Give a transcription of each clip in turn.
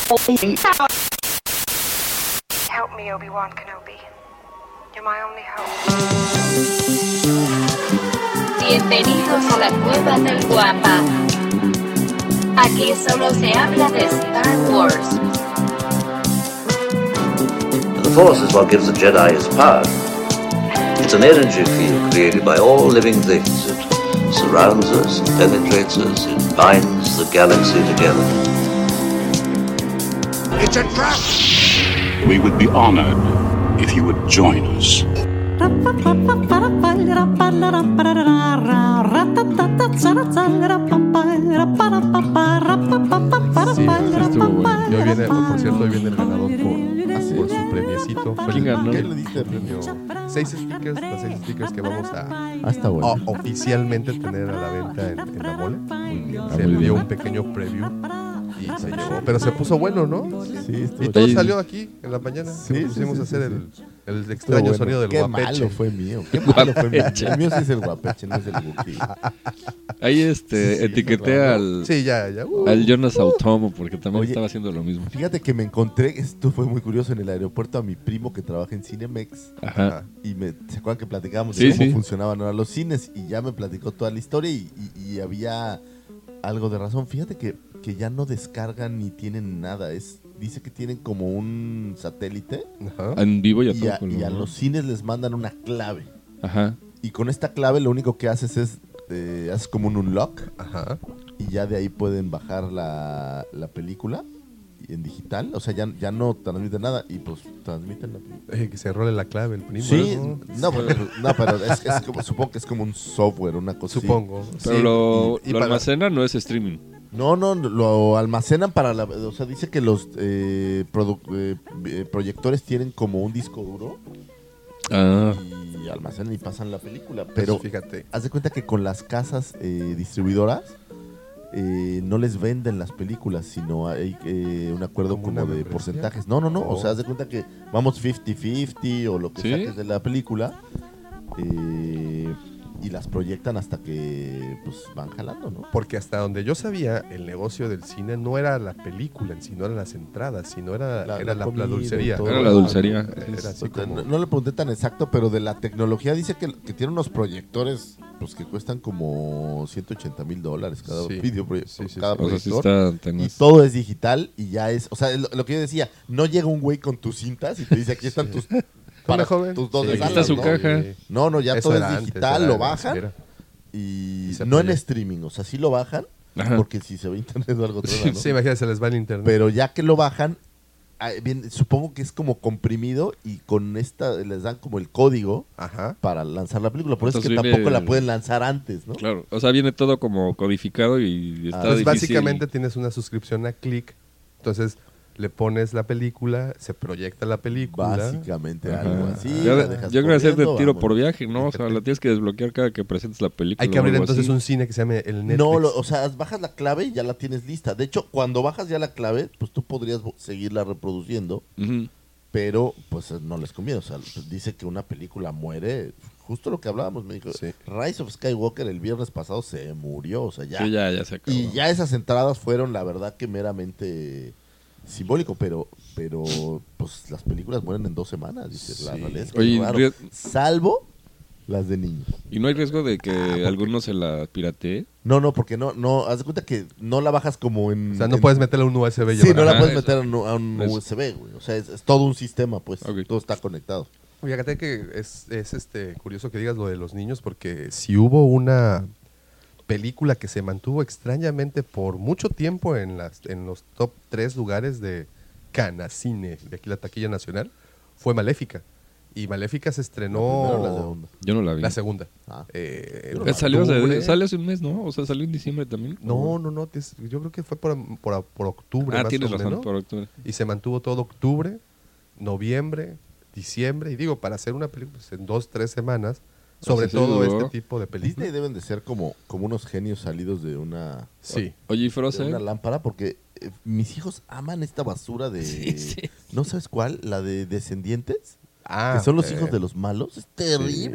Help me, Obi-Wan Kenobi. You're my only hope. Bienvenidos a la cueva del guapa. Aquí solo se habla de Star Wars. The Force is what gives the Jedi his power. It's an energy field created by all living things. It surrounds us, it penetrates us, it binds the galaxy together. It's a trap! We would be honored if you would join us. Sí, estuvo bueno. Y hoy viene, por cierto, hoy viene el ganador por su premiecito. ¿Quién ganó? ¿Qué le diste el premio? 6 stickers, los 6 stickers que vamos a está bueno. oficialmente tener a la venta en la mole. Se muy le dio bien. un pequeño preview y se llevó. Pero se puso bueno, ¿no? Sí, Y todo salió aquí en la mañana. Sí, Nos pusimos sí, a hacer sí. el extraño Bueno, sonido del qué guapeche. malo fue mío. Qué malo fue mío. El mío sí es el guapeche, no es el Wookiee. Ahí etiqueté al Sí, ya. al Jonas Automo porque también Oye, estaba haciendo lo mismo. Fíjate que me encontré, esto fue muy curioso, en el aeropuerto a mi primo que trabaja en Cinemex. Ajá. Y ¿se acuerdan que platicábamos Sí, de cómo sí. funcionaban ahora los cines? Y ya me platicó toda la historia y había algo de razón. Fíjate que ya no descargan ni tienen nada. Dice que tienen como un satélite Ajá. En vivo y a y todo a, color, y a ¿no? los cines les mandan una clave. Ajá. Y con esta clave lo único que haces es, haces como un unlock Ajá. y ya de ahí pueden bajar la película en digital. O sea, ya no transmiten nada y pues transmiten la película. Que se role la clave el primo. Sí, ¿no? pero es como, supongo que es como un software, una cosa así. Supongo. Pero Sí, lo y para- almacena no es streaming. No, lo almacenan para o sea, dice que los proyectores tienen como un disco duro Ah, y almacenan y pasan la película. Pero Pero fíjate. haz de cuenta que con las casas distribuidoras no les venden las películas, sino hay un acuerdo ¿Como como una de membresía? porcentajes. No. Oh. O sea, haz de cuenta que vamos 50-50 o lo que ¿Sí? saques de la película. Y las proyectan hasta que pues van jalando, ¿no? Porque hasta donde yo sabía, el negocio del cine no era la película en sí, no eran las entradas, sino era La la comida y dulcería. todo. Era la dulcería. Era así como... No le pregunté tan exacto, pero de la tecnología dice que tiene unos proyectores pues que cuestan como $180,000 cada Sí. cada o sea, sí proyector. está Y tenaz. todo es digital y ya es, o sea, lo que yo decía, no llega un güey con tus cintas y te dice aquí están tus para joven. tus dos Sí, de aquí está salas, su ¿no? caja. No, ya Eso todo era es antes, digital, era- lo bajan era. y Y se no en proyecta. streaming, o sea, sí lo bajan Ajá. porque si se ve internet o algo truena, ¿no? Sí, imagínate, se les va el internet. Pero ya que lo bajan, bien, supongo que es como comprimido y con esta les dan como el código Ajá. para lanzar la película. Por eso es que Entonces tampoco viene- la pueden lanzar antes, ¿no? Claro, o sea, viene todo como codificado y está Pues difícil. básicamente tienes una suscripción a Click, entonces le pones la película, se proyecta la película. Básicamente Ajá. algo así. Ya la de- dejas yo creo que hacer de corriendo, tiro vámonos. por viaje, ¿no? O sea, la tienes que desbloquear cada que presentes la película. Hay que o abrir algo entonces así. un cine que se llame el Netflix. No, o sea, bajas la clave y ya la tienes lista. De hecho, cuando bajas ya la clave, pues tú podrías seguirla reproduciendo, Ujú. pero pues no les conviene. O sea, dice que una película muere. Justo lo que hablábamos, me dijo. Sí. Rise of Skywalker el viernes pasado se murió, o sea, ya. Sí, ya se acabó. Y ya esas entradas fueron, la verdad, que meramente simbólico, pero pues las películas mueren en 2 semanas, dice. La Sí. realidad es que Oye, es raro. Salvo las de niños. ¿Y no hay riesgo de que alguno se la piratee? No, porque no, haz de cuenta que no la bajas como en... O sea, no en- puedes meterle un USB y Sí, no llevarla. la Ajá, puedes eso. meter a un Eso. USB, güey. O sea, es todo un sistema, pues. Ok. Todo está conectado. Fíjate que es curioso que digas lo de los niños, porque si hubo una película que se mantuvo extrañamente por mucho tiempo en los top 3 lugares de Canacine, de aquí la taquilla nacional, fue Maléfica. Y Maléfica se La primera o la estrenó segunda. Yo no la vi. la segunda. Ah. En Salió octubre. hace un mes, ¿no? O sea, salió en diciembre también. No, yo creo que fue por octubre. Ah, más tienes o razón, menos. por octubre. Y se mantuvo todo octubre, noviembre, diciembre. Y digo, para hacer una película pues, en 2-3 semanas, sobre sí todo duró. este tipo de Disney películas. deben de ser como unos genios salidos de una... Sí. Oye, ¿y de Frozen? una lámpara, porque mis hijos aman esta basura de... Sí. ¿No sabes cuál? La de Descendientes. Ah, Que son los hijos de los malos. Es terrible. sí.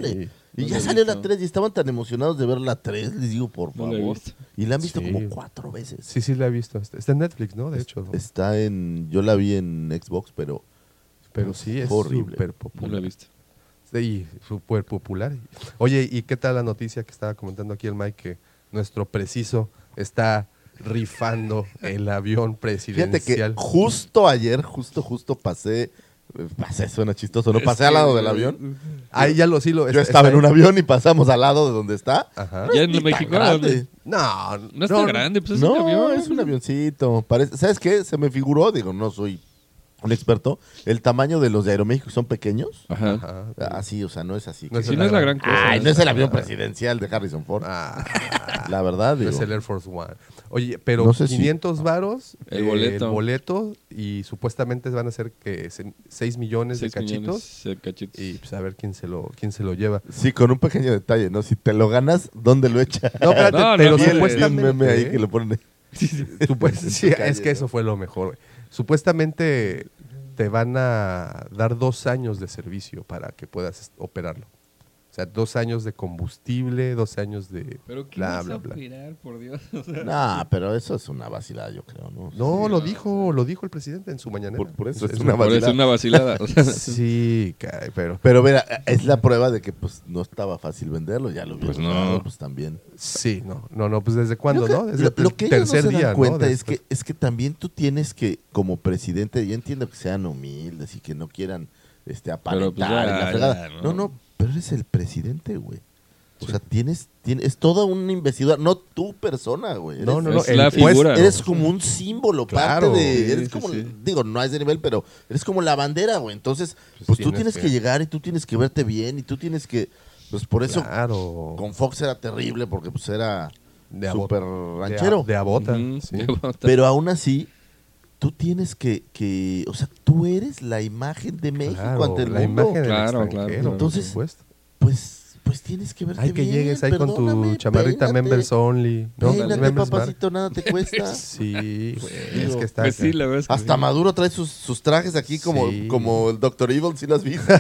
Y No ya la he salió la visto. 3 y estaban tan emocionados de ver la 3, les digo, por No la he favor. visto. Y la han visto Sí. como 4 veces. Sí, la he visto. Está en Netflix, ¿no? De hecho. Está en... Yo la vi en Xbox, pero Sí, es horrible. súper No popular. la he visto. Sí, súper popular. Oye, ¿y qué tal la noticia que estaba comentando aquí el Mike? Que nuestro preciso está rifando el avión Fíjate presidencial. que justo ayer, justo pasé, suena chistoso, ¿no? Pasé al lado del avión. Ahí ya lo Yo estaba en un avión y pasamos al lado de donde está. Ajá. Ya en Ni tan México. grande. No, No está grande, pues es No, un avión. es un avioncito. ¿Sabes qué? Se me figuró, digo, no soy un experto, el tamaño de los de Aeroméxico son pequeños. Ajá. Ajá. Así, o sea, no es así. No es Sí, no es la gran cosa. Ay, no es el avión presidencial de Harrison Ford. Ah, La verdad, no digo. es el Air Force One. Oye, pero No sé si- 500 varos El boleto. el boleto y supuestamente van a ser que 6 millones de 6 cachitos. millones de cachitos. Y pues a ver quién se lo lleva. Sí, con un pequeño detalle, ¿no? Si te lo ganas, ¿dónde lo echas? No, espérate, No, no, pero sí, Vi un supuestamente. meme ahí que lo ponen. Sí, calle, es que ¿no? eso fue lo mejor. Güey. Supuestamente te van a dar 2 años de servicio para que puedas operarlo. O sea, 2 años de combustible, 2 años de Pero ¿qué bla, vas bla, a bla. operar, por Dios? O sea, Nah, pero eso es una vacilada, yo creo, ¿no? No, lo dijo el presidente en su mañanera. Por eso es Es una por eso es vacilada. una vacilada. O sea, Sí, caray, pero Pero mira, es la prueba de que pues no estaba fácil venderlo, ya lo Pues vieron, no. pues también. sí, no, pues desde cuándo, Yo creo- ¿no? Desde lo que ellos no tercer se dan día, ¿no? cuenta Después. es que también tú tienes que, como presidente, yo entiendo que sean humildes y que no quieran aparentar pues, y la ya, fregada. ya, No, ¿no? pero eres el presidente, güey. O sea, es toda una investidura, no tu persona, güey. No, Eres- no, no. es la el figura. puesto- Eres como un símbolo, Claro. parte de... Sí, Eres sí, como, sí. digo, no a ese nivel, pero eres como la bandera, güey. Entonces, pues tú tienes que llegar y tú tienes que verte bien y tú tienes que... Pues por eso Claro. con Fox era terrible porque pues era De a súper bota. ranchero. De a bota. ujú, Sí. de bota. Pero aún así, tú tienes que... O sea, tú eres la imagen de México Claro, ante el la mundo. imagen del Claro, extranjero, claro. por Entonces, supuesto. Pues tienes que verte Hay que bien, llegues ahí con tu perdóname, chamarrita peínate, members only. ¿no? Peínate, Members bar. papacito, nada te cuesta. Sí, güey, Digo, es que está Pues sí, acá. la verdad es que Hasta sí. Maduro trae sus trajes aquí como, Sí. como el Dr. Evil, si lo has visto.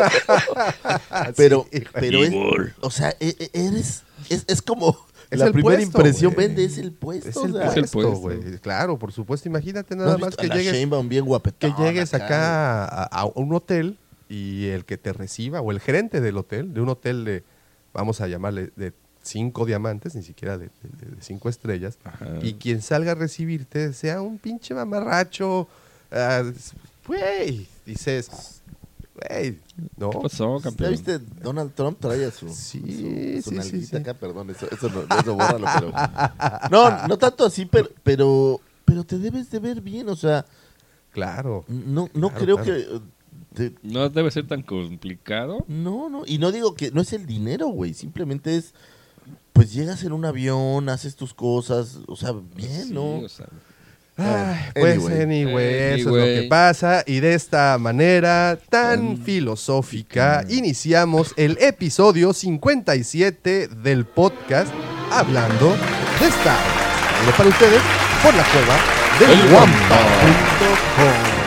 pero Sí, güey. pero es, o sea, es como Es la el primera puesto, impresión güey. vende, es el puesto. Es o el sea, Es el puesto, puesto. güey. Claro, por supuesto. Imagínate ¿no nada has más visto que a la llegues, Sheinbaum bien guapetona acá a un hotel y el que te reciba, o el gerente del hotel, de un hotel de, vamos a llamarle, de 5 diamantes, ni siquiera de 5 estrellas, Ajá. y quien salga a recibirte sea un pinche mamarracho, güey, dices, güey, ¿no? ¿Qué pasó, ¿Ya campeón? viste? Donald Trump trae a su, Sí, su sí, nalguita sí. acá, perdón, eso bórralo, pero... No tanto así, pero te debes de ver bien, o sea, Claro. no Claro, creo claro. que... No debe ser tan complicado. No, y no digo que no es el dinero, güey, simplemente es, pues llegas en un avión, haces tus cosas, o sea, bien, Sí, ¿no? o sea, Ay, pues Anyway. eso es lo que Anyway. pasa y de esta manera tan filosófica iniciamos el episodio 57 del podcast Hablando de Star Wars. Traído para ustedes por la cueva del El Wampa.com.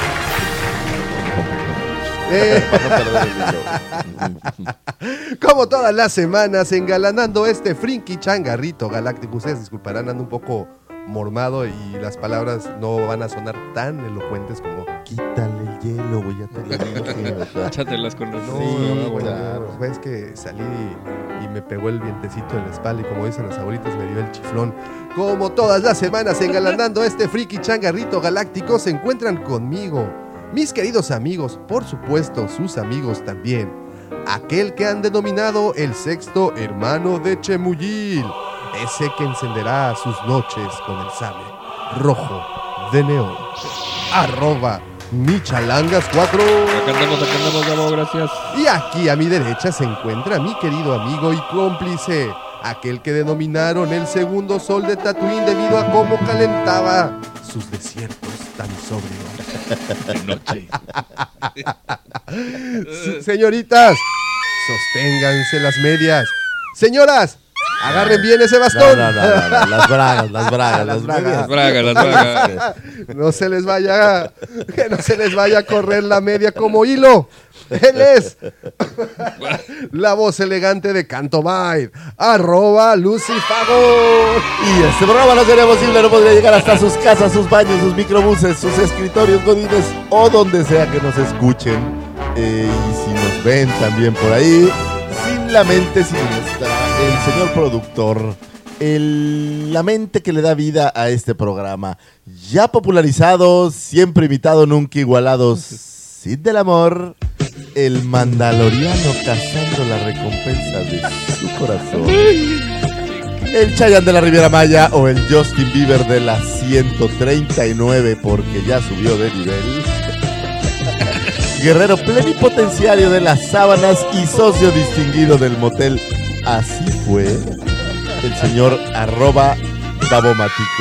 Para no perder el hilo. Como todas las semanas, engalanando este Frinky Changarrito Galáctico. Ustedes disculparán, ando un poco mormado y las palabras no van a sonar tan elocuentes como... Quítale el hielo, güey, ya te lo dije. O sea, échatelas con No, refresco. bueno, claro. pues que salí y me pegó el vientecito en la espalda y como dicen las abuelitas me dio el chiflón. Como todas las semanas, engalanando este Friki Changarrito Galáctico, se encuentran conmigo, mis queridos amigos, por supuesto, sus amigos también. Aquel que han denominado el sexto hermano de Chemuyil, ese que encenderá sus noches con el sable rojo de neón. @Michalangas4. Acá andamos, Gabo, gracias. Y aquí a mi derecha se encuentra mi querido amigo y cómplice, aquel que denominaron el segundo sol de Tatooine debido a cómo calentaba sus desiertos tan sobrios. De noche. Señoritas, sosténganse las medias. Señoras, Agarren bien ese bastón. No, las bragas, las Las medias. Las bragas. No se les vaya, que no se les vaya a correr la media como hilo. Él es la voz elegante de Cantomite, @Lucifago. Y este programa no sería posible, no podría llegar hasta sus casas, sus baños, sus microbuses, sus escritorios, godines o donde sea que nos escuchen. Y si nos ven también por ahí, sin la mente siniestra, el señor productor, la mente que le da vida a este programa, ya popularizado, siempre imitado, nunca igualado, Cid del Amor, el mandaloriano cazando la recompensa de su corazón, el Chayanne de la Riviera Maya o el Justin Bieber de la 139 porque ya subió de nivel, guerrero plenipotenciario de las sábanas y socio distinguido del motel Así Fue, el señor @Dabomático.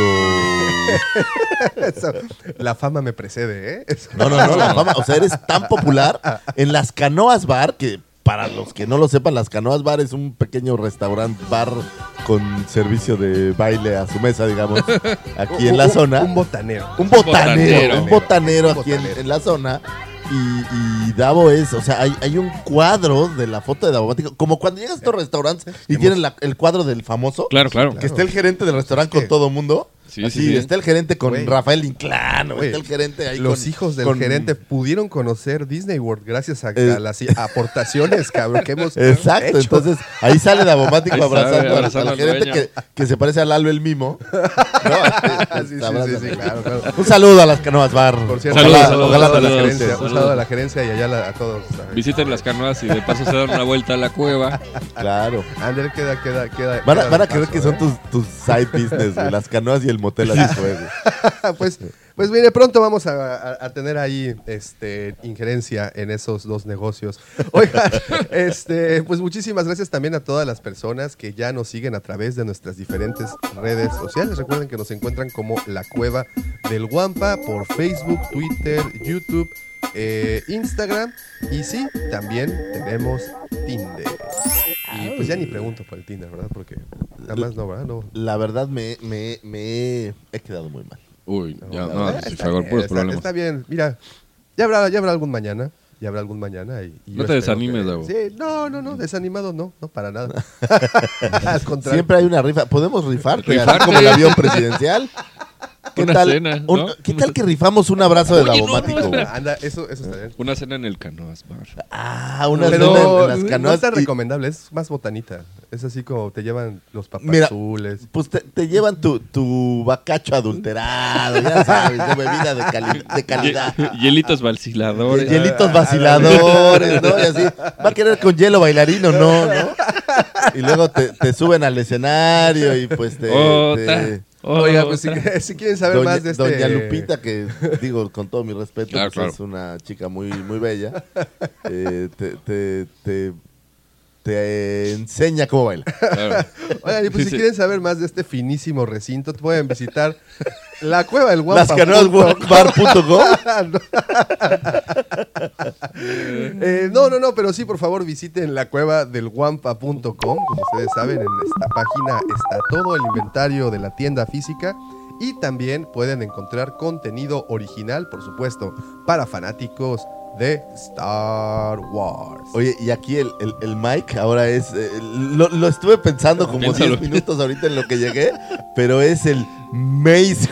Eso, la fama me precede, ¿eh? No, la fama, o sea, eres tan popular en las Canoas Bar, que para los que no lo sepan, las Canoas Bar es un pequeño restaurante bar con servicio de baile a su mesa, digamos, aquí en la zona. Un botanero. Un botanero aquí en la zona. Y Davo es, o sea, hay un cuadro de la foto de Dabomático, como cuando llegas a estos restaurantes y tienen el cuadro del famoso. Claro. Que esté el gerente del restaurante con todo mundo. Sí, Así, sí. está el gerente con Güey. Rafael Inclán, Güey, está el gerente ahí los con... hijos del con- gerente pudieron conocer Disney World gracias a las aportaciones, cabrón, que hemos Exacto, hecho. entonces ahí sale Dabomático Ahí abrazando, sale, abrazando al al gerente dueño. que se parece a Lalo el Mimo. ¿No? Sí, Abraza. sí, claro. Un saludo a las Canoas Bar. Por cierto, Saludos, ojalá saludos, a la saludos, gerencia, saludos. un saludo a la gerencia y allá a todos. Visiten las canoas y de paso se dan una vuelta a la cueva. Claro. Ander, queda. Van queda a de creer paso, que son tus side business, güey, las canoas y el motel Así Fue, güey. Pues mire, pronto vamos a tener ahí injerencia en esos dos negocios. Oigan, pues muchísimas gracias también a todas las personas que ya nos siguen a través de nuestras diferentes redes sociales. Recuerden que nos encuentran como La Cueva del Guampa por Facebook, Twitter, YouTube, Instagram, y sí, también tenemos Tinder. Y pues ya ni pregunto por el Tinder, ¿verdad? Porque nada más no, ¿verdad? No. La verdad me he quedado muy mal. Uy, ya, No, no, está se fregó bien, puros está- problemas. está bien, mira, ya habrá algún mañana. Ya habrá algún mañana. Y No yo te espero desanimes, que- Davo. Sí, no, desanimado no, para nada. Al contrario. Siempre hay una rifa. ¿Podemos rifarte? Rifarte. Así como el avión presidencial. Una cena, ¿no? ¿Qué tal que rifamos un abrazo de Oye, no, Dabomático, no, güey? Anda, eso está bien. Una cena en el Canoas Bar. Una Pero cena en las no canoas. está y- recomendable, es más botanita. Es así como te llevan los Mira, papazules. Pues te llevan tu bacacho adulterado, ya sabes, de bebida de calidad. Hielitos vaciladores. Hielitos vaciladores, ¿no? Y así, ¿va a querer con hielo bailarino? No. Y luego te suben al escenario y pues Oiga, pues si quieren saber Doña, más de Doña Lupita, que digo con todo mi respeto, Claro, pues, claro. es una chica muy, muy bella, te enseña cómo baila. Claro. Oigan, y pues Sí, si sí. quieren saber más de este finísimo recinto, pueden visitar la Cueva del Guampa. Lascanoasbar.com. No, pero sí, por favor, visiten la cueva del guampa.com. Como ustedes saben, en esta página está todo el inventario de la tienda física y también pueden encontrar contenido original, por supuesto, para fanáticos de Star Wars. Oye, y aquí el Mike ahora es, lo estuve pensando como Piénsalo. 10 minutos ahorita en lo que llegué, pero es el Mace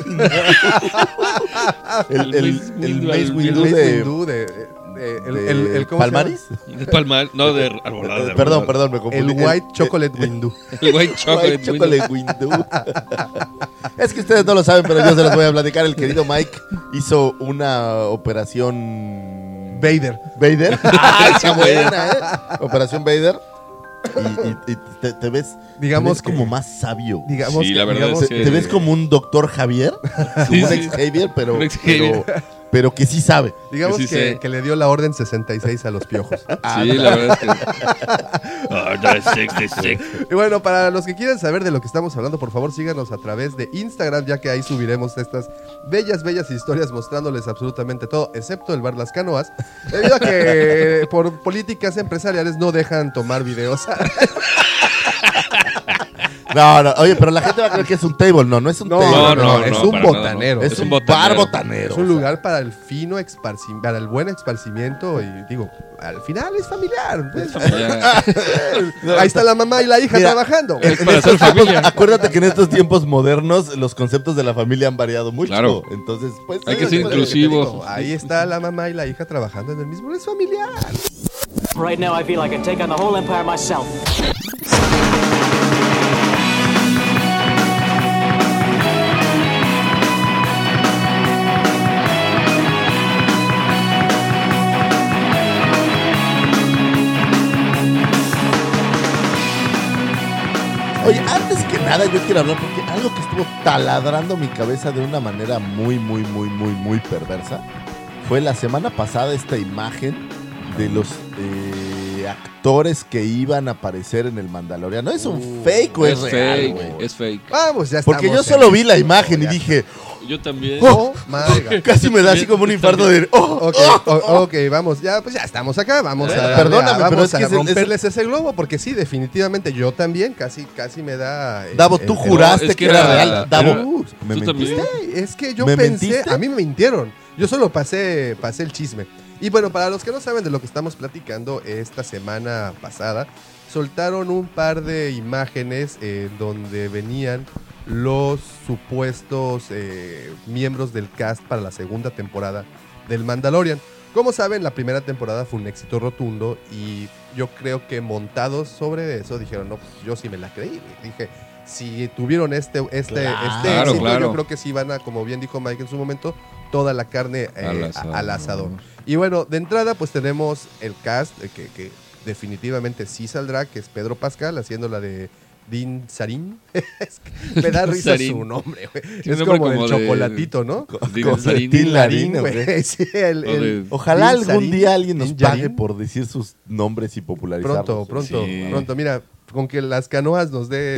el Mace Windu Mace de... Windu de ¿cómo se llama? ¿Palmaris? De Palmar, no, de arbolada. de Perdón, arbolada. me confundí. El White Chocolate Windu. El White Chocolate. White Chocolate Windu. Es que ustedes no lo saben, pero yo se los voy a platicar. El querido Mike hizo una operación... Vader. ¿Vader? ¡Ah, esa buena, Operación Vader. Y te ves, Digamos te ves como que- más sabio. Digamos Sí, que, la verdad digamos es Te, que- te ves como un doctor Javier, como Sí, un sí. ex Javier, pero, Un ex Javier. pero que sí sabe. digamos Sí que, sé. que le dio la orden 66 a los piojos. Sí, la verdad es que. Y bueno, para los que quieran saber de lo que estamos hablando, por favor síganos a través de Instagram, ya que ahí subiremos estas bellas historias mostrándoles absolutamente todo, excepto el bar Las Canoas, debido a que por políticas empresariales no dejan tomar videos No, oye, pero la gente va a creer que es un table. No es un table. no, es un para botanero. Es un botanero. bar botanero. Es un lugar para el fino para el buen esparcimiento y digo, al final es familiar. Pues. Ahí está la mamá y la hija Mira, trabajando. Es para hacer familia. Acuérdate que en estos tiempos modernos los conceptos de la familia han variado mucho. Claro. Entonces, pues... Hay que sí, ser pues, inclusivos. Digo, ahí está la mamá y la hija trabajando en el mismo, es familiar. Right now, I feel I can take on the whole empire myself. Oye, antes que nada yo quiero hablar porque algo que estuvo taladrando mi cabeza de una manera muy perversa fue la semana pasada esta imagen de los actores que iban a aparecer en el Mandaloriano. ¿Es un fake o es real, güey? Es fake. Vamos, ya estamos. Porque yo solo vi la imagen y dije, Yo también. Oh, my God. casi me da así como un infarto de... Ok, vamos, ya, pues ya estamos acá, vamos a, Perdóname, pero vamos es que a es el- romperles ese globo, porque sí, definitivamente, yo también casi me da... Davo, tú juraste es que que era era- real. Davo, ¿me ¿Tú también? mentiste? Es que yo ¿Me pensé, mentiste? a mí me mintieron, yo solo pasé el chisme. Y bueno, para los que no saben de lo que estamos platicando, esta semana pasada soltaron un par de imágenes donde venían los supuestos miembros del cast para la segunda temporada del Mandalorian. Como saben, la primera temporada fue un éxito rotundo y yo creo que montados sobre eso dijeron, no, pues yo sí me la creí. Dije, si tuvieron este Claro, éxito, claro. yo creo que sí van a, como bien dijo Mike en su momento, toda la carne al asador. Mm. Y bueno, de entrada pues tenemos el cast que definitivamente sí saldrá, que es Pedro Pascal haciendo la de Din Djarin. Es que me da risa Djarin. su nombre, güey. Tiene Es nombre como el como de- chocolatito, ¿no? Din Con Djarin. Din Djarin, güey. güey. Sí, el- Ojalá Din algún Djarin, día alguien nos Din pague Djarin. por decir sus nombres y popularizarlos. Pronto. Sí. Mira, con que las canoas nos dé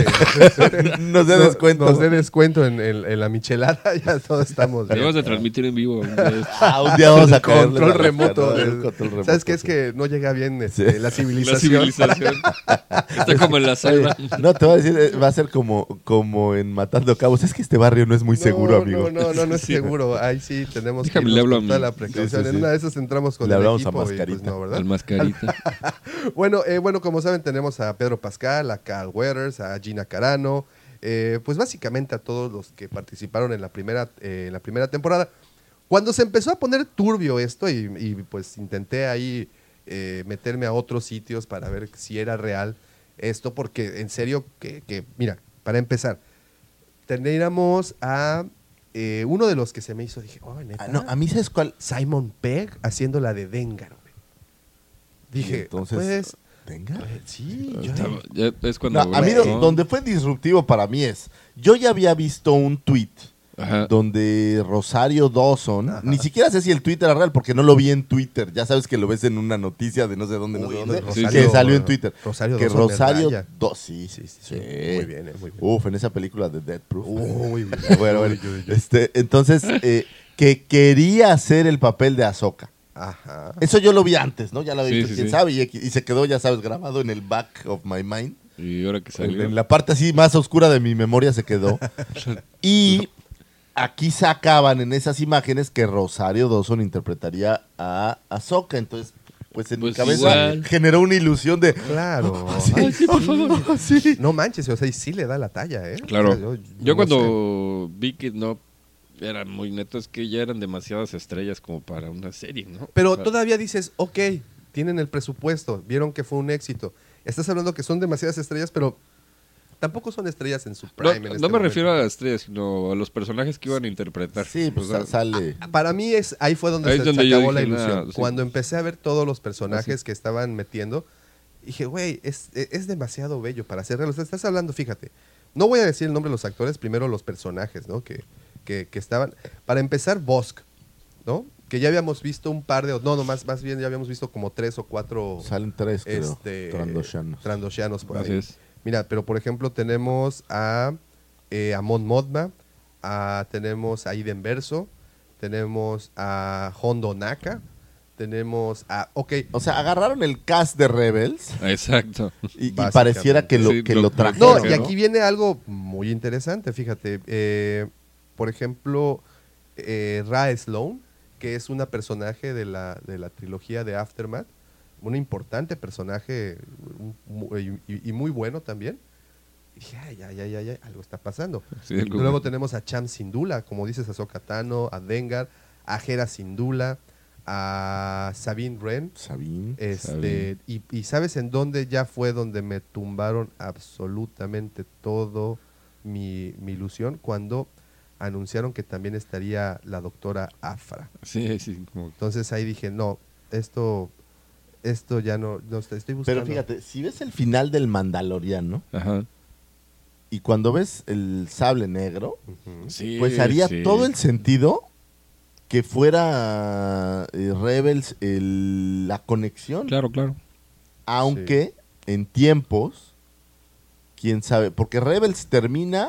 Nos dé descuento. Nos dé descuento en la michelada, ya todos estamos bien. Debemos de transmitir en vivo. Un día vamos a caerle Control la remoto. rascada, el control remoto, ¿Sabes qué? Es sí. que no llega bien Sí. la La civilización. civilización. Está como en la selva. No, te voy a decir, va a ser como en Matando Cabos. Es que este barrio no es muy seguro, amigo. No es Sí. seguro. Ahí sí tenemos Déjame, que le irnos hablo a con toda mí. la precaución. Sí. En una de esas entramos con Le el hablamos equipo a y, pues, Mascarita. no, ¿verdad? Al mascarita. Bueno, como saben, tenemos a Pedro Pascal, a Carl Weathers, a Gina Carano, pues básicamente a todos los que participaron en la primera temporada. Cuando se empezó a poner turbio esto y pues intenté ahí meterme a otros sitios para ver si era real esto, porque en serio mira, para empezar, teníamos a uno de los que se me hizo, dije, oh, ¿neta? No, a mí, ¿sabes cuál? Simon Pegg haciendo la de Dengar, güey. Dije, Entonces, pues, ¿venga? sí, yo Estaba- ya es cuando. No, a mí ¿no? donde fue disruptivo para mí es, yo ya había visto un tweet Ajá. donde Rosario Dawson, Ajá. ni siquiera sé si el tweet era real porque no lo vi en Twitter, ya sabes que lo ves en una noticia de no sé dónde, Uy, que Rosario- salió en Twitter. Rosario que Dawson de Rosario raya. sí. Muy bien, muy bien. Uf, en esa película de Death Proof. Uy, uy, Bueno, uy, uy, uy. entonces, que quería hacer el papel de Ahsoka. Ajá. Eso yo lo vi antes, ¿no? Ya lo había Sí, visto, sí, quién sí. sabe, y se quedó, ya sabes, grabado en el back of my mind. Y ahora que salió. En la parte así más oscura de mi memoria se quedó. Y aquí sacaban en esas imágenes que Rosario Dawson interpretaría a Ahsoka. Entonces, pues en mi Pues cabeza igual. generó una ilusión de... Claro. Ay, sí, por favor. Sí. No manches, o sea, y sí le da la talla, ¿eh? Claro. O sea, Yo no sé. cuando vi que no eran muy netos, que ya eran demasiadas estrellas como para una serie, ¿no? Pero O sea, todavía dices, ok, tienen el presupuesto, vieron que fue un éxito. Estás hablando que son demasiadas estrellas, pero tampoco son estrellas en su No, prime. en no este me momento. refiero a las estrellas, sino a los personajes que iban a interpretar. Sí, pues O sea, sale... Para mí ahí fue donde Ahí se es donde yo acabó la dije, ilusión. nah, sí. Cuando empecé a ver todos los personajes que estaban metiendo, dije, güey, es demasiado bello para ser real. O sea, estás hablando, fíjate, no voy a decir el nombre de los actores, primero los personajes, ¿no? Que estaban. Para empezar, Bosk, ¿no? Que ya habíamos visto un par de... No, más bien ya habíamos visto como 3 o 4 Salen tres, creo, trandoshanos por Así ahí. es. Mira, pero por ejemplo tenemos a Mon Mothma, tenemos a Iden Verso, tenemos a Hondo Naka, Tenemos ok. O sea, agarraron el cast de Rebels Exacto. y Básicamente. pareciera que lo, Sí, que lo- lo lo- trajeron. No, y aquí viene algo muy interesante, fíjate. Por ejemplo, Ra Sloan, que es una personaje de la trilogía de Aftermath, un importante personaje y muy bueno también. Y dije, ay, algo está pasando. Sí, Luego tenemos a Cham Syndulla, como dices, a Ahsoka Tano, a Dengar, a Hera Syndulla, a Sabine Wren. Sabine. Sabine. Y ¿sabes en dónde ya fue donde me tumbaron absolutamente todo mi ilusión? Cuando anunciaron que también estaría la doctora Afra. Sí, como... Entonces ahí dije, no, esto ya no estoy buscando. Pero fíjate, si ves el final del Mandaloriano Ajá. y cuando ves el sable negro, Ujú. Sí, pues haría sí. todo el sentido que fuera Rebels la conexión. Claro, claro. Aunque en tiempos, quién sabe, porque Rebels termina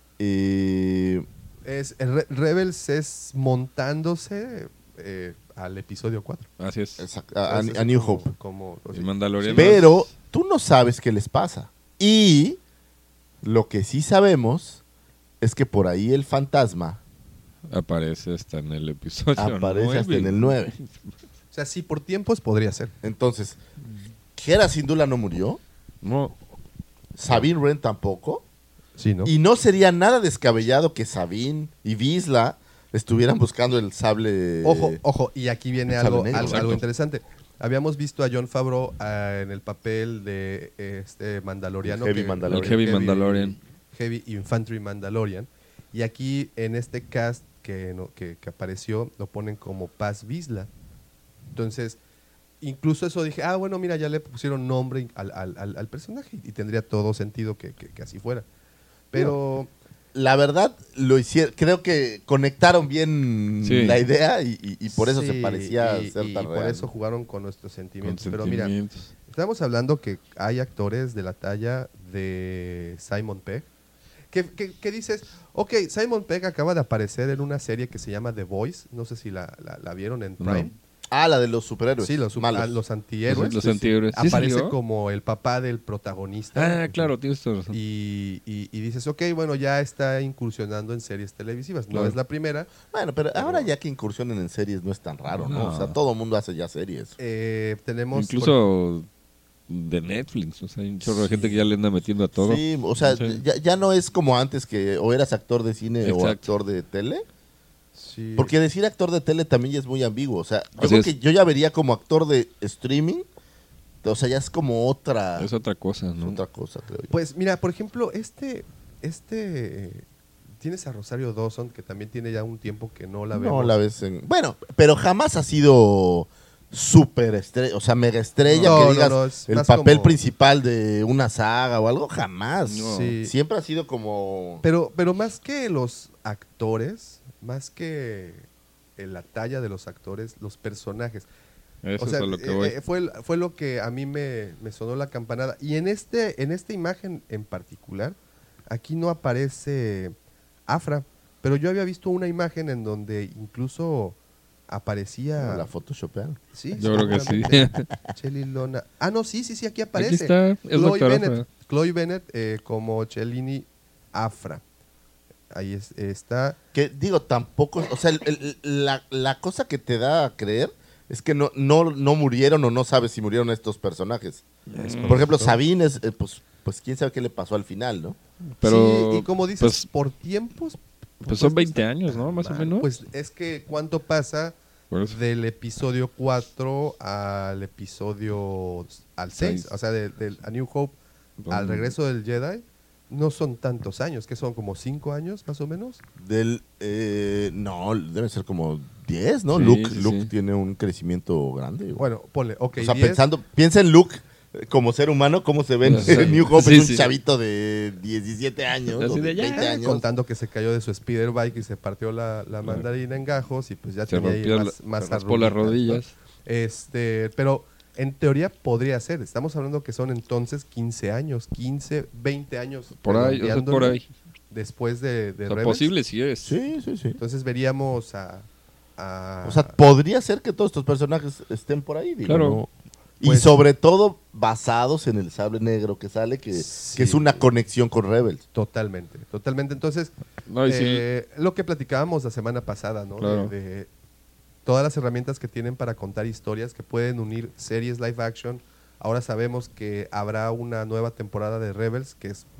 Rebels es montándose al episodio 4. Así es. a Entonces, New como- Hope. o El sea, Mandaloriano. Pero tú no sabes qué les pasa. Y lo que sí sabemos es que por ahí el fantasma Aparece hasta en el episodio aparece hasta 9. en el 9. O sea, sí, por tiempos podría ser. Entonces, Hera Syndulla no murió, No, Sabine Wren tampoco, Sí, ¿no? y no sería nada descabellado que Sabine y Vizsla estuvieran buscando el sable. Ojo, y aquí viene Sable algo, negro. algo Exacto. interesante. Habíamos visto a Jon Favreau en el papel de este Mandaloriano. El Heavy Mandalorian. El Heavy Mandalorian. Heavy Infantry Mandalorian. Y aquí en este cast que apareció lo ponen como Paz Vizsla. Entonces, incluso eso dije, bueno, mira, ya le pusieron nombre al personaje y tendría todo sentido que así fuera. Pero... La verdad, lo hicieron, creo que conectaron bien Sí. la idea y por eso se sí, parecía y- ser y tan por real. eso jugaron con nuestros con sentimientos. Pero mira, sentimientos. estamos hablando que hay actores de la talla de Simon Pegg. ¿Qué dices? Ok, Simon Pegg acaba de aparecer en una serie que se llama The Voice. No sé si la vieron en No. Prime. La de los superhéroes. Sí, los malos. antihéroes. Los antihéroes. ¿Sí Aparece salió? como el papá del protagonista. Claro, tienes toda razón. Y dices, ok, bueno, ya está incursionando en series televisivas. No Claro. es la primera. Bueno, pero ahora ya que incursionen en series no es tan raro, ¿no? No. O sea, todo el mundo hace ya series. Tenemos... Incluso de Netflix. O sea, hay un chorro de gente que ya le anda metiendo a todo. Sí, o sea, Sí. ya no es como antes que o eras actor de cine o Exacto. actor de tele. Sí. Porque decir actor de tele también ya es muy ambiguo. O sea, yo Así creo es. que yo ya vería como actor de streaming. O sea, ya es como otra, Es otra cosa, ¿no? otra cosa, creo yo. Pues mira, por ejemplo, tienes a Rosario Dawson, que también tiene ya un tiempo que no la vemos. No la ves en... Bueno, pero jamás ha sido súper estrella, o sea, mega estrella, No, que no, digas no, es el más papel como- principal de una saga o algo, jamás. No. Sí. Siempre ha sido como... Pero más que los actores, más que la talla de los actores, los personajes. Eso O sea, es a lo que voy. fue lo que a mí me sonó la campanada. Y en esta imagen en particular, aquí no aparece Afra, pero yo había visto una imagen en donde incluso aparecía... La photoshopean. Sí, Yo creo que sí. seguramente. Chelly Lona. No, sí, aquí aparece. Aquí está, es Chloe doctor Bennett, Afra. Chloe Bennett como Chelini Afra. Ahí está. Que digo, tampoco, o sea, la cosa que te da a creer es que no murieron o no sabes si murieron estos personajes. Por ejemplo, Sabine es, pues quién sabe qué le pasó al final, ¿no? Pero, Sí, y como dices, pues, por tiempos... pues son 20 años, ¿no? Más o menos. Pues es que ¿cuánto pasa Por eso. del episodio 4 al episodio... al 6? Seis. O sea, a New Hope al regreso del Jedi. No son tantos años, que son como 5 años más o menos. No, debe ser como 10, ¿no? Sí, Luke sí. tiene un crecimiento grande. Bueno, ponle, ok, o sea, 10. piensa en Luke como ser humano, cómo se ve en Sí. New Hope, Sí, es un sí. chavito de 17 años, Así o de ya, 20 años. Contando que se cayó de su speeder bike y se partió la mandarina en gajos y pues ya Se tenía ahí rompió, más se raspó las arruguitas, ¿no? rodillas. Pero en teoría podría ser. Estamos hablando que son entonces 15 años, 15, 20 años. Por ahí, o sea, por ahí. Después de O sea, Rebels. posible sí es. Sí. Entonces veríamos a O sea, podría ser que todos estos personajes estén por ahí, digo, Claro. ¿no? Y Pues- sobre todo basados en el sable negro que sale, que Sí. es una conexión con Rebels. Totalmente. Entonces, No, y sí. lo que platicábamos la semana pasada, ¿no? Claro. De todas las herramientas que tienen para contar historias que pueden unir series live action. Ahora sabemos que habrá una nueva temporada de Rebels, que es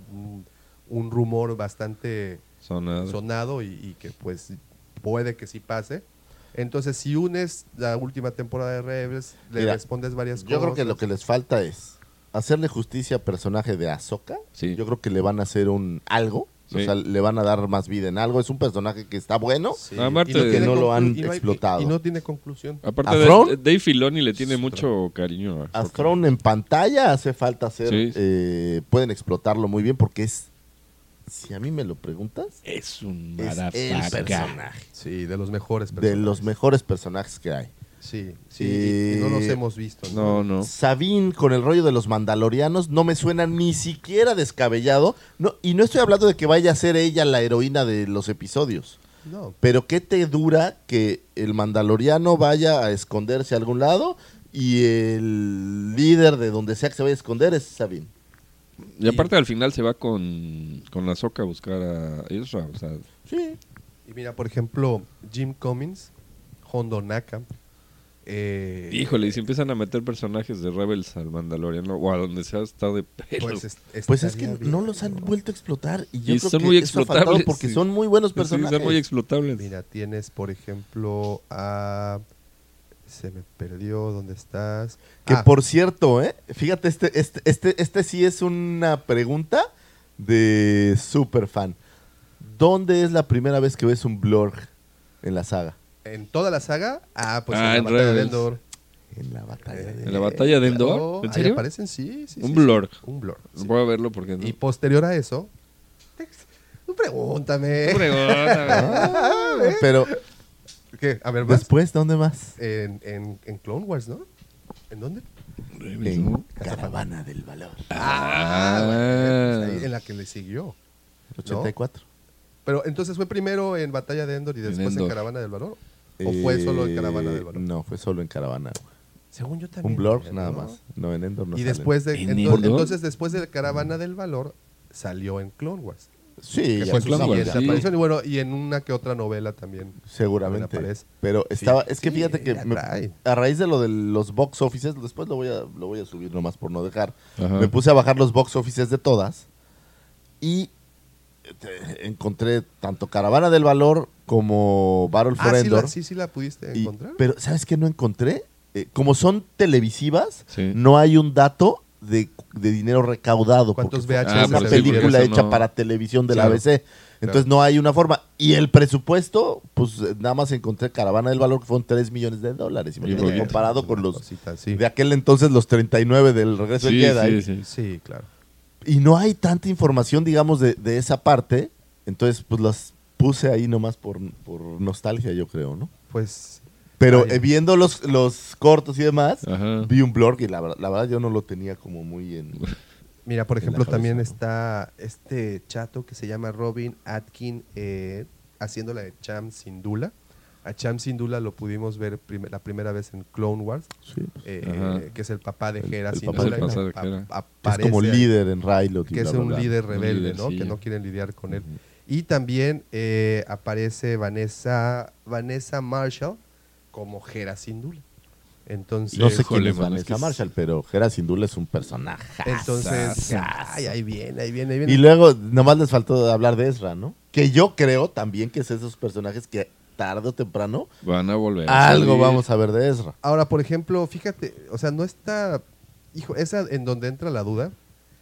un rumor bastante sonado y que pues puede que sí pase. Entonces, si unes la última temporada de Rebels, le Mira, respondes varias cosas. Yo creo que lo que les falta es hacerle justicia al personaje de Ahsoka. Sí. Yo creo que le van a hacer algo. O Sí. sea, le van a dar más vida en algo. Es un personaje que está bueno. Sí, Aparte y de- tiene no lo han y no hay- explotado. Y no tiene conclusión. Aparte ¿A de Thrawn? Dave Filoni le tiene mucho cariño a A Thrawn en pantalla hace falta hacer. Sí. Pueden explotarlo muy bien porque es. Si a mí me lo preguntas, Es un es el motherfucker. personaje. Sí, de los mejores De personajes. los mejores personajes que hay. Sí, y no los Eh, hemos visto. No. Sabine con el rollo de los mandalorianos no me suena ni siquiera descabellado. No, y no estoy hablando de que vaya a ser ella la heroína de los episodios. No. Pero ¿qué te dura que el mandaloriano vaya a esconderse a algún lado y el líder de donde sea que se vaya a esconder es Sabine? Y aparte al final se va con Ahsoka a buscar a Ezra. O sea, Sí. Y mira, por ejemplo, Jim Cummings, Hondo Naka. híjole, y si empiezan a meter personajes de Rebels al Mandaloriano o a donde sea, está de pelo. Pues es que estaría bien, no los han vuelto a explotar. Y yo Y creo son que muy eso ha faltado explotables, porque sí. son muy buenos Sí, personajes. son muy explotables. Mira, tienes, por ejemplo, a... Se me perdió, ¿dónde estás? Que Ah, por cierto, fíjate, este sí es una pregunta de super fan. ¿Dónde es la primera vez que ves un Blurg en la saga? en toda la saga, pues Ah, en en la batalla de Rebels. Endor. En la batalla de... ¿En la batalla de Endor? Claro, ¿En ahí serio? aparecen, sí. Un Blurg. Un Blurg. sí. Voy a verlo porque no. Y posterior a eso... Tú pregúntame. Pero ¿Qué? A ver, ¿vas? después, ¿dónde más? En Clone Wars, ¿no? ¿En dónde? En Caravana del Valor. Pues Ah, ahí, en la que le siguió. 84. Pero entonces fue primero en Batalla de Endor y después en Endor. Caravana del Valor. ¿O fue solo en Caravana del Valor? No, fue solo en Caravana. Según yo también. Un Blurg ¿no? nada más. No, en Endor no Y salen. después de ¿En Endor? entonces después de Caravana del Valor salió en Clone Wars. Sí, Que ya fue en su Clone Wars, siguiente sí. aparición. Y bueno, y en una que otra novela también. seguramente. también aparece. Pero estaba, Sí, es que sí, fíjate que ya trae. a raíz de lo de los box offices, después lo voy a subir nomás por no dejar. Ajá. Me puse a bajar los box offices de todas y encontré tanto Caravana del Valor como Battle for Ah, Endor. sí la pudiste Y- encontrar. pero ¿sabes qué no encontré? Como son televisivas, Sí. no hay un dato de dinero recaudado. ¿Cuántos porque VHS? fue una por sí, porque película eso hecha no- para televisión de la Claro, ABC. Entonces no hay una forma. Y el presupuesto, pues nada más encontré Caravana del Valor que fueron $3 millones. Imagínate, poquito. comparado con los Cosita, sí. de aquel entonces, los 39 del Regreso sí, del Jedi. sí. Sí, claro. Y no hay tanta información, digamos, de esa parte. Entonces, pues las puse ahí nomás por nostalgia, yo creo, ¿no? Pues Pero Ay. viendo los cortos y demás, Ajá. vi un blog y la verdad yo no lo tenía como muy en... mira, por En la ejemplo, cabeza, también ¿no? está este chato que se llama Robin Atkin haciendo la de Cham Syndulla. A Cham Syndulla lo pudimos ver la primera vez en Clone Wars, Ajá. que es el papá de Hera el Syndulla. papá de y Hera. Que es aparece como ahí, líder en Rylot. y que es bla, bla, un bla. líder rebelde, líder, ¿no? sí. Que no quieren lidiar con él. Y también aparece Vanessa Marshall como Hera Syndulla. Entonces, No sé quién Híjole, es man, Vanessa es que es- Marshall, pero Hera Syndulla es un personaje. entonces, ay, ahí viene. Y luego, nomás les faltó hablar de Ezra, ¿no? Que yo creo también que es esos personajes que tarde o temprano Van a volver. a algo salir. vamos a ver de Ezra. Ahora, por ejemplo, fíjate, o sea, no está, hijo, esa en donde entra la duda,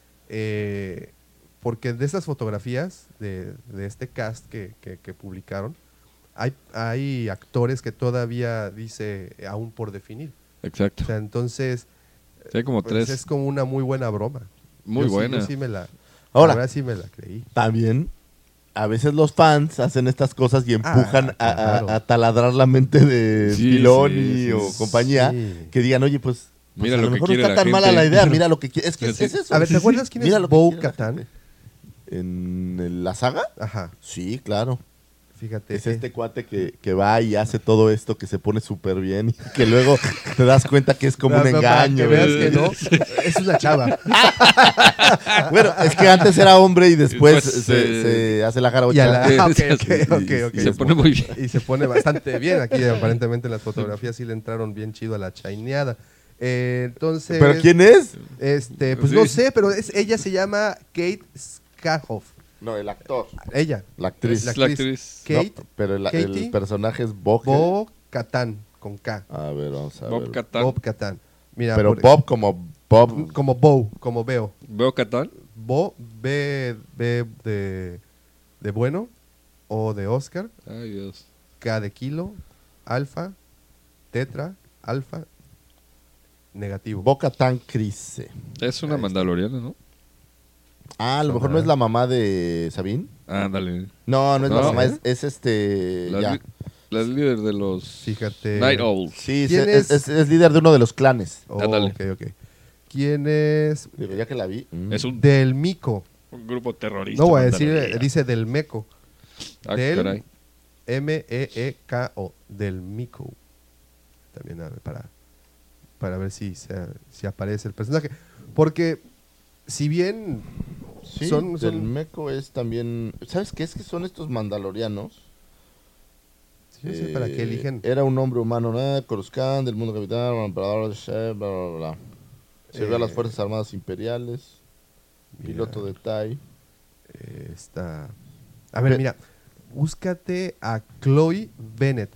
porque de esas fotografías de este cast que publicaron, hay actores que todavía dice aún por definir. Exacto. O sea, entonces, Sí, hay como pues, tres. es como una muy buena broma. Muy Yo sí- buena. yo sí me la, Ahora. la verdad sí me la creí. También, a veces los fans hacen estas cosas y empujan claro. a taladrar la mente de Sí, Filoni sí, o compañía, Sí. que digan, oye, pues Mira a lo lo que mejor no quiere está la tan mala gente. la idea, mira lo que quiere. Es que Sí. es eso. A ver, ¿te Sí, acuerdas sí. quién Mira es lo que Bo quiere la Katan? gente. ¿En la saga? Ajá. Sí, claro. Fíjate. Es este cuate que va y hace todo esto, que se pone súper bien y que luego te das cuenta que es como un engaño. Para que veas que no, es una chava. Bueno, es que antes era hombre y después Pues, se hace la jarocha. Y a la- ok. Y se pone muy bien. Y se pone bastante bien. Aquí aparentemente en las fotografías sí le entraron bien chido a la chaineada. Entonces. ¿Pero quién es? Pues no sé, pero ella se llama Kate Scarhoff. No, el actor. Ella. La actriz. La La actriz. Kate No, pero el Katie personaje es Bob. Bo Katan, con K. A ver, vamos a Bob ver. Catán. Bob Katan. Mira, Pero Bob como Bob. como Bo, como veo. ¿Veo Catán? Bo, B de bueno, O de Oscar, Ay, Dios. K de kilo, alfa, tetra, alfa, negativo. Boca Tan Crise. Es una mandaloriana, ¿no? Ah, a lo mejor no es la mamá de Sabine. Ándale. No, no es la No. mamá, es este. La, ya. la líder de los Fíjate. Night Owls. Sí, ¿Quién es líder de uno de los clanes. Oh, Ándale. ok. ¿Quién es? Digo, ya que la vi. Es un Del Mico. grupo terrorista. No voy a decir, mandaloriano. dice del Meco. Ah, del caray. MEEKO, del Mico. También a ver, para ver si aparece el personaje. Porque si bien Sí, son- del Meco es también. ¿Sabes qué? Es que son estos mandalorianos. sí, no sé para qué eligen. Era un hombre humano, ¿no? Coruscant, del mundo capital, emperador, bla, bla, bla. Sirvió a las Fuerzas Armadas Imperiales. Mira. Piloto de TIE. Está. A ver, mira. Búscate a Chloe Bennett.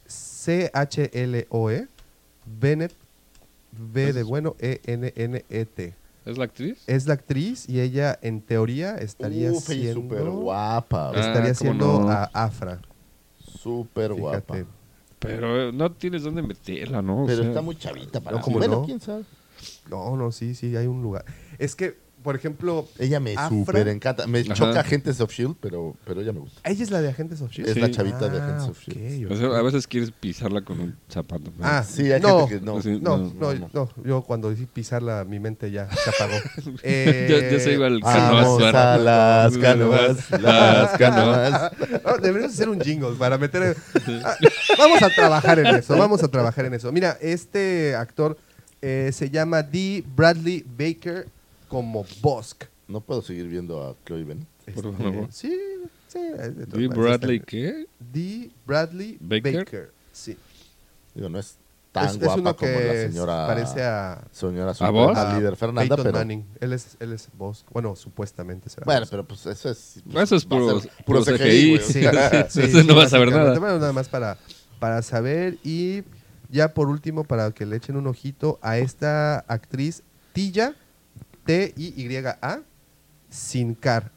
CHLOE. Bennett. B de bueno. ENNET. ¿Es la actriz? Es la actriz y ella, en teoría, estaría Uf, ella es siendo. súper guapa. Ah, Estaría ¿cómo siendo no? a Afra. Súper guapa. Fíjate. Pero no tienes dónde meterla, ¿no? O Pero sea, está muy chavita para No, ¿cómo bueno, no? quién sabe. No, sí, hay un lugar. Es que, por ejemplo, Ella me Afra- súper encanta. Me Ajá. choca Agentes of S.H.I.E.L.D., pero ella me gusta. ella es la de Agentes of S.H.I.E.L.D. Es la chavita de Agents of ok, S.H.I.E.L.D. ok. o sea, a veces quieres pisarla con un zapato. ¿no? Ah, Sí, hay no, gente que no. Sí, no, yo cuando decidí pisarla, mi mente ya se apagó. Ya se iba el Vamos canoas. a las canoas, las canoas. No, deberíamos hacer un jingle para meter. Vamos a trabajar en eso. Mira, este actor se llama D. Bradley Baker como Bosk. No puedo seguir viendo a Chloe Bennett. Por favor. Sí. de todas ¿D. maneras, Bradley está- qué? D. Bradley ¿Baker? Baker. Sí. Digo, no es tan Es guapa uno como la que señora. parece a Señora ¿A vos? super líder Fernanda, Peyton pero. Manning. Él es Bosk. Bueno, supuestamente será Bueno, Bosk. pero pues eso es. Eso es va a puro, ser puro puro CGI, güey. Sí, Eso no vas a ver básicamente. nada. Bueno, nada más para saber. Y ya por último, para que le echen un ojito a esta actriz, Tilla, T-I-Y-A, Sincar.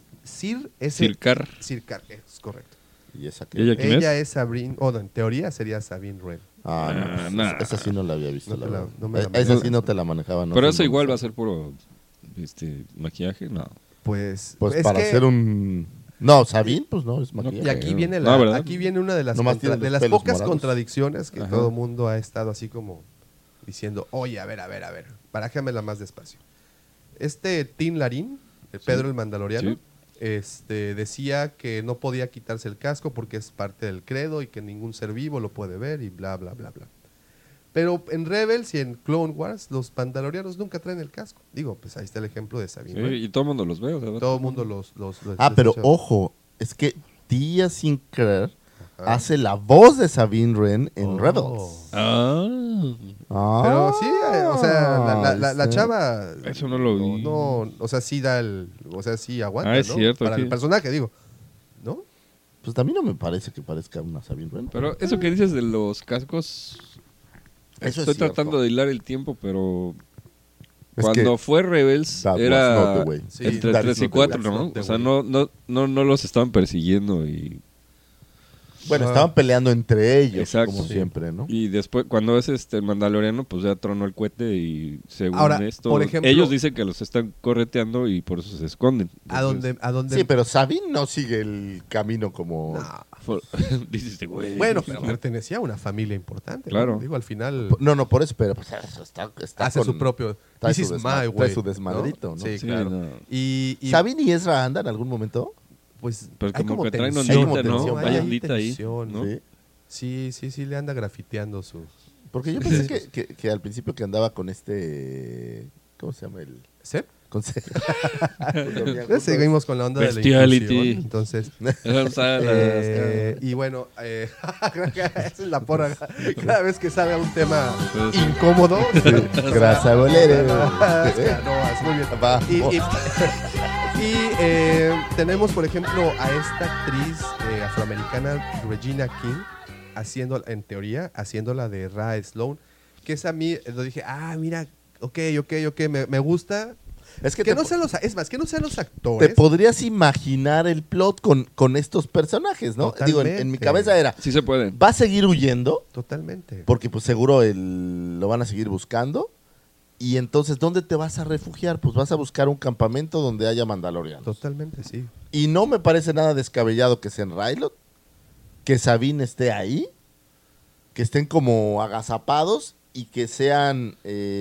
Circar. Circar, es correcto. ¿Y esa que? ¿Y ella quién Ella es? es Sabrine, o no, en teoría sería Sabine Wren. Ah, no, pues, nah. esa sí no la había visto. No la te la- verdad. no me la Esa manejas. sí no te la manejaba. No Pero sé, eso no igual sé. va a ser puro maquillaje, no. Pues, Pues es para que- hacer un. No, Sabine, pues no, es maquillaje. Y aquí viene, No, ¿verdad? aquí viene una de las, Nomás tiene los de las pelos pocas morados. contradicciones que Ajá. todo el mundo ha estado así como diciendo, oye, a ver, barájamela más despacio. Tin Larín, Pedro el Mandaloriano, Sí. decía que no podía quitarse el casco porque es parte del credo y que ningún ser vivo lo puede ver y bla, bla, bla, bla. Pero en Rebels y en Clone Wars, los mandalorianos nunca traen el casco. Digo, pues ahí está el ejemplo de Sabine. Sí, Wren. y todo el mundo los ve. O sea, Todo el mundo los Ah, pero escucha. ojo, es que Tia Sinclair Ajá. hace la voz de Sabine Wren en Oh. Rebels. Ah, Pero sí, o sea, la este, chava. Eso no lo vi. No, o sea, sí da el. O sea, sí aguanta. Ah, es ¿no? cierto, Para sí. el personaje, digo. ¿No? Pues a mí no me parece que parezca una Sabine Wren. pero eso que dices de los cascos, Eso es estoy cierto. tratando de hilar el tiempo, pero Es cuando que fue Rebels that was not era the way. Sí, entre that 3 is y not the 4, way. ¿no? That's not the O sea, way. no los estaban persiguiendo y Bueno, estaban peleando entre ellos, Exacto. como Sí. siempre, ¿no? Y después, cuando es el Mandaloriano, pues ya tronó el cohete y según Ahora, esto, por ejemplo- ellos dicen que los están correteando y por eso se esconden. ¿A Entonces, dónde? Sí, pero Sabine no sigue el camino como... dices, este güey. Bueno, pero pertenecía a una familia importante. ¿no? Claro. Digo, al final No, por eso, pero pues, está hace con- su propio. trae This su is desma- my trae way. su desmadrito, ¿no? Sí, Sí, claro. no. Y ¿Sabine y Ezra andan en algún momento? Pues Pero hay como como que traen tensión, ondita, ¿no? hay Hay ahí ondita ahí, tensión, ¿no? Sí. Sí, le anda grafiteando sus... Porque yo pensé que al principio que andaba con ¿cómo se llama el? ¿Sí? Con Seguimos con la onda Bestiality. de la inclusión. Entonces, y bueno, esa es la porra. Cada vez que sale un tema Pues- incómodo, Grasa bolera. no, es muy bien. Va. Tenemos, por ejemplo, a esta actriz afroamericana, Regina King, en teoría, haciéndola de Ra Sloan, que es a mí, lo dije, mira, ok, me gusta. Es que Que te, no sean los, es más, que no sean los actores. te podrías imaginar el plot con estos personajes, ¿no? Digo, en mi Totalmente. cabeza era, Sí se pueden. va a seguir huyendo, Totalmente. porque pues seguro lo van a seguir buscando. Y entonces, ¿dónde te vas a refugiar? Pues vas a buscar un campamento donde haya mandalorianos. Totalmente, sí. Y no me parece nada descabellado que sea en Rylot, que Sabine esté ahí, que estén como agazapados y que sean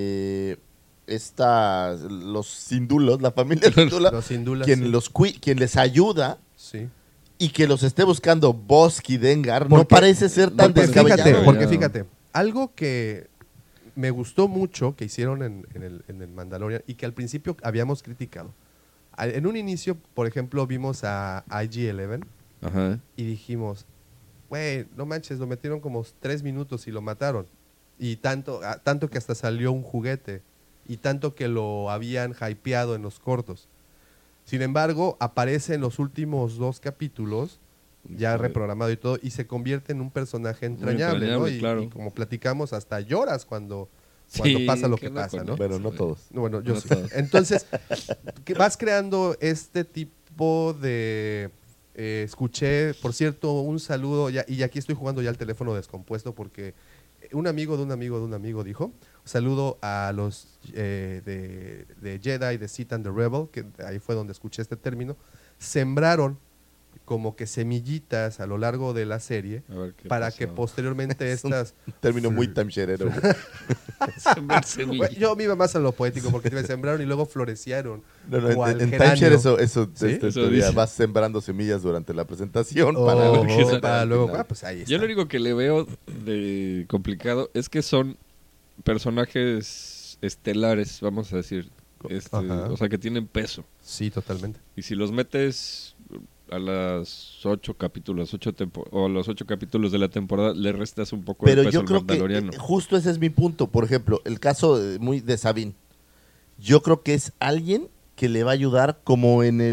los Sindulos, la familia Sindula, Los Sindulas, quien, sí. quien les ayuda Sí. y que los esté buscando Bossk y Dengar. No parece ser tan descabellado. Porque fíjate, algo que me gustó mucho que hicieron en el Mandalorian y que al principio habíamos criticado. En un inicio, por ejemplo, vimos a IG-11 Ajá. y dijimos, güey, no manches, lo metieron como 3 minutos y lo mataron. Y tanto que hasta salió un juguete y tanto que lo habían hypeado en los cortos. Sin embargo, aparece en los últimos 2 capítulos, ya reprogramado y todo, y se convierte en un personaje entrañable, ¿no? entrañable, claro. Y como platicamos, hasta lloras cuando Sí, pasa lo qué que loco, pasa, ¿no? Pero no todos. Bueno, yo No sí. todos. Entonces, que vas creando este tipo de... escuché, por cierto, un saludo, y aquí estoy jugando ya el teléfono descompuesto porque un amigo de un amigo de un amigo dijo, saludo a los de Jedi, de Sith and the Rebel, que ahí fue donde escuché este término, sembraron como que semillitas a lo largo de la serie A ver qué para pasó. que posteriormente estas... Un término muy timesharero. Sembrar semillas. Bueno, yo me iba más a lo poético porque me sembraron y luego florecieron. No, cual en geranio. timeshare eso ¿Sí? Eso teoría, dice. vas sembrando semillas durante la presentación Oh, para lo que sale para al luego, final. pues ahí está. Yo lo único que le veo de complicado es que son personajes estelares, vamos a decir. Ajá. O sea, que tienen peso. Sí, totalmente. Y si los metes a las 8 capítulos, o a los 8 capítulos de la temporada, le restas un poco Pero de peso yo al creo que mandaloriano. justo ese es mi punto. Por ejemplo, el caso muy de Sabine. Yo creo que es alguien que le va a ayudar como en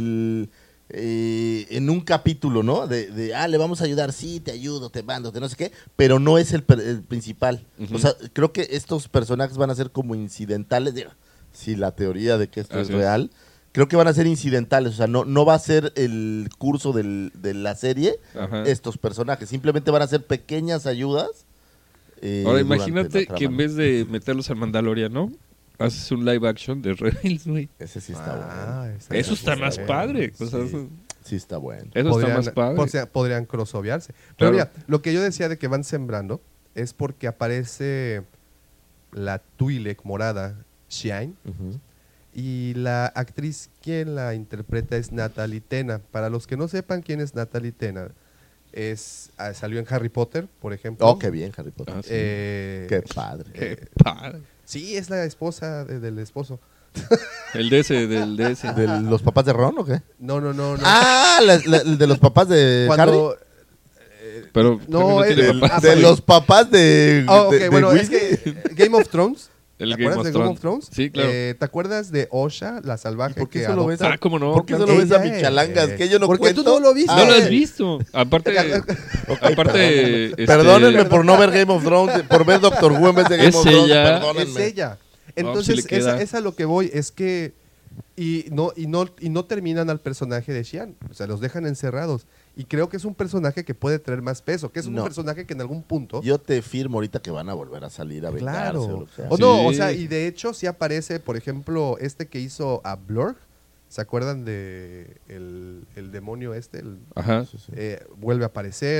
un capítulo, ¿no? Le vamos a ayudar, sí, te ayudo, te mando, no sé qué, pero no es el principal. Ujú. O sea, creo que estos personajes van a ser como incidentales. Si la teoría de que esto Así es es. real, creo que van a ser incidentales. O sea, no va a ser el curso de la serie Ajá. estos personajes. Simplemente van a ser pequeñas ayudas. Ahora durante imagínate la que en trama. vez de meterlos al mandaloriano, haces un live action de Rebels, güey. Ese sí está bueno. Eso está más padre. O sea, Sí. eso Sí está bueno. está más padre. Podrían crossovearse. Pero Claro. mira, lo que yo decía de que van sembrando es porque aparece la Twi'lek morada, Shine, Ujú. y la actriz quien la interpreta es Natalie Tena. Para los que no sepan quién es Natalie Tena, salió en Harry Potter, por ejemplo. Oh, qué bien, Harry Potter. Ah, sí. Qué padre. Qué padre. Sí, es la esposa del esposo. El DS, del DS. ¿De los papás de Ron o qué? No. Ah, el de los papás de Cuando... Pero No, creo que tiene el- papás. De los papás de. Ok, de bueno, es Whitney. que Game of Thrones. El ¿Te Game acuerdas of de Game Thrones. of Thrones? Sí, claro. ¿Te acuerdas de Osha, la salvaje ¿Por qué que solo ves adopta? a, Ah, ¿cómo no? ¿Por qué solo ves a Ella Michalangas? es. Que yo no ¿Por qué cuento. tú no lo viste? No lo Ah, has visto. Aparte, perdónenme. este, Perdónenme por no ver Game of Thrones, por ver Doctor Who en vez de Game Es of Thrones. ella. Perdónenme. Es ella. sí Entonces, le queda. esa es a lo que voy, es que y no terminan al personaje de Xian, o sea, los dejan encerrados. Y creo que es un personaje que puede traer más peso, que es un No. personaje que en algún punto... Yo te firmo ahorita que van a volver a salir a vengarse o Claro. lo que sea. O no, Sí. o sea, y de hecho sí aparece, por ejemplo, este que hizo a Blur. ¿Se acuerdan de el demonio este? Ajá. Vuelve a aparecer.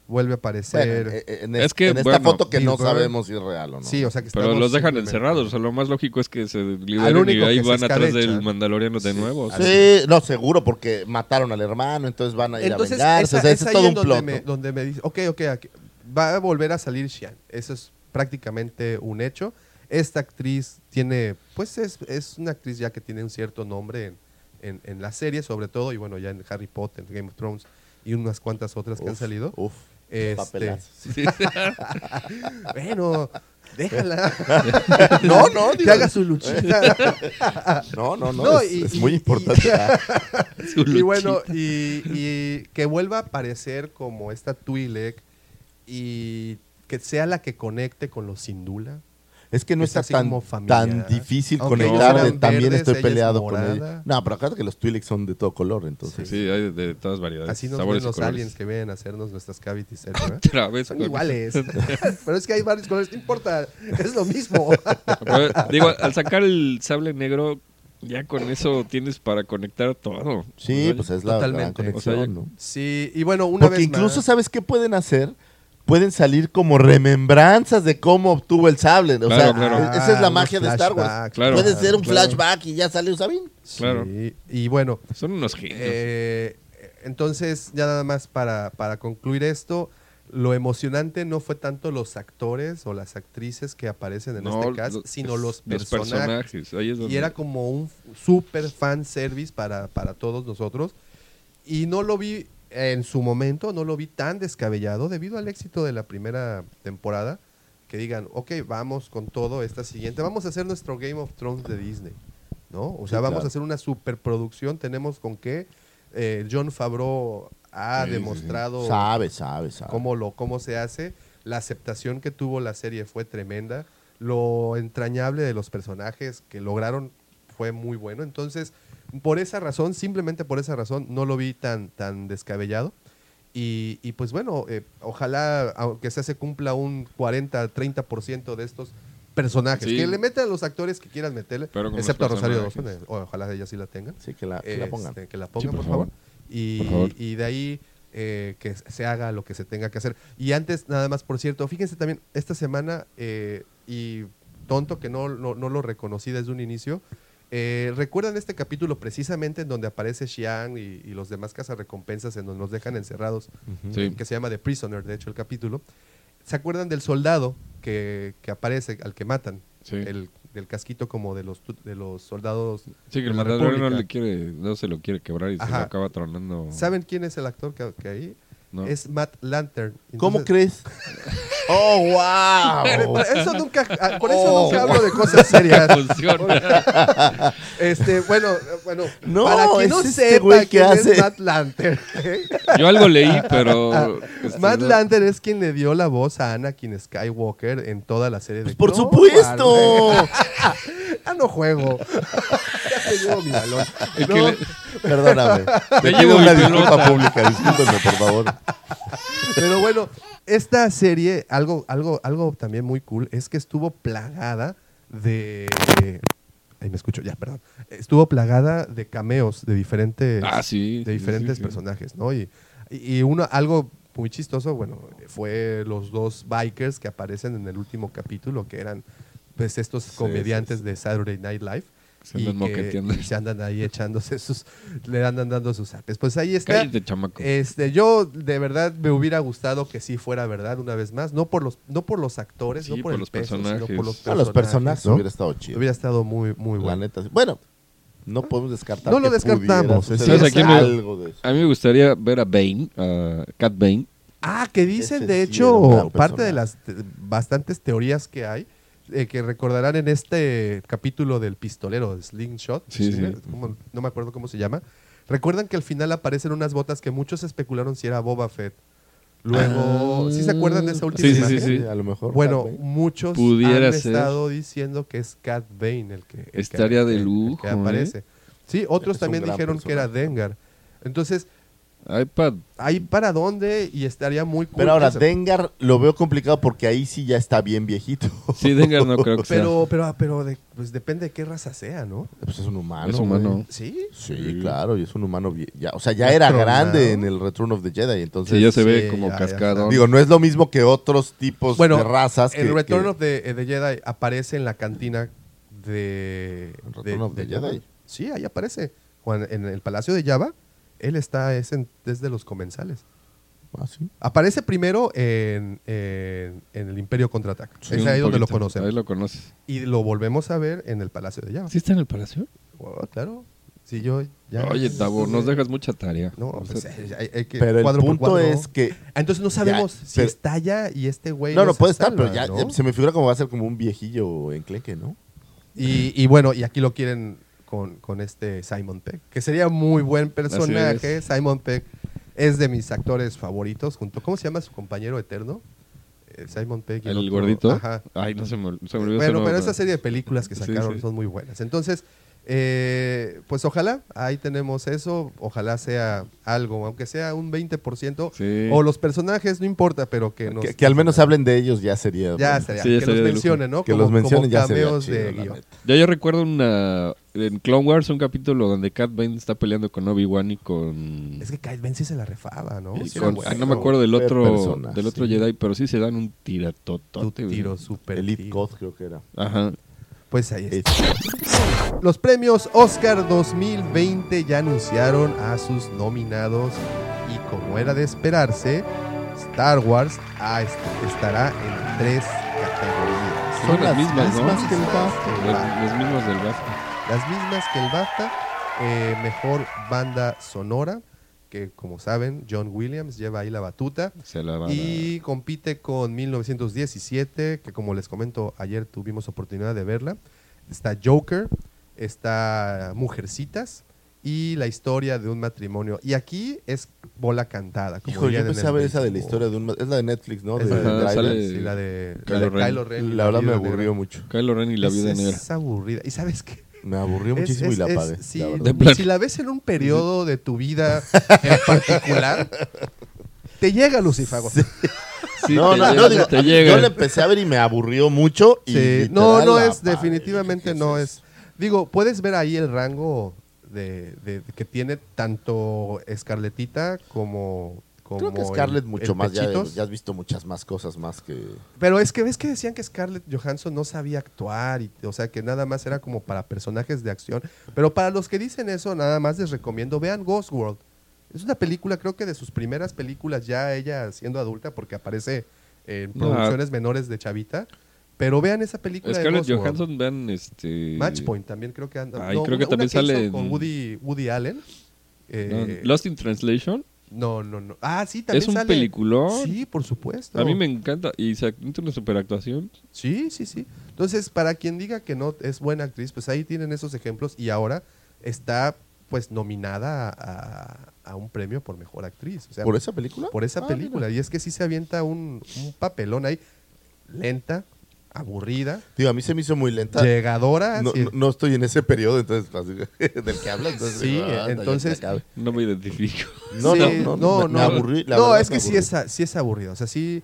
vuelve a aparecer. Bueno, Es que, en esta bueno, foto que no Bill Burr. sabemos si es real o no. Sí, o sea que Pero estamos los dejan simplemente- encerrados. O sea, lo más lógico es que se Al liberen único y ahí que se van atrás escabecha. del Mandaloriano de nuevo. Sí, no, seguro, porque mataron al hermano, entonces van a ir Entonces, a vengarse. O sea, ese es ahí todo en un donde plot. me, ¿no? donde me dice, ok, aquí va a volver a salir Xian. Eso es prácticamente un hecho. Esta actriz tiene, pues es una actriz ya que tiene un cierto nombre en la serie, sobre todo, y bueno, ya en Harry Potter, en Game of Thrones y unas cuantas otras que han salido. Uf, papelazos. Bueno, déjala. No, Que haga su luchita. No, es muy importante. Y bueno, y que vuelva a aparecer como esta Twi'lek y que sea la que conecte con los Syndulla. Es que no Es está así tan, como familiar. tan difícil Aunque conectar. ellos eran También verdes, estoy ella es peleado con morada. ella. No, pero acá que los Twi'leks son de todo color, entonces. Sí, hay de todas variedades. Así nos sabores ven y los colores. aliens que vienen a hacernos nuestras cavities, ¿verdad? Otra vez, Son con- iguales. Pero es que hay varios colores, no importa, es lo mismo. Pero, digo, al sacar el sable negro, ya con eso tienes para conectar todo. Sí, O sea, pues es la gran Totalmente. conexión, O sea, ¿no? Sí, y bueno, una Porque vez incluso, más, ¿sabes qué pueden hacer? Pueden salir como remembranzas de cómo obtuvo el sable. O Claro, sea, claro. esa es la unos magia de Star Wars. flashbacks, Claro. Puede ser un claro. flashback y ya sale un Sabine. Claro. Sí, y bueno, Son unos genios. entonces ya nada más para concluir esto, lo emocionante no fue tanto los actores o las actrices que aparecen en No, este cast, lo- sino los personajes. Ahí es donde- Y era como un super fan service para todos nosotros. Y no lo vi en su momento, no lo vi tan descabellado debido al éxito de la primera temporada. Que digan, ok, vamos con todo esta siguiente. Vamos a hacer nuestro Game of Thrones de Disney, ¿no? O sea, Sí, vamos claro. a hacer una superproducción. Tenemos con qué. John Favreau ha Sí, sí, sí. demostrado Sabe. cómo se hace. La aceptación que tuvo la serie fue tremenda. Lo entrañable de los personajes que lograron fue muy bueno. Entonces, por esa razón, simplemente por esa razón, no lo vi tan descabellado. Y pues bueno, ojalá, aunque sea se cumpla un 40-30% de estos personajes. Sí. Que le metan a los actores que quieran meterle, Pero con excepto a los Rosario personajes. Dawson. Ojalá ella sí la tenga. Sí, que la pongan. Que la pongan, Sí, por favor. Por favor. Y de ahí que se haga lo que se tenga que hacer. Y antes, nada más, por cierto, fíjense también, esta semana, y tonto que no lo reconocí desde un inicio, ¿recuerdan este capítulo precisamente en donde aparece Xiang y los demás cazarrecompensas en donde nos dejan encerrados? Sí. Que se llama The Prisoner, de hecho, el capítulo. ¿Se acuerdan del soldado que aparece, al que matan? Sí. Del casquito como de los soldados. Sí, que de el la Mandaloriano República. no se lo quiere quebrar y se Ajá. lo acaba tronando. ¿Saben quién es el actor que ahí? No. Es Matt Lantern. ¿Cómo Entonces, crees? ¡Oh, wow! Por eso nunca hablo de cosas serias. Funciona. Bueno, No, para quien no es este sepa güey que quién hace- es Matt Lantern. Yo algo leí, pero... Matt no- Lantern es quien le dio la voz a Anakin Skywalker en toda la serie de ¡Por Clone supuesto! Wars. Ya no juego. Ya te llevo mi balón. Es No, que le- Perdóname. Te llevo pido una mi disculpa pelota. pública. Discúlpenme, por favor. Pero bueno, esta serie, algo también muy cool, es que estuvo plagada ahí me escucho, ya, perdón. Estuvo plagada de cameos de diferentes, sí. de diferentes sí. personajes, ¿no? Y algo muy chistoso, bueno, fue los dos bikers que aparecen en el último capítulo, que eran pues estos comediantes de Saturday Night Live. Se andan moqueteando. y se andan ahí echándose le andan dando sus artes. Pues ahí está. Cállate, chamaco. Yo de verdad me hubiera gustado que sí fuera verdad una vez más, no por los actores, Sí, no por por el los peso, sino personajes. por los A personajes. los personajes ¿no? hubiera estado chido. Hubiera estado muy La bueno. neta. Sí. Bueno, no podemos descartar. No lo que descartamos, pudiera es suceder cierto. ¿Sabes a quién me- algo de eso. A mí me gustaría ver a Bane, a Cat Bane. Que dicen Ese de sí era un gran hecho parte de personaje. las bastantes teorías que hay. Que recordarán en este capítulo del pistolero, de Slingshot, Sí, sí. no me acuerdo cómo se llama. Recuerdan que al final aparecen unas botas que muchos especularon si era Boba Fett. Luego, ¿sí se acuerdan de esa última Sí, sí, imagen? sí, sí. A lo mejor. Bueno, tal vez. muchos Pudiera han ser. estado diciendo que es Cat Bane el que Estaría de el lujo, que aparece. Sí, otros Es un también gran dijeron que era personaje. Dengar. Entonces, ¿Hay para dónde? Y estaría muy cool. Pero ahora, eso. Dengar lo veo complicado porque ahí sí ya está bien viejito. Sí, Dengar no creo que sea. Pero pues depende de qué raza sea, ¿no? Pues es un humano. Es humano. güey. ¿Sí? Sí, claro, y es un humano. O sea, ya era grande en el Return of the Jedi. Entonces, Sí, ya se ve sí, como ya cascado. digo, no es lo mismo que otros tipos Bueno, de razas. el Return of the Jedi aparece en la cantina de... ¿El Return of the Jabba. Jedi? Sí, ahí aparece. En el Palacio de Jabba, él está, es de los comensales. Ah, sí. Aparece primero en el Imperio Contraataca. Sí, Es ahí un donde lo poquito. conocemos. Ahí lo conoces. Y lo volvemos a ver en el Palacio de Jabba. ¿Sí está en el palacio? Oh, claro. Sí, yo ya... Oye, Tabo, nos dejas mucha tarea. No, O pues, sea, hay que Pero el cuadro por punto cuadro. es que... Entonces no sabemos Ya, si pero- está allá y este güey... No, se puede estar, salva, pero ya ¿no? se me figura como va a ser como un viejillo enclenque, ¿no? Y bueno, y aquí lo quieren con este Simon Pegg, que sería muy buen personaje. Simon Pegg es de mis actores favoritos, junto... ¿Cómo se llama su compañero eterno? Simon Pegg. y ¿El otro- gordito? Ajá. Ay, no se me olvidó. su Bueno, nombre. pero esa serie de películas que Sí, sacaron sí. son muy buenas. Entonces, pues ojalá, ahí tenemos eso. Ojalá sea algo, aunque sea un 20%. Sí. O los personajes, no importa, pero que nos... Que al menos hablen de ellos ya sería... Ya bueno. sería, Sí, ya que sería los de lujo. mencionen, ¿no? Que los mencionen ya sería cameos chido, de la guión. neta. Yo recuerdo en Clone Wars un capítulo donde Cat Bane está peleando con Obi-Wan y con... Es que Kyle Ben sí se la rifaba, ¿no? y Sí con- era bueno. no me acuerdo del Qué otro persona, Jedi, pero sí se dan un tiratotote. Tu güey. tiro súper Elite tiro. Code creo que era. Ajá. Pues ahí está. Los premios Oscar 2020 ya anunciaron a sus nominados y como era de esperarse, Star Wars estará en 3 categorías. Son las mismas, ¿no? mismas que el BAFTA. Los mismos del BAFTA. Las mismas que el BAFTA. Mejor banda sonora, que como saben, John Williams lleva ahí la batuta. Se la van Y compite con 1917, que como les comento, ayer tuvimos oportunidad de verla. Está Joker, está Mujercitas y la historia de un matrimonio. Y aquí es bola cantada. Como Hijo, yo dirían en empecé el a ver esa de la béisbol. historia de un... Es la de Netflix, ¿no? Es De la de- Ajá, Driver. sale- sí, la de Kylo Ren. Kylo Ren. y La verdad me Viuda aburrió Negra. mucho. Kylo Ren y la Viuda Negra. Es aburrida. ¿Y sabes qué? Me aburrió muchísimo y la apagué. sí, la verdad. De plano. si la ves en un periodo de tu vida en particular, te llega Lucifago. Sí, No, te no, llega, no, digo, te llega. yo la empecé a ver y me aburrió mucho. Y Sí, literal no, no la es, apagué. definitivamente ¿Qué no es es. Digo, puedes ver ahí el rango de que tiene tanto Scarlettita como Creo que Scarlett el mucho más. Ya Pechitos. has visto muchas más cosas más que... Pero es que ves que decían que Scarlett Johansson no sabía actuar, o sea, que nada más era como para personajes de acción. Pero para los que dicen eso, nada más les recomiendo, vean Ghost World. Es una película, creo que de sus primeras películas, ya ella siendo adulta, porque aparece en No. producciones menores de chavita. Pero vean esa película de Scarlett Ghost World. Johansson, vean Match Point también creo que anda. Ay, creo que también hizo sale con en- Woody Allen. Lost in Translation. No. Ah, sí, también Es un sale. peliculón. Sí, por supuesto. A mí me encanta. Y se tiene una superactuación. Sí. Entonces, para quien diga que no es buena actriz, pues ahí tienen esos ejemplos y ahora está pues nominada a un premio por mejor actriz. O sea, ¿Por esa película? por esa Ah, película. mira. Y es que sí se avienta un papelón ahí, lenta, aburrida, Digo, a mí se me hizo muy lenta. llegadora. No, sí. no estoy en ese periodo, entonces, así, del que hablas. Entonces, Sí, digo, anda, ya entonces- que acabe. No me identifico. No, Sí, me aburrí. La no, verdad, es me que sí aburrí. sí es aburrido. O sea, sí,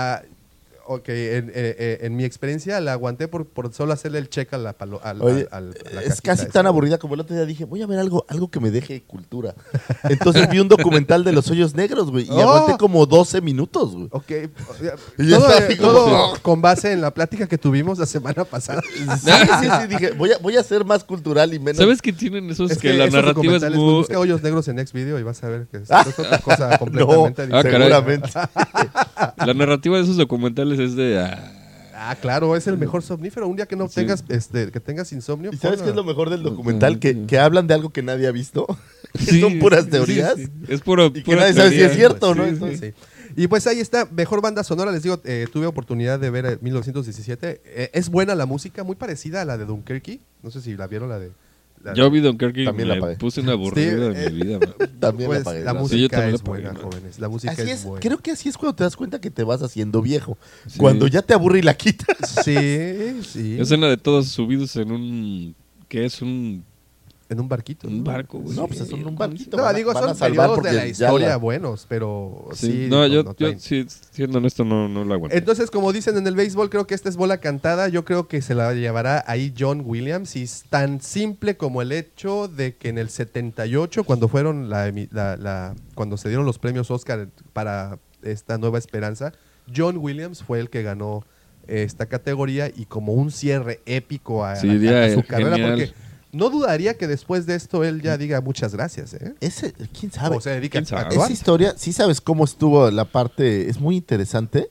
en mi experiencia la aguanté por solo hacerle el check a la Oye, a la es cajita casi esa. tan aburrida como el otro día dije, voy a ver algo que me deje cultura. Entonces vi un documental de los hoyos negros, güey, y ¡Oh! aguanté como 12 minutos, güey. Ok, Y yo estaba así como todo con base en la plática que tuvimos la semana pasada. Sí, dije, voy a ser más cultural y menos... ¿Sabes qué tienen esos? Es que la esos narrativa es documentales, muy... busca hoyos negros en Xvideo y vas a ver que es otra cosa completamente No, diferente. seguramente. La narrativa de esos documentales es de... Ah, claro, es el mejor somnífero. Un día que no Sí. tengas, que tengas insomnio. ¿Y sabes ponla. qué es lo mejor del documental? Que hablan de algo que nadie ha visto. Que Sí, son puras sí, teorías. sí. Es puro, Y que pura nadie sabe si teoría. es cierto, ¿no? Sí, Entonces, sí. Sí. Y pues ahí está, mejor banda sonora, les digo, tuve oportunidad de ver 1917. Es buena la música, muy parecida a la de Dunkerque. No sé si la vieron, la de... Yo vi Dunkirk y También la me apagué. puse una aburrida Sí, en mi vida. man. También Pues, la apagué. la la- Sí, yo música también la es apagué, buena, ¿no? jóvenes. La música Así es es, buena. creo que así es cuando te das cuenta que te vas haciendo viejo. Sí. Cuando ya te aburre y la quitas. Sí. Escena de todos subidos en un... ¿Qué es? Un En un barquito. Un barco, güey. No, pues es un barquito. No, van a- digo, van a son salvar periodos de porque la ya historia buenos, pero Sí, sí. no, yo traen. sí, siendo honesto, no lo aguanto. Entonces, como dicen en el béisbol, creo que esta es bola cantada. Yo creo que se la llevará ahí John Williams. Y es tan simple como el hecho de que en el 78, cuando fueron cuando se dieron los premios Oscar para esta Nueva Esperanza, John Williams fue el que ganó esta categoría y como un cierre épico a Sí, su ya, carrera, genial. porque no dudaría que después de esto él ya diga muchas gracias, ¿eh? ¿Quién sabe? O se dedica ¿Quién a sabe? actuar. Esa historia, sí sabes cómo estuvo la parte, es muy interesante.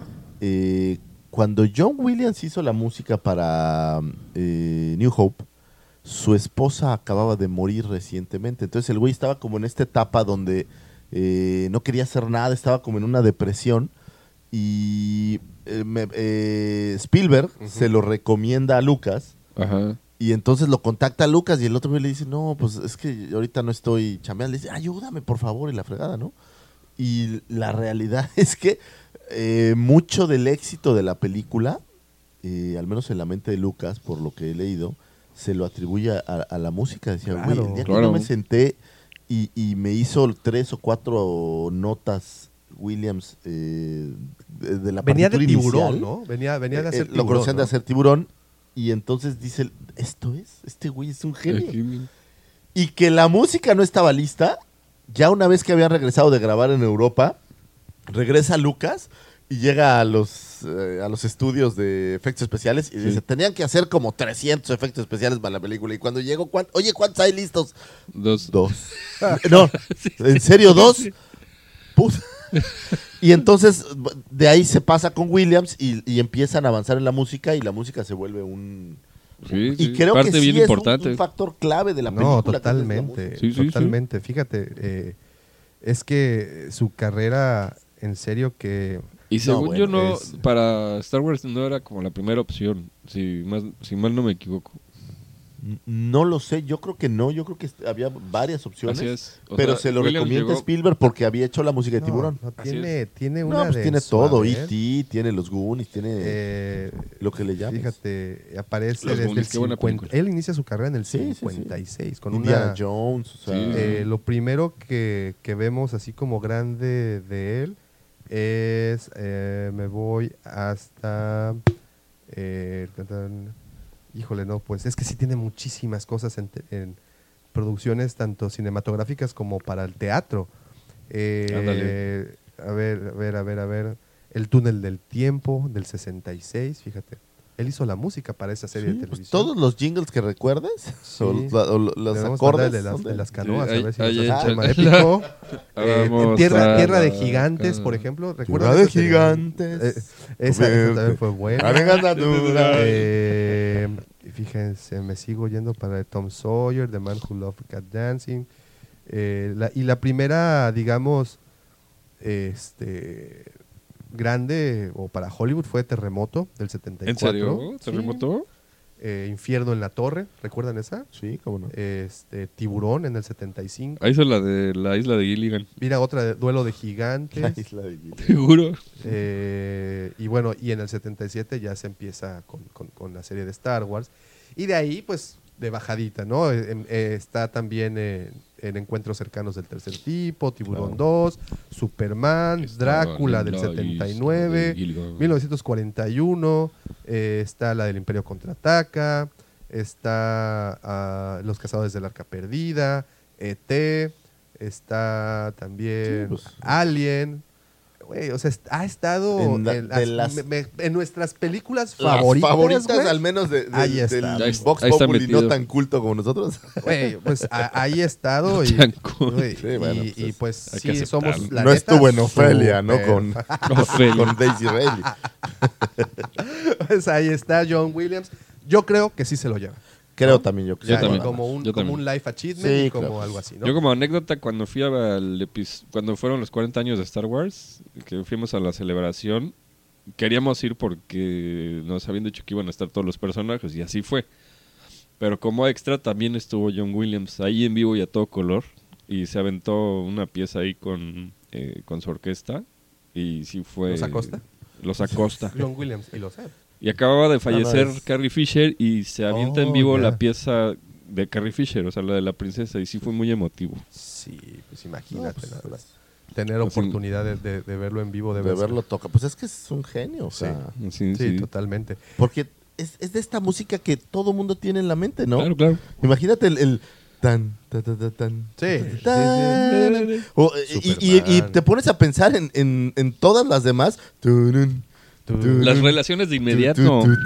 Cuando John Williams hizo la música para New Hope, su esposa acababa de morir recientemente. Entonces el güey estaba como en esta etapa donde no quería hacer nada, estaba como en una depresión. Y Spielberg se lo recomienda a Lucas. Ajá. Y entonces lo contacta a Lucas y el otro güey le dice, no, pues es que ahorita no estoy chambeando. Le dice, ayúdame por favor, y la fregada, ¿no? Y la realidad es que mucho del éxito de la película, al menos en la mente de Lucas, por lo que he leído, se lo atribuye a la música. Decía, güey, Claro. el día que Claro. yo me senté y me hizo 3 o 4 notas Williams de la Venía de partitura Tiburón, inicial, ¿no? Venía de hacer lo Tiburón, conocían de ¿no? hacer Tiburón. Y entonces dice, este güey es un genio. Y que la música no estaba lista, ya una vez que habían regresado de grabar en Europa, regresa Lucas y llega a los estudios de efectos especiales y dice, tenían que hacer como 300 efectos especiales para la película. Y cuando llegó, ¿cuántos hay listos? 2. 2. No, ¿en serio 2? Puta. Y entonces de ahí se pasa con Williams y empiezan a avanzar en la música y la música se vuelve un... Sí, Y sí, creo parte que bien sí es importante. un factor clave de la película. No, que es la totalmente, música. Sí, sí, totalmente. Fíjate, es que su carrera, en serio que... Y según bueno, yo no, es- para Star Wars no era como la primera opción, si mal no me equivoco. No lo sé, yo creo que no, yo creo que había varias opciones. Así es. O Pero sea, se lo Williams recomienda llegó- Spielberg porque había hecho la música de No, Tiburón. no, Así tiene No, una pues de tiene su todo, haber. E.T., tiene los Goonies, tiene lo que le llamas. Fíjate, aparece Los desde Goonies, el qué buena 50. película. Él inicia su carrera en el Sí, sí, sí. 56 con Indiana una... Jones, o sea, Sí. Lo primero que vemos así como grande de él es, me voy hasta, híjole, no, pues es que sí tiene muchísimas cosas en producciones tanto cinematográficas como para el teatro. Ándale. A ver, El túnel del tiempo del 66, fíjate. Él hizo la música para esa serie sí, de pues televisión. todos los jingles que recuerdes, Sí. o los Debemos acordes. hablar son de las canoas, Sí, a ver si ahí- nos hace ahí un tema echa- épico. Vamos Tierra a de la Gigantes, canoa. por ejemplo. Tierra ¿Recuerdan de esa serie? Gigantes. Esa también fue buena. Amiga natural. Fíjense, me sigo yendo para Tom Sawyer, The Man Who Loved Cat Dancing. Y la primera, digamos, grande o para Hollywood fue Terremoto del 74. ¿En serio? Sí. ¿Terremoto? Infierno en la Torre, ¿recuerdan esa? Sí, cómo no. Tiburón en el 75. Ahí hizo la de la isla de Gilligan. Mira, otra de Duelo de La Gigantes. isla de Gilligan. Seguro. Y bueno, y en el 77 ya se empieza con la serie de Star Wars. Y de ahí, pues, de bajadita, ¿no? Está también en Encuentros Cercanos del Tercer Tipo, Tiburón 2, Superman, Estaba Drácula en del la 79, isla de Gilligan. 1941, está la del Imperio Contraataca, está Los Cazadores del Arca Perdida, E.T., está también Sí, pues. Alien. Güey, o sea, ha estado En la- en, de las- en nuestras películas Las favoritas. favoritas, güey. al menos Ahí está. del Ahí Vox está Populi metido. no tan culto como nosotros. Güey, pues ahí he estado. Y, Tan cool. güey, Sí, bueno, y pues, pues hay que sí, aceptarlo. somos la No neta, estuvo en Ofelia, ¿no? súper Con, Ofelia. con Daisy Ridley. Pues ahí está John Williams. Yo creo que sí se lo lleva. Creo también yo. que Yo Ya, sí. también. Como un, Yo como también. un life achievement Sí, y como claro. algo así, ¿no? Yo como anécdota, cuando fui cuando fueron los 40 años de Star Wars, que fuimos a la celebración, queríamos ir porque nos habían dicho que iban a estar todos los personajes, y así fue. Pero como extra también estuvo John Williams ahí en vivo y a todo color, y se aventó una pieza ahí con su orquesta, y sí fue... ¿Los Acosta? Los Acosta. John Williams, y lo sé. Y acababa de fallecer es- Carrie Fisher y se avienta en vivo ya. la pieza de Carrie Fisher, o sea, la de la princesa, y sí fue muy emotivo. Sí, pues imagínate pues, nada más. Tener pues, oportunidad de verlo en vivo. De debe ser. verlo toca. Pues es que es un genio, o sea. Sí, Sí, totalmente. Porque es de esta música que todo mundo tiene en la mente, ¿no? Claro, claro. Imagínate el tan, ta, ta, ta, tan. Sí, Tan. sí, sí. O, y Superman. te pones a pensar en todas las demás. Turun, turun, Las relaciones de inmediato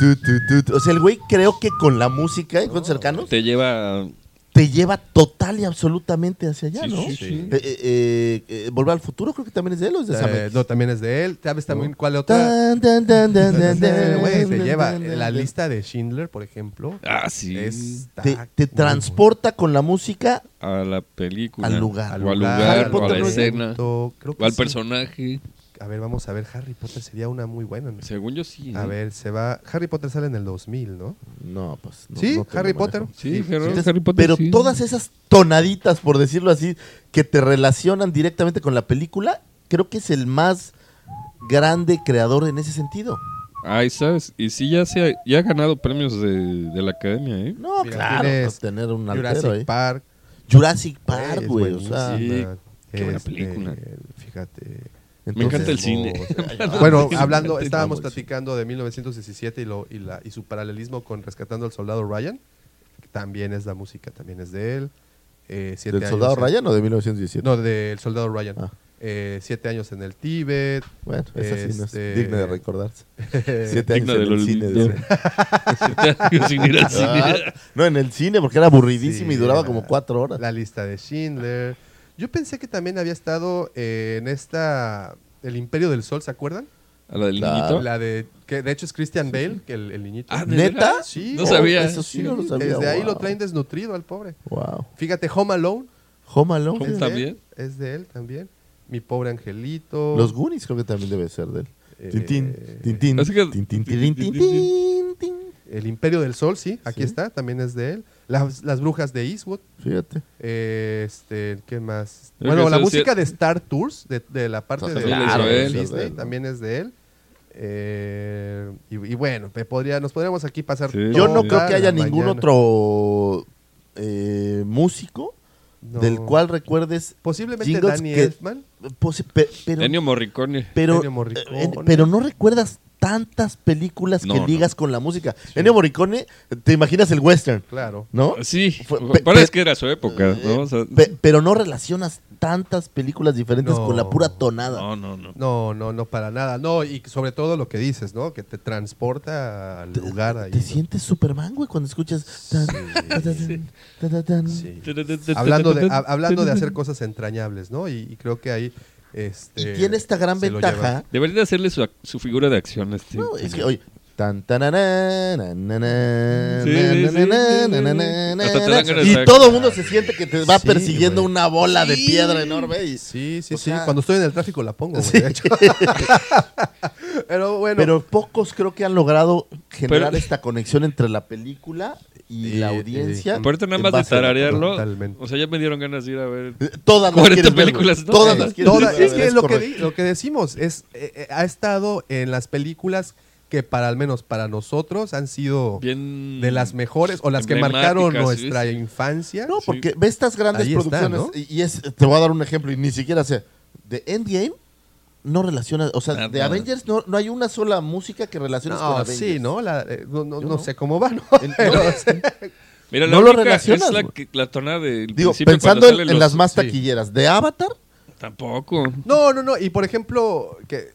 O sea, el güey creo que con la música, con cercanos, te lleva... te lleva total y absolutamente hacia allá, Sí, ¿no? sí, sí. Volver al futuro creo que también es de él, ¿o es de Sam? No, también es de él. ¿Sabes también ¿No? cuál otra? Tan, tan, tan, tan, tan, tan, Güey, te tan, lleva tan, la tan. lista de Schindler, por ejemplo. Ah, sí. Te transporta con la música A la película. al lugar. O al lugar, Harry o a la Potter no es de- escena. Creo que O al sí. personaje. A ver, vamos a ver. Harry Potter sería una muy buena, ¿no? Según yo sí. A ver, se va. Harry Potter sale en el 2000, ¿no? No, pues. No, Sí, no te lo Harry manejo. Potter. Sí, Entonces, Harry Potter. pero sí. todas esas tonaditas, por decirlo así, que te relacionan directamente con la película, creo que es el más grande creador en ese sentido. Ay, ¿sabes? Y sí, ya ha ganado premios de la academia, ¿eh? No, Mira, claro, tienes pues, tener un altero Jurassic ahí. Park. Jurassic Park, es güey, o sea. buenísima. Sí, qué buena película. Fíjate. Me encanta el cine. Bueno, Me hablando, encanta el estábamos cine. platicando de 1917 y su paralelismo con Rescatando al Soldado Ryan, que también es la música, también es de él. 7 ¿Del años Soldado en- Ryan o de 1917? No, del Soldado Ryan. Ah. 7 años en el Tíbet. Bueno, esa sí no Este- es digna de recordarse. 7 años Digna en del el cine. olvido. dice. Sin ir al cine. Ah, no, en el cine, porque era aburridísimo Sí, y duraba era como 4 horas. La lista de Schindler. Yo pensé que también había estado en El Imperio del Sol, ¿se acuerdan? ¿A la del Claro. niñito? La de que de hecho es Christian Bale, que el niñito. Ah, ¿de ¿Neta? veras? Sí. No Oh, sabía. Eso sí, no lo sabía. Desde ahí wow. lo traen desnutrido al pobre. Wow. Fíjate, Home Alone. Home Alone. Home es de también. él, es de él también. Mi pobre angelito. Los Goonies creo que también debe ser de él. Eh, Tintín, Tintín, así que- Tintín, Tintín, Tintín. El Imperio del Sol, sí, aquí Sí. está, también es de él. Las brujas de Eastwood. Fíjate. ¿Qué más? Creo Bueno, que la eso música sí- de Star Tours, de la parte No, de también la hizo él. Disney, ¿no? también es de él. Y bueno, nos podríamos aquí pasar. Sí. Yo no Sí. creo que haya la ningún mañana. otro músico No. del cual recuerdes Posiblemente jingles Danny que- Elfman. pero, Ennio Morricone. pero, Ennio Morricone. pero no recuerdas tantas películas No, que no. ligas con la música. Ennio Morricone, te imaginas el western, Claro. ¿no? Sí, Fue- pero es que era su época, ¿no? O sea, Pero no relacionas tantas películas diferentes No. con la pura tonada. No, para nada. No, y sobre todo lo que dices, ¿no? Que te transporta al lugar ahí. Te ¿no? sientes Superman, güey, cuando escuchas tan, ta, ta, tan, ta, ta, tan. Sí. Hablando de hacer cosas entrañables, ¿no? Y creo que ahí Y tiene esta gran se lo ventaja. Deberían hacerle su figura de acción a este. No, es que, oye, tan, tanana, na, na, na, Sí, na, sí, na, sí, na, sí, na, sí. na, na, Hasta te na, dan ganas y de- todo el mundo se siente que te va Sí, persiguiendo güey. una bola de piedra enorme. Y, Sí, o sea, Cuando estoy en el tráfico la pongo, güey, Sí. de hecho. Pero bueno. Pero pocos creo que han logrado generar Pero- esta conexión entre la película y la audiencia. Por ahorita nada en más de base a la- tararearlo. Totalmente. O sea, ya me dieron ganas de ir a ver. Todas las 40 quieres ver, películas, güey. ¿no? Todas las quieres ver, Es que es correcto. lo que decimos, ha estado en las películas que al menos para nosotros han sido Bien. de las mejores o las que marcaron emblemáticas, nuestra ¿sí? infancia. No, porque ve estas grandes Ahí está, producciones ¿no? y te voy a dar un ejemplo y ni siquiera sé. De Endgame no relaciona, o sea, Nada. de Avengers no hay una sola música que relaciones con No, Avengers. sí, ¿no? Yo No no. sé cómo va, ¿no? En- Pero, no. Mira, la No lo única relacionas, es la, güey. la tonada del Digo, principio pensando cuando salen en las más sí. taquilleras, de Avatar, Tampoco. no. Y por ejemplo, que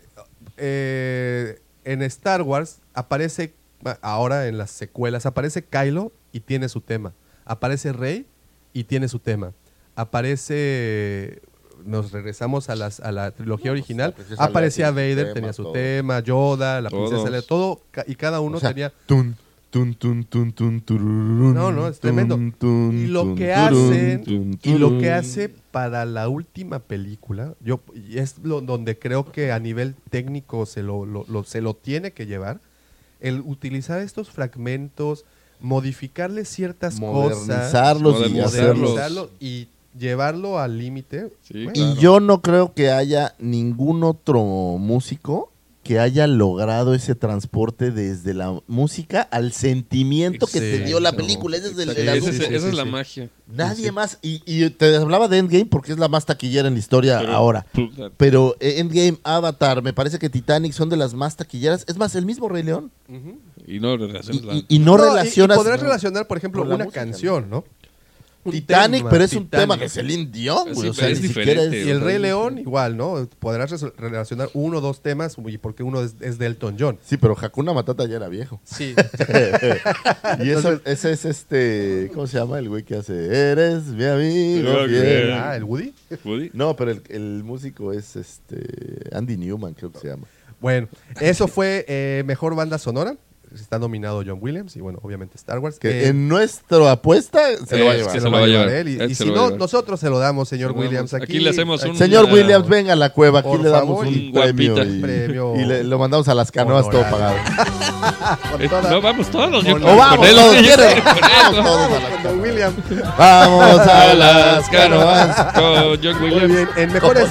en Star Wars aparece, ahora en las secuelas, aparece Kylo y tiene su tema. Aparece Rey y tiene su tema. Aparece... Nos regresamos a la trilogía original. princesa Aparecía Leia tiene su Vader, tema, tenía su todo. tema, Yoda, la princesa Todos. Leia, todo, y cada uno o sea, tenía... tun, tun, tun, tun, tun, tururún, No, es tremendo. tun, tun, Y lo tun, que turun, hacen, tun, y lo que turun. hace para la última película, y es donde creo que a nivel técnico se lo tiene que llevar, el utilizar estos fragmentos, modificarle ciertas cosas, Modernizarlos y hacerlos. modernizarlo y llevarlo al límite. Sí, Bueno, Y yo no creo que haya ningún otro músico que haya logrado ese transporte desde la música al sentimiento que te dio la película. Ese es el asunto. Esa es la magia. Nadie más. Y te hablaba de Endgame porque es la más taquillera en la historia ahora. Pero Endgame, Avatar, me parece que Titanic son de las más taquilleras. Es más, el mismo Rey León. Y no relacionas Y no relacionas. podrás relacionar, por ejemplo, con la una música, canción, ¿no? Un Titanic, tema, pero es un Titanic. tema de Celine Dion, güey. Sí, O sea, pero es ni siquiera diferente. Y el Rey León, igual, ¿no? Podrás relacionar uno o dos temas, y porque uno es de Elton John. Sí, pero Hakuna Matata ya era viejo. Sí. Y ese es ¿cómo se llama el güey que hace? Eres mi amigo Creo que- fiel. ¿El Woody? Woody. No, pero el músico es Andy Newman, creo que se llama. Bueno, eso fue mejor banda sonora. Está nominado John Williams y, bueno, obviamente Star Wars. Que en nuestra apuesta se lo va a llevar. que se lo va a llevar. él. Él Y se si lo va a no, llevar. nosotros se lo damos, señor Williams. Aquí le hacemos un... Señor Williams, venga a la cueva, aquí Por le damos favor, un un premio, guapita. Premio y lo mandamos a las canoas todo honorario. pagado. No, vamos todos. Yo O con vamos él, todos, yo ¿quiere? con él, Vamos ¿no? todos a las Don canoas. Williams. Vamos A a las canoas con John Muy Williams. bien, en mejores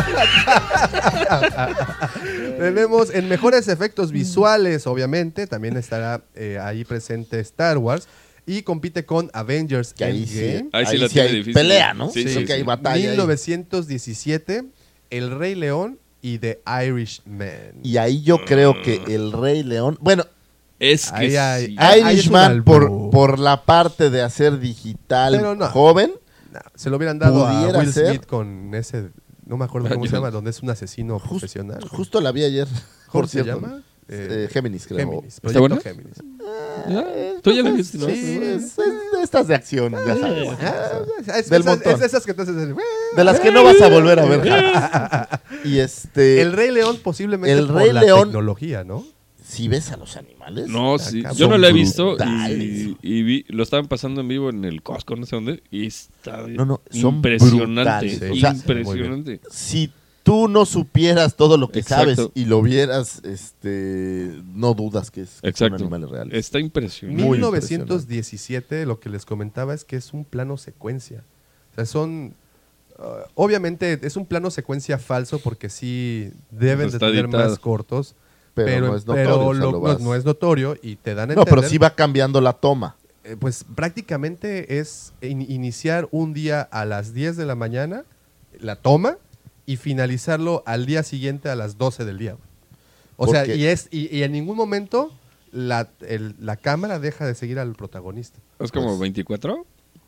tenemos en mejores efectos visuales, obviamente, también estará ahí presente Star Wars y compite con Avengers Que ahí sí, Endgame. Ahí sí la sí tiene hay difícil. pelea, ¿no? Sí, Creo sí, que hay sí. batalla. ahí. 1917, El Rey León y The Irishman. Y ahí yo creo que el Rey León, bueno, Es que Ahí hay- sí. ahí es un Irishman albur. por la parte de hacer digital Pero no. joven, Nah, se lo hubieran dado a Pudiera Will ser. Smith con ese, no me acuerdo cómo se llama, donde es un asesino profesional. justo la vi ayer. ¿Cómo por se cierto. llama? Géminis, creo. Géminis. ¿Está Proyecto buena? Géminis. Tú ya la viste, ¿no? Sí, es de estas de acción, ya sabes. Es Del esas, montón. es esas que te haces el... De las que no vas a volver a ver. Y El Rey León posiblemente El por Rey la León- tecnología, ¿no? si ves a los animales. No, sí. Acá Yo no son la he visto brutales. y vi, lo estaban pasando en vivo en el Costco, no sé dónde, y está No, son impresionante. brutales. O sea, Impresionante. Si tú no supieras todo lo que Exacto. sabes y lo vieras, no dudas que son Exacto. animales reales. Está impresionante. Muy 1917, lo que les comentaba es que es un plano secuencia. O sea, son... obviamente es un plano secuencia falso porque sí deben de Está tener editado. más cortos. Pero no es notorio, o sea, lo vas- no es notorio y te dan a No, entender... pero sí va cambiando la toma. Pues prácticamente es iniciar un día a las 10 de la mañana, la toma, y finalizarlo al día siguiente a las 12 del día. O sea, Porque- y en ningún momento la cámara deja de seguir al protagonista. Es como Pues, 24.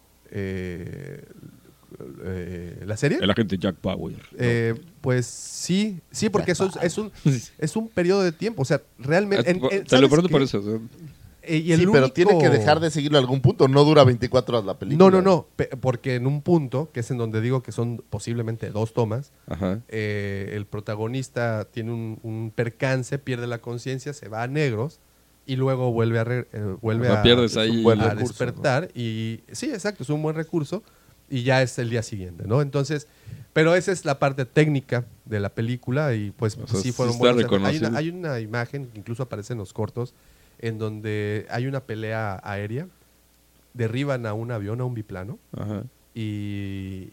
¿La serie? El agente Jack Bauer. Pues sí, porque eso es un periodo de tiempo. O sea, realmente... Te lo ¿sabes pregunto qué? por eso. o sea, Y el Sí, pero único- tiene que dejar de seguirlo a algún punto. No dura 24 horas la película. No, porque en un punto, que es en donde digo que son posiblemente 2 tomas, Ajá. el protagonista tiene un percance, pierde la conciencia, se va a negros y luego vuelve O sea, pierdes ahí- a buen recurso, despertar. Y sí, exacto, es un buen recurso y ya es el día siguiente, ¿no? Entonces, pero esa es la parte técnica de la película y pues O sea, sí sí fueron está buenas. reconocido. Hay una imagen que incluso aparece en los cortos en donde hay una pelea aérea, derriban a un avión, a un biplano, Ajá. y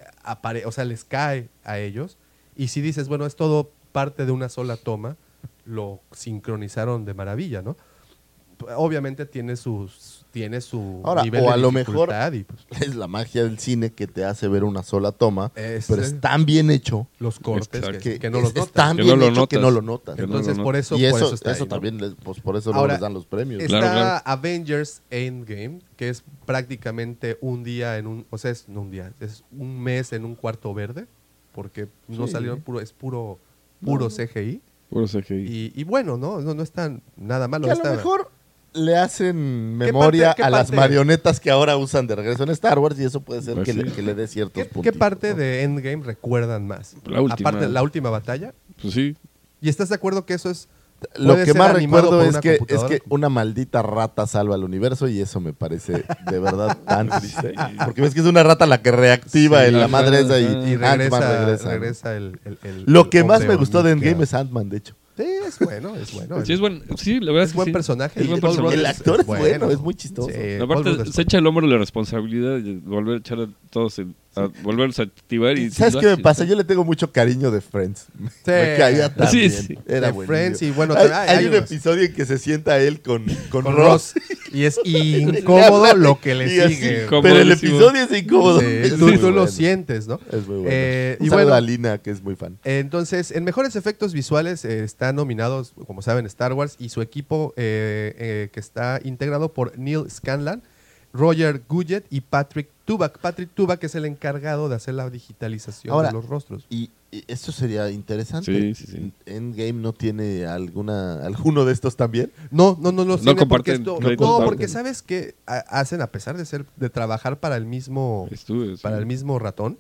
o sea, les cae a ellos. Y si dices, bueno, es todo parte de una sola toma, lo sincronizaron de maravilla, ¿no? Obviamente tiene su Ahora, nivel o de a lo mejor dificultad y, pues, Es la magia del cine que te hace ver una sola toma, Es- pero es tan bien hecho los cortes Exacto. que no los es notas. tan Que bien no lo hecho que notas. no lo notas. Que no Entonces, lo por notas. eso, Y por eso, eso está ahí, ¿no? también, por eso luego Ahora, les dan los premios. Está Claro, claro. Avengers Endgame, que es prácticamente un día o sea, es no un día, es un mes en un cuarto verde, porque no Sí. salieron es puro CGI. Puro CGI. Y bueno, no está nada malo. Que a está- lo mejor le hacen memoria qué a las parte? marionetas que ahora usan de regreso en Star Wars y eso puede ser Pues que, sí. que le dé ciertos ¿Qué puntos. parte de Endgame recuerdan más? La última. Aparte, la última batalla. Pues sí. ¿Y estás de acuerdo que eso es... Lo puede que ser más animado recuerdo por es una que computadora? una maldita rata salva al universo y eso me parece de verdad tan triste. Porque ves que es una rata la que reactiva Sí, en la ajá, madre esa y, ajá. Y Ant-Man regresa el Lo que más hombre me gustó de hormiga. Endgame es Ant-Man, de hecho. Sí, es bueno, es bueno. Sí, es buen. Sí, la verdad Es que buen sí. personaje. Es y buen Paul personaje. El Rudd actor es bueno, es muy chistoso. Sí, Aparte, Paul Rudd es se echa el hombro la responsabilidad de volver a echar a todos a volverlos a activar. Y ¿Sabes sí, qué me sí, pasa? sí. Yo le tengo mucho cariño de Friends. Me caía tan Sí, bien. sí. Era De buenísimo. Friends y bueno, hay un unos- episodio en que se sienta él con con Ross. Ross. Y es incómodo lo que le Y así, sigue. Como- pero el Comodísimo. episodio es incómodo. Sí, Es tú muy lo bueno. sientes, ¿no? Es muy bueno. Y Un saludo bueno, a Lina, que es muy fan. entonces, en mejores efectos visuales están nominados, como saben, Star Wars y su equipo que está integrado por Neil Scanlan, Roger Guget y Patrick Tubac. Patrick Tubac es el encargado de hacer la digitalización Ahora, de los rostros. Y esto sería interesante. Sí, sí, sí. Endgame no tiene alguno de estos también. No tiene porque comparten esto, créditos, no, ¿no? porque sabes que hacen a pesar de trabajar para el mismo Estuve, sí. para el mismo ratón,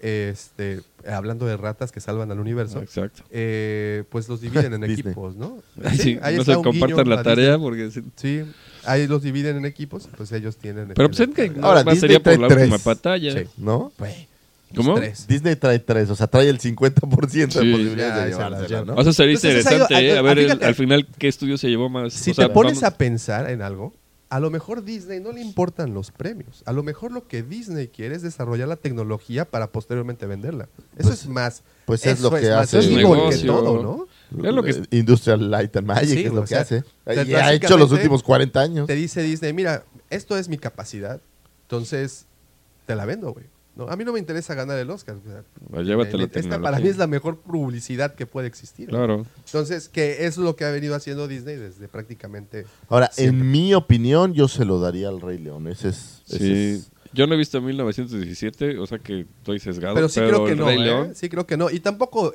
hablando de ratas que salvan al universo. Exacto. Pues los dividen en Disney. equipos, ¿no? Ay, sí, ahí no está se un compartan guiño la a tarea Disney. porque... Sí, ahí los dividen en equipos, pues ellos tienen. Pero pues Endgame Ahora, nada más Disney sería por trae la tres. última batalla. Sí. ¿No? ¿Cómo? Disney trae 3, o sea, trae el 50% de Sí. posibilidades Ya, de se las llevársela, lleva. ¿no? O sea, sería Entonces, interesante, a ver fíjate, al final qué estudio se llevó más. Si o sea, te pones vamos- a pensar en algo, a lo mejor Disney no le importan los premios. A lo mejor lo que Disney quiere es desarrollar la tecnología para posteriormente venderla. Eso Pues- es más. pues es eso lo que más hace el evil que negocio. todo, ¿no? Es lo que- Industrial Light and Magic Sí, es lo o que sea, hace. te- Y ha hecho los básicamente últimos 40 años. Te dice Disney, mira, esto es mi capacidad, entonces te la vendo, güey. No, a mí no me interesa ganar el Oscar. O sea, Pues llévate la esta tecnología. para mí es la mejor publicidad que puede existir. Claro. Entonces, que es lo que ha venido haciendo Disney desde prácticamente... Ahora, siempre. en mi opinión, yo se lo daría al Rey León. Ese Sí. es- Yo no he visto 1917, o sea que estoy sesgado. Pero sí creo que el no, Rey León, Sí creo que no. Y tampoco,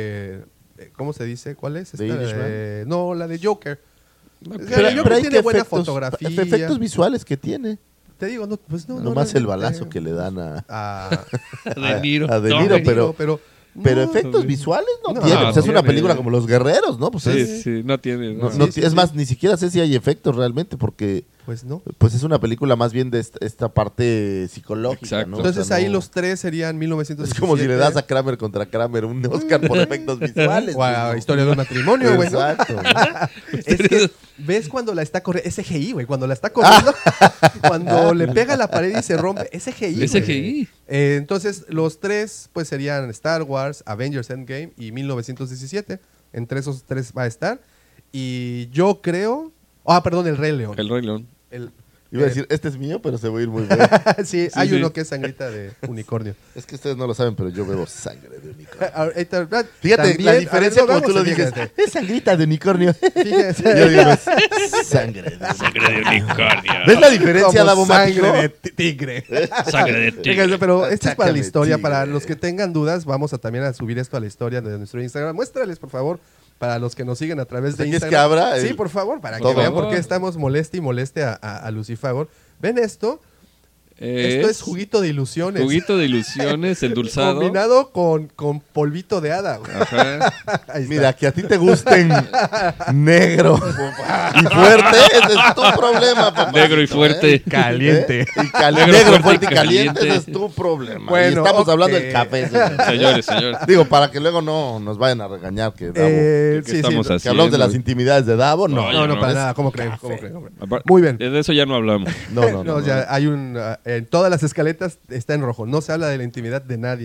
¿cómo se dice? ¿Cuál es? ¿The Irishman? No, la de Joker. no, O sea, creo. la Joker hay tiene que buena efectos, fotografía. efectos visuales que tiene. Te digo, no, pues no. Nomás el realmente. balazo que le dan a De Niro. a De No, Niro, De pero no, efectos visuales no, No, tiene. Pues es una tiene. película como Los Guerreros, ¿no? Pues Sí, es, sí, no tiene. no- no. no Sí, ti- sí, es sí. más, ni siquiera sé si hay efectos realmente, porque pues no. pues es una película más bien de esta parte psicológica, Exacto. ¿no? Entonces O sea, ahí no- los tres serían 1917. Es como si le das a Kramer contra Kramer un Oscar por efectos visuales. O a ¿no? Historia de un matrimonio, güey, ¿no? Exacto. ¿no? Es que, ¿ves cuando la está corriendo? Es CGI, güey. Cuando la está corriendo, cuando le pega a la pared y se rompe, es CGI. Es güey. CGI. Entonces, los tres, pues serían Star Wars, Avengers Endgame y 1917. Entre esos tres va a estar. Y yo creo. Perdón, el Rey León. El Rey León. El- Iba a decir, este es mío, pero se va a ir muy bien. sí, hay sí. uno que es sangrita de unicornio. Es que ustedes no lo saben, pero yo bebo sangre de unicornio. Ahorita, Fíjate, también, la diferencia a ver, como tú lo vamos a dices, fíjate. es sangrita de unicornio. Fíjese. Yo digo, es sangre de unicornio. ¿Ves la diferencia, Como Davo sangre Mático? de tigre. Sangre de tigre. Fíjense, pero esto es para la Sácame, historia. tigre. Para los que tengan dudas, vamos a también a subir esto a la historia de nuestro Instagram. Muéstrales, por favor, para los que nos siguen a través de ¿Quieres Instagram. que abra el- Sí, por favor, para que Por vean favor. por qué estamos moleste y moleste a Lucifagor. ¿Ven esto? Esto es juguito de ilusiones. Juguito de ilusiones, endulzado. Combinado con polvito de hada. güey. Ajá. Ahí está. Mira, que a ti te gusten negro y fuerte, ese es tu problema, papá. Negro y fuerte. Caliente. Negro, fuerte y caliente, ese es tu problema. Bueno, y estamos ok. hablando del café. señor. Señores. Digo, para que luego no nos vayan a regañar que Davo, ¿Qué Sí, estamos sí. haciendo? que hablamos de las intimidades de Davo, no. No, no, no, para es nada. ¿Cómo creen? ¿Cómo creen? ¿Cómo creen? Apar- Muy bien. De eso ya no hablamos. No, ya hay en todas las escaletas está en rojo. No se habla de la intimidad de nadie.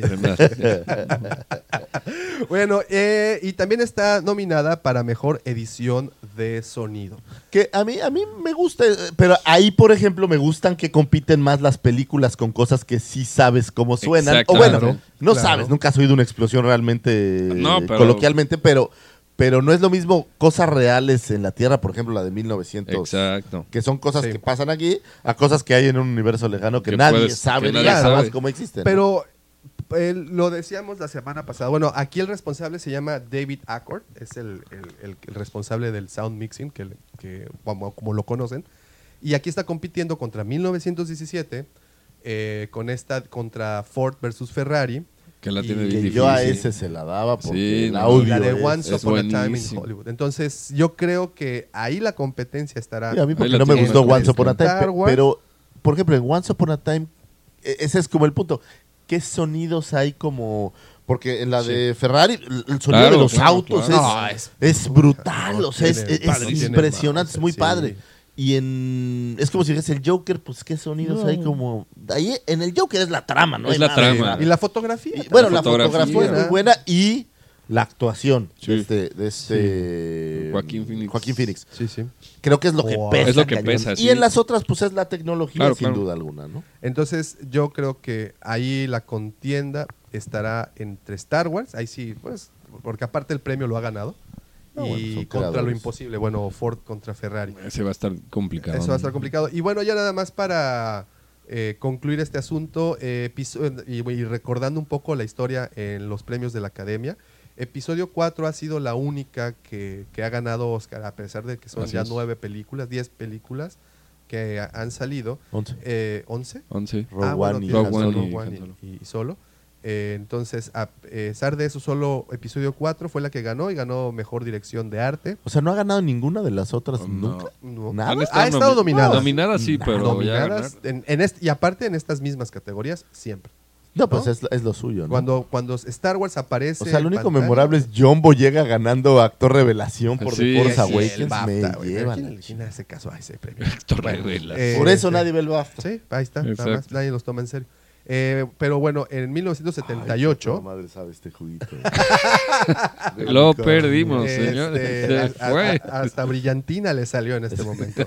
Bueno, y también está nominada para mejor edición de sonido. Que a mí me gusta, pero ahí, por ejemplo, me gustan que compiten más las películas con cosas que sí sabes cómo suenan. Exacto. O bueno, Claro, no claro. sabes, nunca has oído una explosión realmente No, pero- coloquialmente, pero no es lo mismo cosas reales en la Tierra, por ejemplo, la de 1900. Exacto. Que son cosas Sí. que pasan aquí, a cosas que hay en un universo lejano que Que nadie puedes- sabe que ni nadie jamás sabe. cómo existen. ¿no? Pero lo decíamos la semana pasada. Bueno, aquí el responsable se llama David Acord. Es el responsable del sound mixing, que como lo conocen. Y aquí está compitiendo contra 1917, contra Ford versus Ferrari. Que la Y tiene que bien yo a difícil. ese se la daba porque Sí, el no. audio Y la de es- Once es Upon a Time in buenísimo. Hollywood. Entonces, yo creo que ahí la competencia estará. Sí, a mí porque la no me tiene. gustó Once Upon a Time, Star Wars. pero por ejemplo en Once Upon a Time ese es como el punto. ¿Qué sonidos hay como porque en la de Ferrari el sonido Claro, de los claro, autos claro. No, es brutal, no, o sea, es tiene- impresionante, es muy sí. padre. es como si dijese el Joker, pues qué sonidos hay como... Ahí en el Joker es la trama, ¿no? Es hay la nada. trama. Y la fotografía. Bueno, La la fotografía es fotografía. muy buena y la actuación Sí. de este Joaquín Phoenix. Joaquín Phoenix. Sí, sí. Creo que es lo que Wow. pesa. Es lo que cañón. pesa, Y sí. en las otras, pues es la tecnología, Claro, sin claro. duda alguna, ¿no? Entonces, yo creo que ahí la contienda estará entre Star Wars, ahí sí, pues, porque aparte el premio lo ha ganado, No, y bueno, son contra lo creadores. imposible, bueno, Ford contra Ferrari. Ese va a estar complicado. Eso va a estar complicado. Y bueno, ya nada más para concluir este asunto y recordando un poco la historia en los premios de la Academia, episodio 4 ha sido la única que ha ganado Oscar, a pesar de que son Así ya es. 10 películas que han salido. 11. ¿11? 11. Rogue One y Rogue Han One Solo. y One Han Solo. y Solo. Entonces, a pesar de eso, solo episodio 4 fue la que ganó y ganó mejor dirección de arte. O sea, no ha ganado ninguna de las otras No. nunca. No. Nada. Han Ha estado nominada. Nominadas sí, pero Nominadas ya y aparte en estas mismas categorías siempre. No, pues ¿no? es lo suyo, ¿no? Cuando Star Wars aparece. O sea, lo en único pantalla, memorable es John Boyega ganando actor revelación por Sí, The Force sí, Awakens. el BAFTA, Me güey. lleva ¿Quién la quién le hace caso a ese premio? Actor Bueno, revelación. Por eso nadie ve el BAFTA. Sí, ahí está. Nada Exacto. más, nadie los toma en serio. Pero bueno, en Ay, 1978. qué madre sabe este juguito. Lo perdimos, Este, señor. Se fue. hasta brillantina le salió en este momento.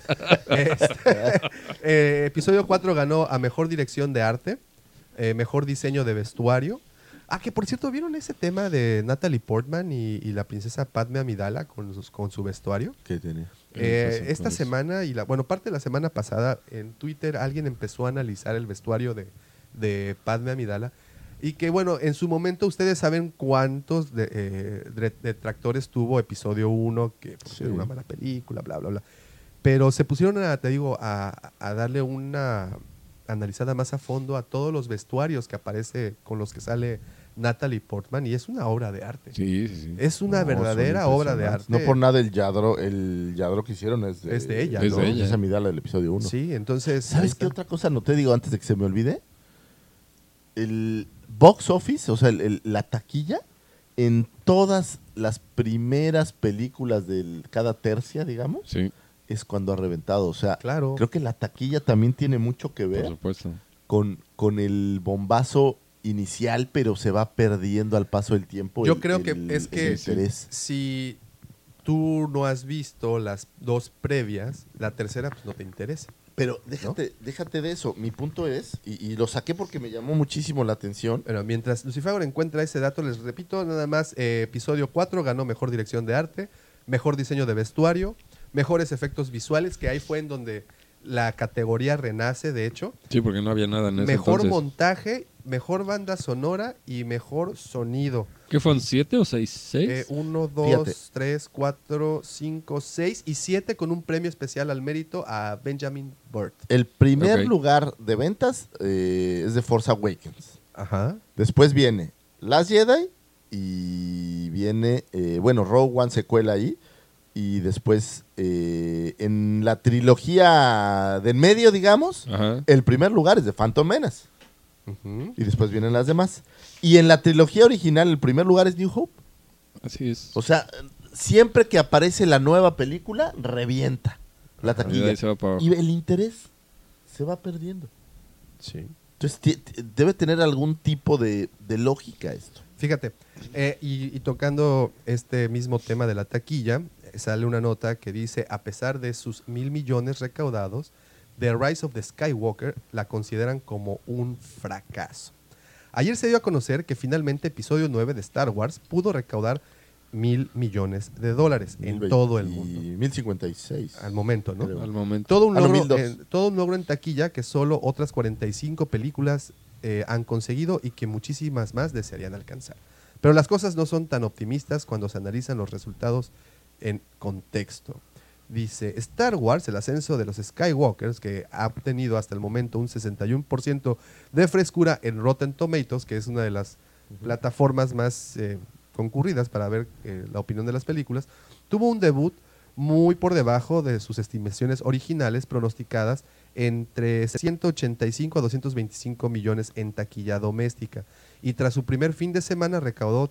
Episodio 4 ganó a mejor dirección de arte, mejor diseño de vestuario. Ah, que por cierto, ¿vieron ese tema de Natalie Portman y la princesa Padme Amidala con su vestuario? ¿Qué tenía? Esta pues. semana parte de la semana pasada en Twitter alguien empezó a analizar el vestuario de Padme Amidala y que bueno, en su momento ustedes saben cuántos detractores tuvo episodio 1, que por ser una mala película, bla, bla, bla. Pero se pusieron a darle una analizada más a fondo a todos los vestuarios que aparece con los que sale Natalie Portman y es una obra de arte. Sí, sí, sí. Es una verdadera son obra de arte. impresionantes. No por nada el yadro que hicieron es de ella, Es ¿no? de ella. Esa Amidala del episodio 1. Sí, entonces... ¿Sabes ahí qué está. otra cosa noté? Digo, antes de que se me olvide. El box office, o sea, la taquilla, en todas las primeras películas de cada tercia, digamos, Sí, es cuando ha reventado. O sea, Claro. creo que la taquilla también tiene mucho que por ver supuesto. con el bombazo inicial, pero se va perdiendo al paso del tiempo. Yo creo que es el que interés. si tú no has visto las dos previas, la tercera pues no te interesa. Pero déjate de eso. Mi punto es, y lo saqué porque me llamó muchísimo la atención. Bueno, mientras Lucifago encuentra ese dato, les repito nada más, episodio 4 ganó mejor dirección de arte, mejor diseño de vestuario, mejores efectos visuales, que ahí fue en donde la categoría renace, de hecho, Sí, porque no había nada en ese mejor entonces. montaje, mejor banda sonora y mejor sonido. ¿Qué fueron? ¿7 o 6? 6. 1, Fíjate. 2, 3, 4, 5, 6 y 7 con un premio especial al mérito a Benjamin Burt. El primer Ok. lugar de ventas es de Force Awakens. Ajá. Después viene Last Jedi y viene, Rogue One se cuela ahí. Y después, en la trilogía del medio, digamos, Ajá. el primer lugar es de Phantom Menace. Ujú. Y después vienen las demás. Y en la trilogía original, el primer lugar es New Hope. Así es. O sea, siempre que aparece la nueva película, revienta la Y de taquilla. ahí se va para abajo. Y el interés se va perdiendo. Sí. Entonces, debe tener algún tipo de lógica esto. Fíjate, y tocando este mismo tema de la taquilla, sale una nota que dice, a pesar de sus 1,000 millones recaudados, The Rise of the Skywalker la consideran como un fracaso. Ayer se dio a conocer que finalmente episodio 9 de Star Wars pudo recaudar $1,000 millones en todo el mundo. 1056. Al momento, ¿no? Creo. Al momento. Todo un, A lo logro, 1002. todo un logro en taquilla que solo otras 45 películas han conseguido y que muchísimas más desearían alcanzar. Pero las cosas no son tan optimistas cuando se analizan los resultados en contexto. Dice, Star Wars, el ascenso de los Skywalkers, que ha obtenido hasta el momento un 61% de frescura en Rotten Tomatoes, que es una de las plataformas más concurridas para ver la opinión de las películas, tuvo un debut muy por debajo de sus estimaciones originales pronosticadas entre 185 a 225 millones en taquilla doméstica. Y tras su primer fin de semana recaudó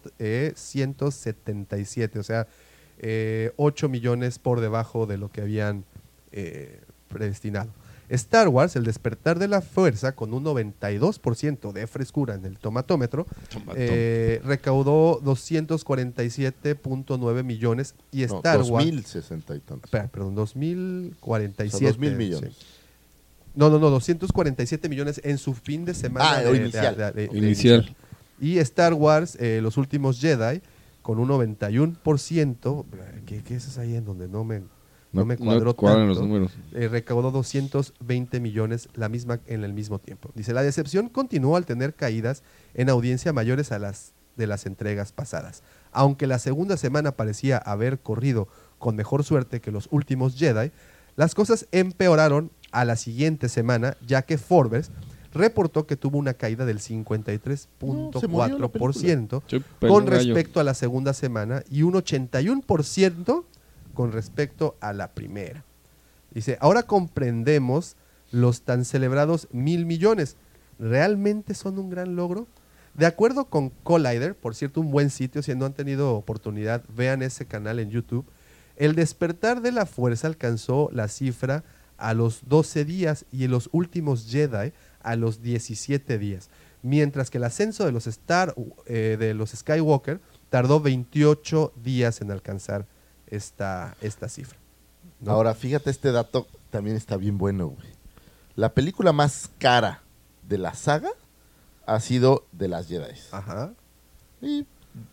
177, o sea, 8 millones por debajo de lo que habían predestinado. Star Wars, El despertar de la fuerza, con un 92% de frescura en el tomatómetro, recaudó 247.9 millones y Star Wars... 2060 y tantos. Perdón, 2047. O sea, 2,000 millones. Sí. No, 247 millones en su fin de semana. Inicial. Y Star Wars, Los últimos Jedi, con un 91%. ¿Qué es ahí en donde no me cuadró cuadran tanto? los números. Recaudó 220 millones en el mismo tiempo. Dice, la decepción continuó al tener caídas en audiencia mayores a las de las entregas pasadas. Aunque la segunda semana parecía haber corrido con mejor suerte que Los últimos Jedi, las cosas empeoraron a la siguiente semana, ya que Forbes reportó que tuvo una caída del 53.4% con respecto a la segunda semana y un 81% con respecto a la primera. Dice, ahora comprendemos los tan celebrados 1,000 millones. ¿Realmente son un gran logro? De acuerdo con Collider, por cierto, un buen sitio, si no han tenido oportunidad, vean ese canal en YouTube. El despertar de la fuerza alcanzó la cifra a los 12 días y en Los últimos Jedi a los 17 días, mientras que el ascenso de los Skywalker tardó 28 días en alcanzar esta cifra, ¿no? Ahora, fíjate, este dato también está bien bueno, güey. La película más cara de la saga ha sido de las Jedi. Ajá. Y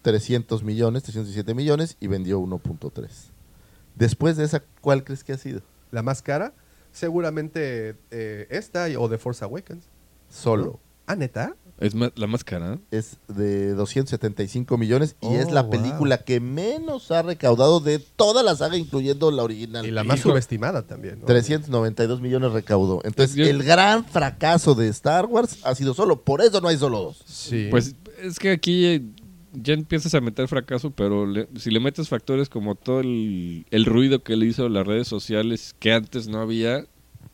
317 millones y vendió 1.3. Después de esa, ¿cuál crees que ha sido? La más cara, seguramente esta o The Force Awakens. Solo. ¿Ah, neta? ¿Es la más cara? Es de 275 millones y es la wow. película que menos ha recaudado de toda la saga, incluyendo la original. Y la más subestimada también, ¿no? 392 millones recaudó. Entonces, Pues yo- el gran fracaso de Star Wars ha sido solo. Por eso no hay solo dos. Sí. Pues es que aquí ya empiezas a meter fracaso, pero si le metes factores como todo el ruido que le hizo las redes sociales que antes no había,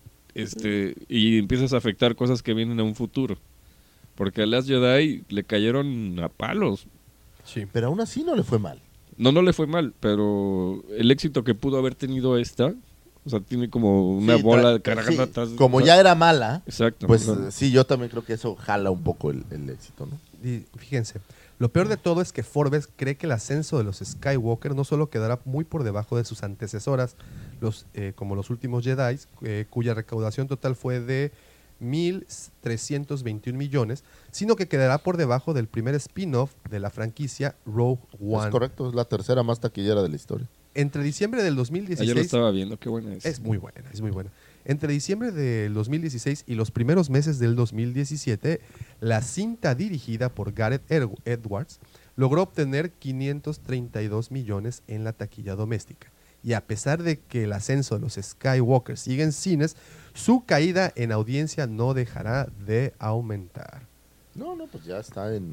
y empiezas a afectar cosas que vienen a un futuro. Porque a Last Jedi le cayeron a palos. sí. Pero aún así no le fue mal. No le fue mal, pero el éxito que pudo haber tenido esta, o sea, tiene como una Sí, bola cargando sí, atrás. como ya era mala, Exacto. pues ¿no? sí, yo también creo que eso jala un poco el éxito, ¿no? Y fíjense, lo peor de todo es que Forbes cree que el ascenso de los Skywalker no solo quedará muy por debajo de sus antecesoras, como Los últimos Jedi, cuya recaudación total fue de 1,321 millones, sino que quedará por debajo del primer spin-off de la franquicia Rogue One. Es correcto, es la tercera más taquillera de la historia. Entre diciembre del 2016... Ayer lo estaba viendo, qué buena es. Es muy buena, es muy buena. Entre diciembre del 2016 y los primeros meses del 2017, la cinta dirigida por Gareth Edwards logró obtener 532 millones en la taquilla doméstica. Y a pesar de que el ascenso de los Skywalker sigue en cines, su caída en audiencia no dejará de aumentar. No, pues ya está en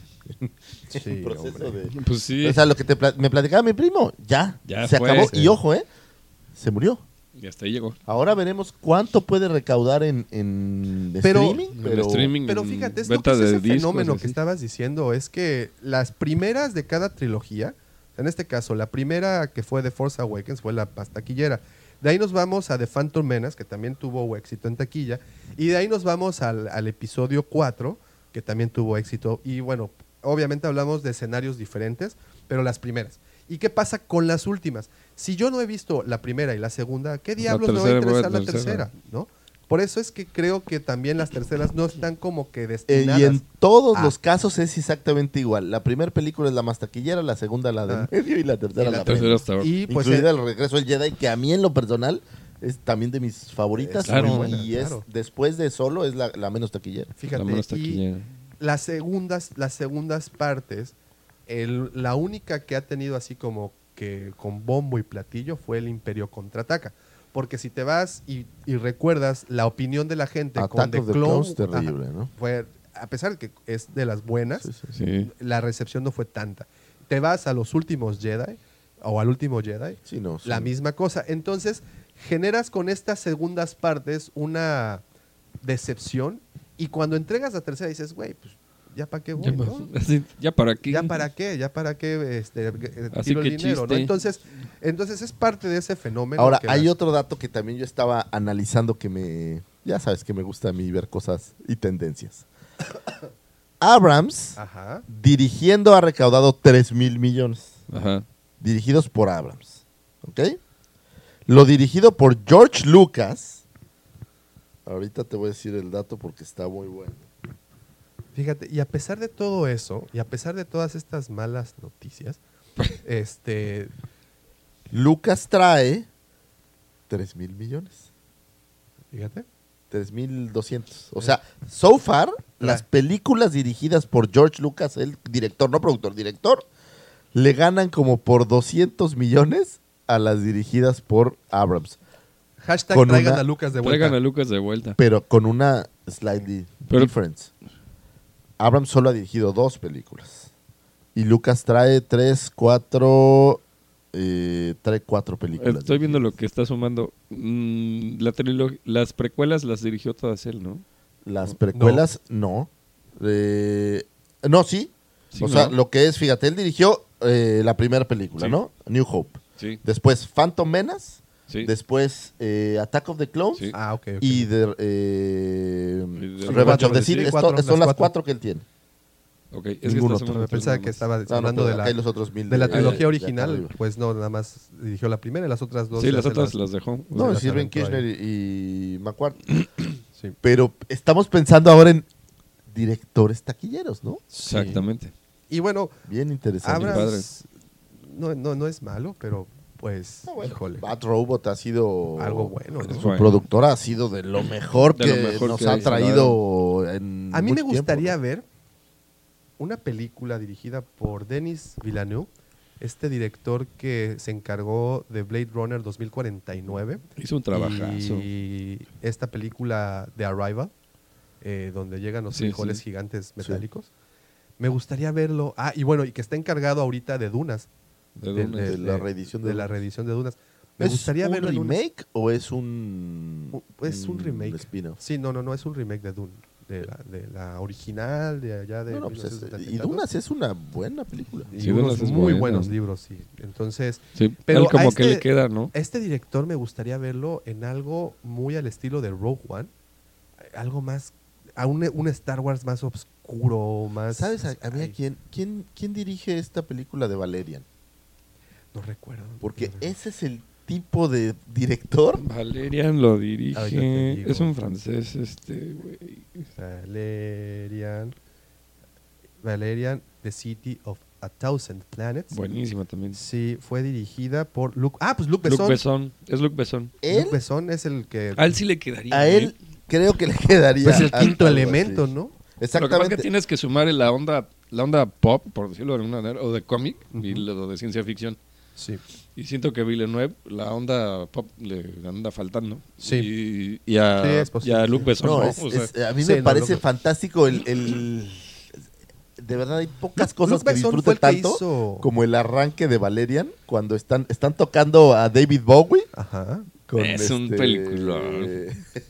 Sí, proceso hombre. de... Pues sí, O sea, lo que me platicaba mi primo, ya se fue, acabó. sí. Y ojo, se murió. y hasta ahí llegó. Ahora veremos cuánto puede recaudar en Pero- streaming. En streaming, Pero en fíjate, es lo venta que es ese de discos, fenómeno así. que estabas diciendo, es que las primeras de cada trilogía, en este caso, la primera que fue The Force Awakens fue la más taquillera. De ahí nos vamos a The Phantom Menace, que también tuvo éxito en taquilla, y de ahí nos vamos al episodio 4, que también tuvo éxito. Y bueno, obviamente hablamos de escenarios diferentes, pero las primeras. ¿Y qué pasa con las últimas? Si yo no he visto la primera y la segunda, ¿qué diablos me va a tercera, interesar la tercera. tercera? ¿No? Por eso es que creo que también las terceras no están como que destinadas. y en todos Ah. los casos es exactamente igual. La primera película es la más taquillera, la segunda la del medio y la tercera Y la la Tercera menos. hasta ahora. Y pues Incluida el regreso del Jedi, que a mí en lo personal es también de mis favoritas. Claro. y Muy buena, claro. es después de Solo es la menos taquillera. fíjate, La menos y taquillera. las segundas partes, la única que ha tenido así como que con bombo y platillo fue el Imperio Contraataca. Porque si te vas y recuerdas la opinión de la gente con Attack The of the Clone, Clones, terrible, ajá, ¿no? fue, a pesar de que es de las buenas, Sí, sí. Sí. la recepción no fue tanta. Te vas a Los últimos Jedi o al último Jedi, Sí, no, sí. la misma cosa. Entonces, generas con estas segundas partes una decepción y cuando entregas la tercera dices, güey, pues ¿Ya para qué voy? Ya, ¿no? ¿Ya para qué? ¿Ya para qué? ¿Ya para qué Así tiro que el dinero? ¿no? chiste. Entonces es parte de ese fenómeno. Ahora, que hay las- otro dato que también yo estaba analizando que me... Ya sabes que me gusta a mí ver cosas y tendencias. Abrams, Ajá. dirigiendo, ha recaudado 3,000 millones. Ajá. Dirigidos por Abrams. ¿Ok? Lo dirigido por George Lucas. Ahorita te voy a decir el dato porque está muy bueno. Fíjate, y a pesar de todo eso, y a pesar de todas estas malas noticias, Lucas trae 3,000 millones. fíjate. 3,200. O sea, so far, las películas dirigidas por George Lucas, el director, no productor, director, le ganan como por 200 millones a las dirigidas por Abrams. Hashtag Con traigan una- a Lucas de vuelta. Traigan a Lucas de vuelta. Pero con una slightly Pero- difference. Abrams solo ha dirigido 2 películas. Y Lucas trae 4 películas. Estoy viendo lo que está sumando. Las precuelas las dirigió todas él, ¿no? Las precuelas, no. No, sí. Sí, O sea, ¿no? lo que es, fíjate, él dirigió la primera película, Sí. ¿no? New Hope. Sí. Después Phantom Menace. Sí. Después Attack of the Clones. Sí. Ah, ok. Y de Revenge cuatro, of the sí, Sith. cuatro, Son las las cuatro. 4 que él tiene. Ok, es Ningún que otro. está Me pensaba que estaba No, no, hablando pero de la, acá hay los otros 1,000 de la de- trilogía de original. arriba. Pues no, nada más dirigió la primera y las otras dos. Sí, ya las se otras las dejó. No, las Sirven aventó ahí. Kirchner y McQuarrie. Sí. Pero estamos pensando ahora en directores taquilleros, ¿no? Exactamente. Y bueno, Bien interesante. Abrams no es malo, pero pues, Ah, bueno, híjole, Bad Robot ha sido algo bueno, ¿no? Es Su bueno. productora ha sido de lo mejor De que lo mejor nos que ha hay. traído en A mí me mucho gustaría tiempo. ver una película dirigida por Denis Villeneuve, este director que se encargó de Blade Runner 2049. Hizo un trabajazo. Y esta película de Arrival, donde llegan los Sí, frijoles sí. gigantes metálicos. Me gustaría verlo. Ah, y bueno, y que está encargado ahorita de Dunas. De de- Dunas. De la reedición de la Dunas. reedición de Dunas. Me ¿Es gustaría un verlo en una- remake o es un Es un remake. spin-off? Sí, no es un remake de Dune. De la original, de allá de No, pues 1970 y tantos. Dunas es una buena película. Y Sí, unos Dunas es muy buena. buenos libros, sí. Entonces, Sí, pero él como a que le queda, ¿no? este director me gustaría verlo en algo muy al estilo de Rogue One. Algo más, a un Star Wars más oscuro, más... ¿Sabes a mí a Ay, quién dirige esta película de Valerian? No recuerdo. Porque No recuerdo. ese es el tipo de director. Valerian lo Ahorita te dirige. digo. Es un francés, güey. Valerian, The City of a Thousand Planets. Buenísima también. Sí, fue dirigida por Luc Luc Besson. Besson. Es Luc Besson. Él, Luc Besson es el que... A él sí le quedaría. a él creo que le quedaría. pues el algo quinto así. elemento, ¿no? Lo que pasa es que Exactamente. tienes que sumar la onda pop, por decirlo de alguna manera, o de cómic, y lo de ciencia ficción. Sí. Y siento que Villeneuve, la onda pop le anda faltando. Sí. Y a, Sí, es posible, y a Luc sí. Besson, No, ¿no? es- O sea, es- a mí sí, me no, parece Luc- fantástico de verdad hay pocas cosas Luc que Besson disfrute fue el que tanto hizo- como el arranque de Valerian cuando están tocando a David Bowie Ajá. con Es un peliculón.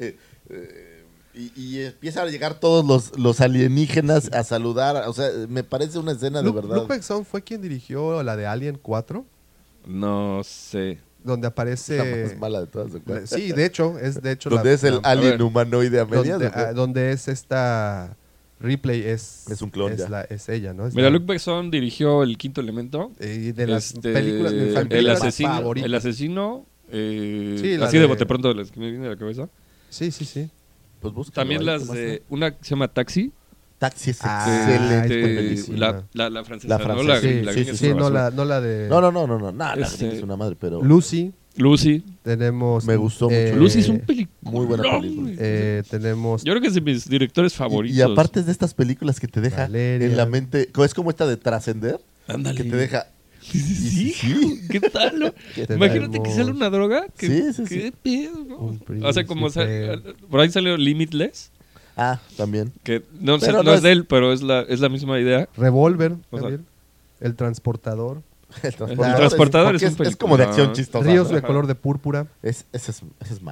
y empiezan a llegar todos los alienígenas a saludar, o sea, me parece una escena de verdad. Luc Besson fue quien dirigió la de Alien 4, no sé. donde La aparece... más mala de todas. ¿se acuerdan? Sí, de hecho, donde es el alien ver. humanoide a medias. donde, ¿o qué? donde es esta... Ripley es un clon ya. es ella, ¿no? Es Mira, la- Luc Besson dirigió El Quinto Elemento. de las Este, películas de El películas asesino. favoritas. El asesino. Sí, la así de de- bote pronto, las que me viene a la cabeza. Sí, sí, sí. Pues búscalo También ahí, las ¿cómo de. está? Una que se llama Taxi. Taxi es Ah, excelente es buenísima. La francesa. La ¿no? francesa, Sí, la sí, gringa sí, es Sí, no basura. la de... No, la Este, gringa es una madre, pero Lucy, Lucy. tenemos... Me gustó mucho. Lucy es un película. muy buena película. tenemos... Yo creo que es de mis directores favoritos. Y aparte es de estas películas que te deja Valerian. en la mente, es como esta de Trascender, Ándale. que te deja... Sí, Sí. ¿qué tal? no? Tenemos Imagínate que sale una droga. Sí, sí, ¿Qué sí. pedo, no? Un O sea, como príncipe. por ahí salió Limitless, Ah, también. que no, Pero no no es es- de él, pero es la misma idea. Revolver, O sea, también. El transportador. El Transportador porque es un es como de acción peliculón. chistosa. Ríos ¿no? de color de púrpura. Ese es mal.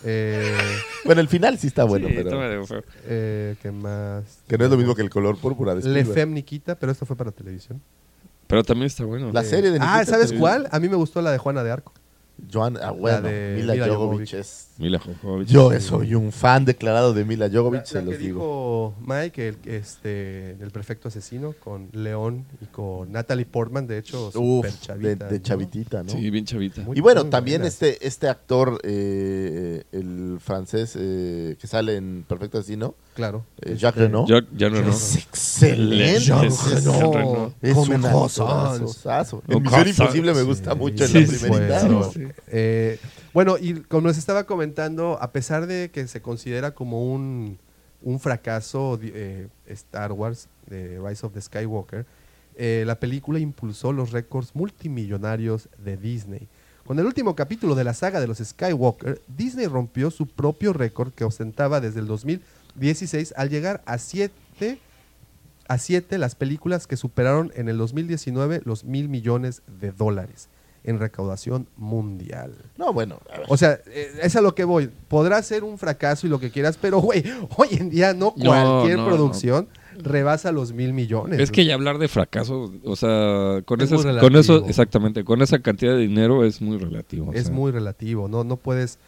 Bueno, el final sí está bueno, Sí, pero está medio feo. ¿Qué más? que no es lo mismo que el color púrpura de Le Spielberg. Femme Nikita, pero esto fue para televisión. Pero también está bueno. La serie de Nikita ¿sabes también. cuál? A mí me gustó la de Juana de Arco. Bueno, La de Mila Mila Jovovich Jovovich. es... Mila Jovovich. Yo soy un fan declarado de Mila Jovovich, La se los que digo. dijo Mike, el perfecto asesino, con León y con Natalie Portman, de hecho, Uf, súper chavita. de ¿no? chavitita, ¿no? Sí, bien chavita. Muy- Y bueno, muy también buenas. este actor, el francés que sale en Perfecto Asesino, Claro. Jacques Reno, Ya no. es excelente. Jacques Es Reno. un Come actorazo. En Un Misión croissant. Imposible me gusta mucho en Sí, la sí, primerita. Bueno, ¿no? bueno, y como les estaba comentando, a pesar de que se considera como un fracaso Star Wars, Rise of the Skywalker, la película impulsó los récords multimillonarios de Disney. Con el último capítulo de la saga de los Skywalker, Disney rompió su propio récord que ostentaba desde el 2016 al llegar a 7 las películas que superaron en el 2019 los $1,000 millones en recaudación mundial. No, bueno, a ver. O sea, es a lo que voy. Podrá ser un fracaso y lo que quieras, pero güey, hoy en día no cualquier no, producción rebasa los $1,000 millones. Es que ya hablar de fracaso, o sea, con Es muy con relativo. eso, exactamente, con esa cantidad de dinero es muy relativo. o Es sea. muy relativo. No puedes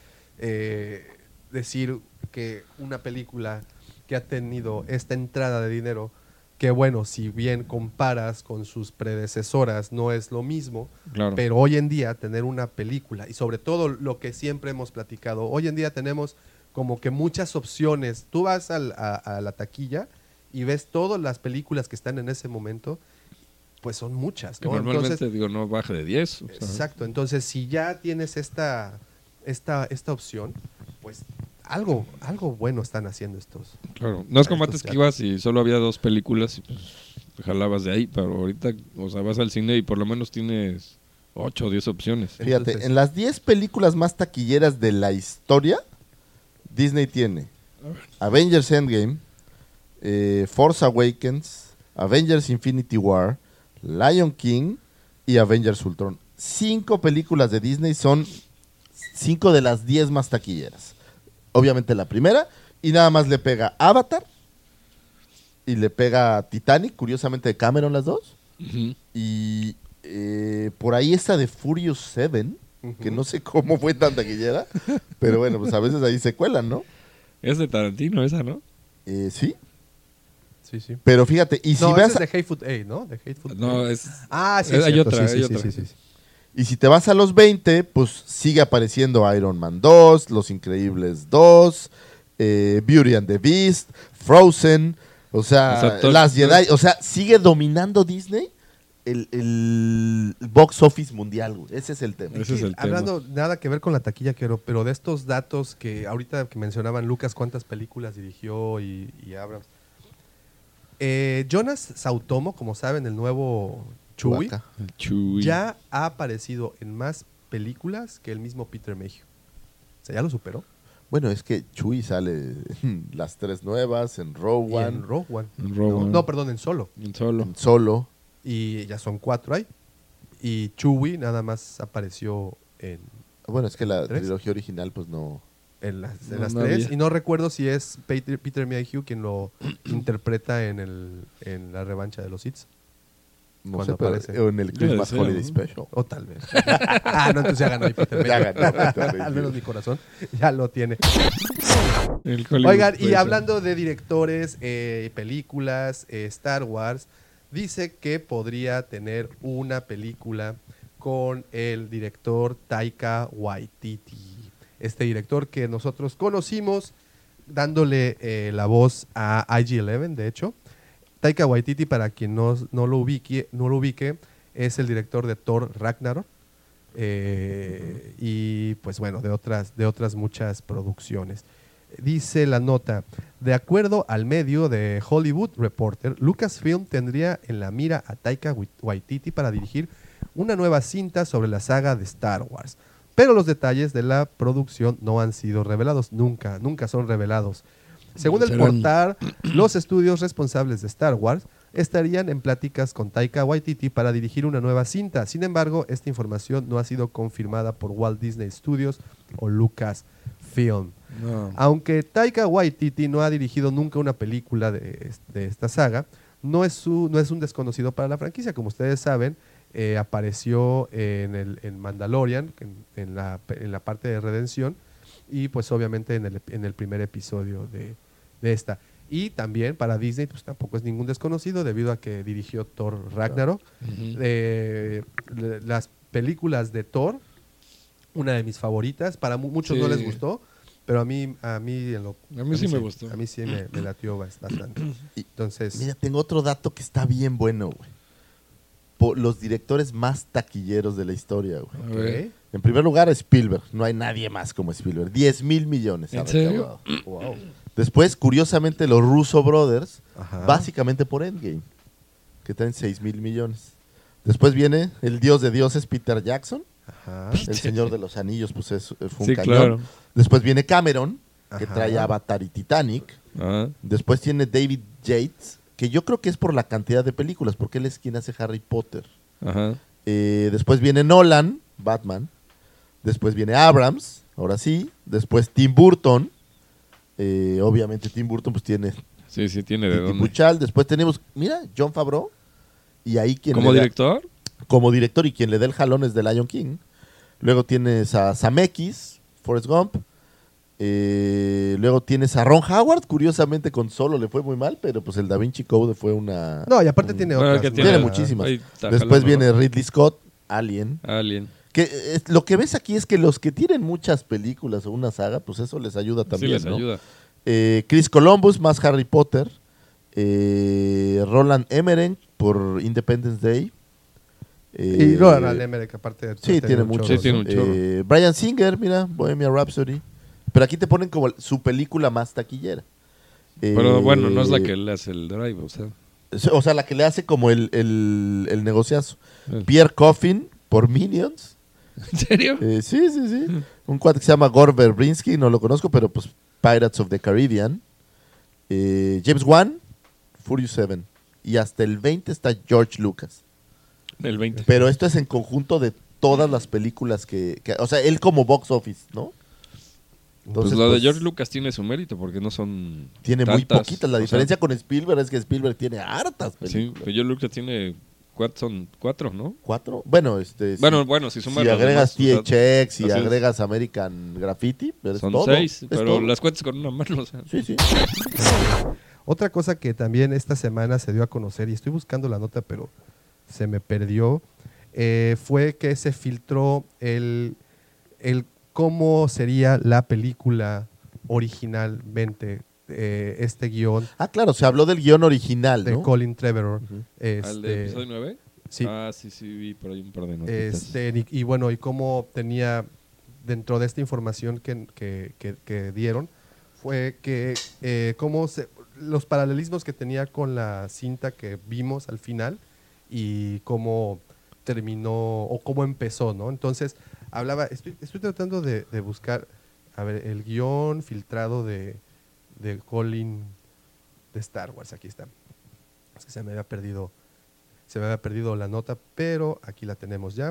decir que una película que ha tenido esta entrada de dinero, que bueno, si bien comparas con sus predecesoras, no es lo mismo, Claro. pero hoy en día tener una película, y sobre todo lo que siempre hemos platicado, hoy en día tenemos como que muchas opciones. Tú vas a la taquilla y ves todas las películas que están en ese momento, pues son muchas, Que ¿no? normalmente, Entonces, digo, no baje de 10. o sea. exacto. Entonces, si ya tienes esta opción, pues algo bueno están haciendo estos. Claro. No es como Estos antes que ibas y solo había 2 películas y pues te jalabas de ahí, pero ahorita, o sea, vas al cine y por lo menos tienes 8 o 10 opciones. Fíjate, Entonces- en las 10 películas más taquilleras de la historia, Disney tiene Avengers Endgame, Force Awakens, Avengers Infinity War, Lion King y Avengers Ultron. 5 películas de Disney son 5 de las 10 más taquilleras. Obviamente la primera, y nada más le pega Avatar y le pega Titanic, curiosamente de Cameron las dos. Ujú. Y por ahí esta de Furious 7, que no sé cómo fue tan taquillera, pero bueno, pues a veces ahí se cuelan, ¿no? Es de Tarantino esa, ¿no? Sí, Sí, sí. pero fíjate, y si No, vas ese es de Hateful Eight, ¿no? De Hateful No, Eight. es... Ah, sí, hay cierto, otra, sí, hay sí, otra. sí. y si te vas a los 20, pues sigue apareciendo Iron Man 2, Los Increíbles 2, Beauty and the Beast, Frozen, o sea, O sea, todo- Las Jedi, o sea, sigue dominando Disney el box office mundial, güey. Ese es el tema. Ese es el tema. Hablando nada que ver con la taquilla, pero de estos datos que ahorita que mencionaban Lucas, cuántas películas dirigió y Abrams. Jonas Sautomo, como saben, el nuevo Chewie, Chewbacca. El Chewie. ya ha aparecido en más películas que el mismo Peter Mayhew. O sea, ya lo superó. Bueno, es que Chewie sale en las 3 nuevas, en Rogue Y One, en Rogue One. En Rogue One. No, perdón, en Solo. En Solo. en Solo. Y ya son 4 ahí. Y Chewie nada más apareció en Bueno, es que la 3. trilogía original, pues no. las No, no 3. había. Y no recuerdo si es Peter Mayhew quien lo interpreta en la revancha de los Sith. No Cuando sé, pero aparece. o en el Christmas ser, Holiday ¿no? Special. O tal vez. Entonces ya ganó ahí Peter Ya Mayhew. ganó Peter Mayhew. Al menos mi corazón ya lo tiene. El Hollywood Oigan, y Special. hablando de directores, películas, Star Wars, dice que podría tener una película con el director Taika Waititi. Este director que nosotros conocimos dándole la voz a IG-11, de hecho. Taika Waititi, para quien no lo ubique, es el director de Thor Ragnarok. Y pues bueno, de otras muchas producciones. Dice la nota, de acuerdo al medio de Hollywood Reporter, Lucasfilm tendría en la mira a Taika Waititi para dirigir una nueva cinta sobre la saga de Star Wars. Pero los detalles de la producción no han sido revelados, nunca son revelados. Según el Serán- portal, los estudios responsables de Star Wars estarían en pláticas con Taika Waititi para dirigir una nueva cinta. Sin embargo, esta información no ha sido confirmada por Walt Disney Studios o Lucasfilm. No. Aunque Taika Waititi no ha dirigido nunca una película de esta saga, no es un desconocido para la franquicia. Como ustedes saben, apareció en Mandalorian, en la parte de redención, y pues obviamente en el primer episodio de esta. Y también para Disney pues tampoco es ningún desconocido debido a que dirigió Thor Ragnarok. Las películas de Thor, una de mis favoritas, para muchos no les gustó, pero a mí sí me gustó. A mí sí me latió bastante. Entonces, Mira, tengo otro dato que está bien bueno, güey. Los directores más taquilleros de la historia, güey. A ver. En primer lugar, Spielberg. No hay nadie más como Spielberg. 10,000 millones. ¿En ha serio? recaudado. wow. Después, curiosamente, los Russo Brothers, Ajá. básicamente por Endgame, que traen 6,000 millones. Después viene el dios de dioses, Peter Jackson. Ajá. El Señor de los Anillos, pues fue un Sí, cañón. claro. Después viene Cameron, que Ajá. trae Avatar y Titanic. Ah, Después tiene David Yates, que yo creo que es por la cantidad de películas, porque él es quien hace Harry Potter. ajá. Después viene Nolan, Batman. Después viene Abrams, ahora sí. Después Tim Burton. Obviamente Tim Burton pues tiene Sí, tiene de Titi dónde. Puchal. Después tenemos, mira, Jon Favreau. Y ahí quien ¿Como le da- director? como director y quien le da el jalón es de Lion King. Luego tienes a Zemeckis, Forrest Gump. Luego tienes a Ron Howard, curiosamente con Solo le fue muy mal, pero pues el Da Vinci Code fue una... No, y aparte tiene Bueno, otras. que ¿no? tiene muchísimas. ahí está Después jalando, viene ¿no? Ridley Scott, Alien. Alien. Lo que ves aquí es que los que tienen muchas películas o una saga, pues eso les ayuda también, Sí, les ¿no? ayuda. Chris Columbus, más Harry Potter. Roland Emmerich por Independence Day. Y Roland Emmerich, aparte de Sí, tiene un mucho. chorro, Sí, tiene un chorro. Brian Singer, mira, Bohemian Rhapsody. Pero aquí te ponen como su película más taquillera. Pero bueno, no es la que le hace el drive, o sea. O sea, la que le hace como el negociazo. Eh. Pierre Coffin por Minions. ¿En serio? Sí. Un cuate que se llama Gore Verbinski, no lo conozco, pero pues Pirates of the Caribbean. James Wan, Furious 7. Y hasta el 20 está George Lucas. El 20. Pero esto es en conjunto de todas las películas o sea, él como box office, ¿no? Pues lo de George Lucas tiene su mérito porque no son tiene muy tantas, poquitas. La o diferencia sea, con Spielberg es que Spielberg tiene hartas Sí, películas. pero George Lucas tiene... ¿Cuántos son? 4, ¿no? 4. Bueno, Bueno, si sumas si los agregas demás, o sea, THX y así es. agregas American Graffiti, pero Son es todo. 6, es pero todo. las cuentas con una mano, o sea. Sí. Otra cosa que también esta semana se dio a conocer, y estoy buscando la nota, pero se me perdió, fue que se filtró el cómo sería la película originalmente, este guión Ah, claro, se habló del guión original, de ¿no? Colin Trevorrow. Ujú. ¿Al de episodio 9? Sí. Ah, sí, vi por ahí un par de notitas. Y bueno, y cómo tenía, dentro de esta información que dieron, fue que los paralelismos que tenía con la cinta que vimos al final y cómo terminó o cómo empezó, ¿no? Entonces, estoy tratando de buscar, a ver, el guión filtrado de Colin de Star Wars, aquí está. Es que se me había perdido la nota, pero aquí la tenemos ya.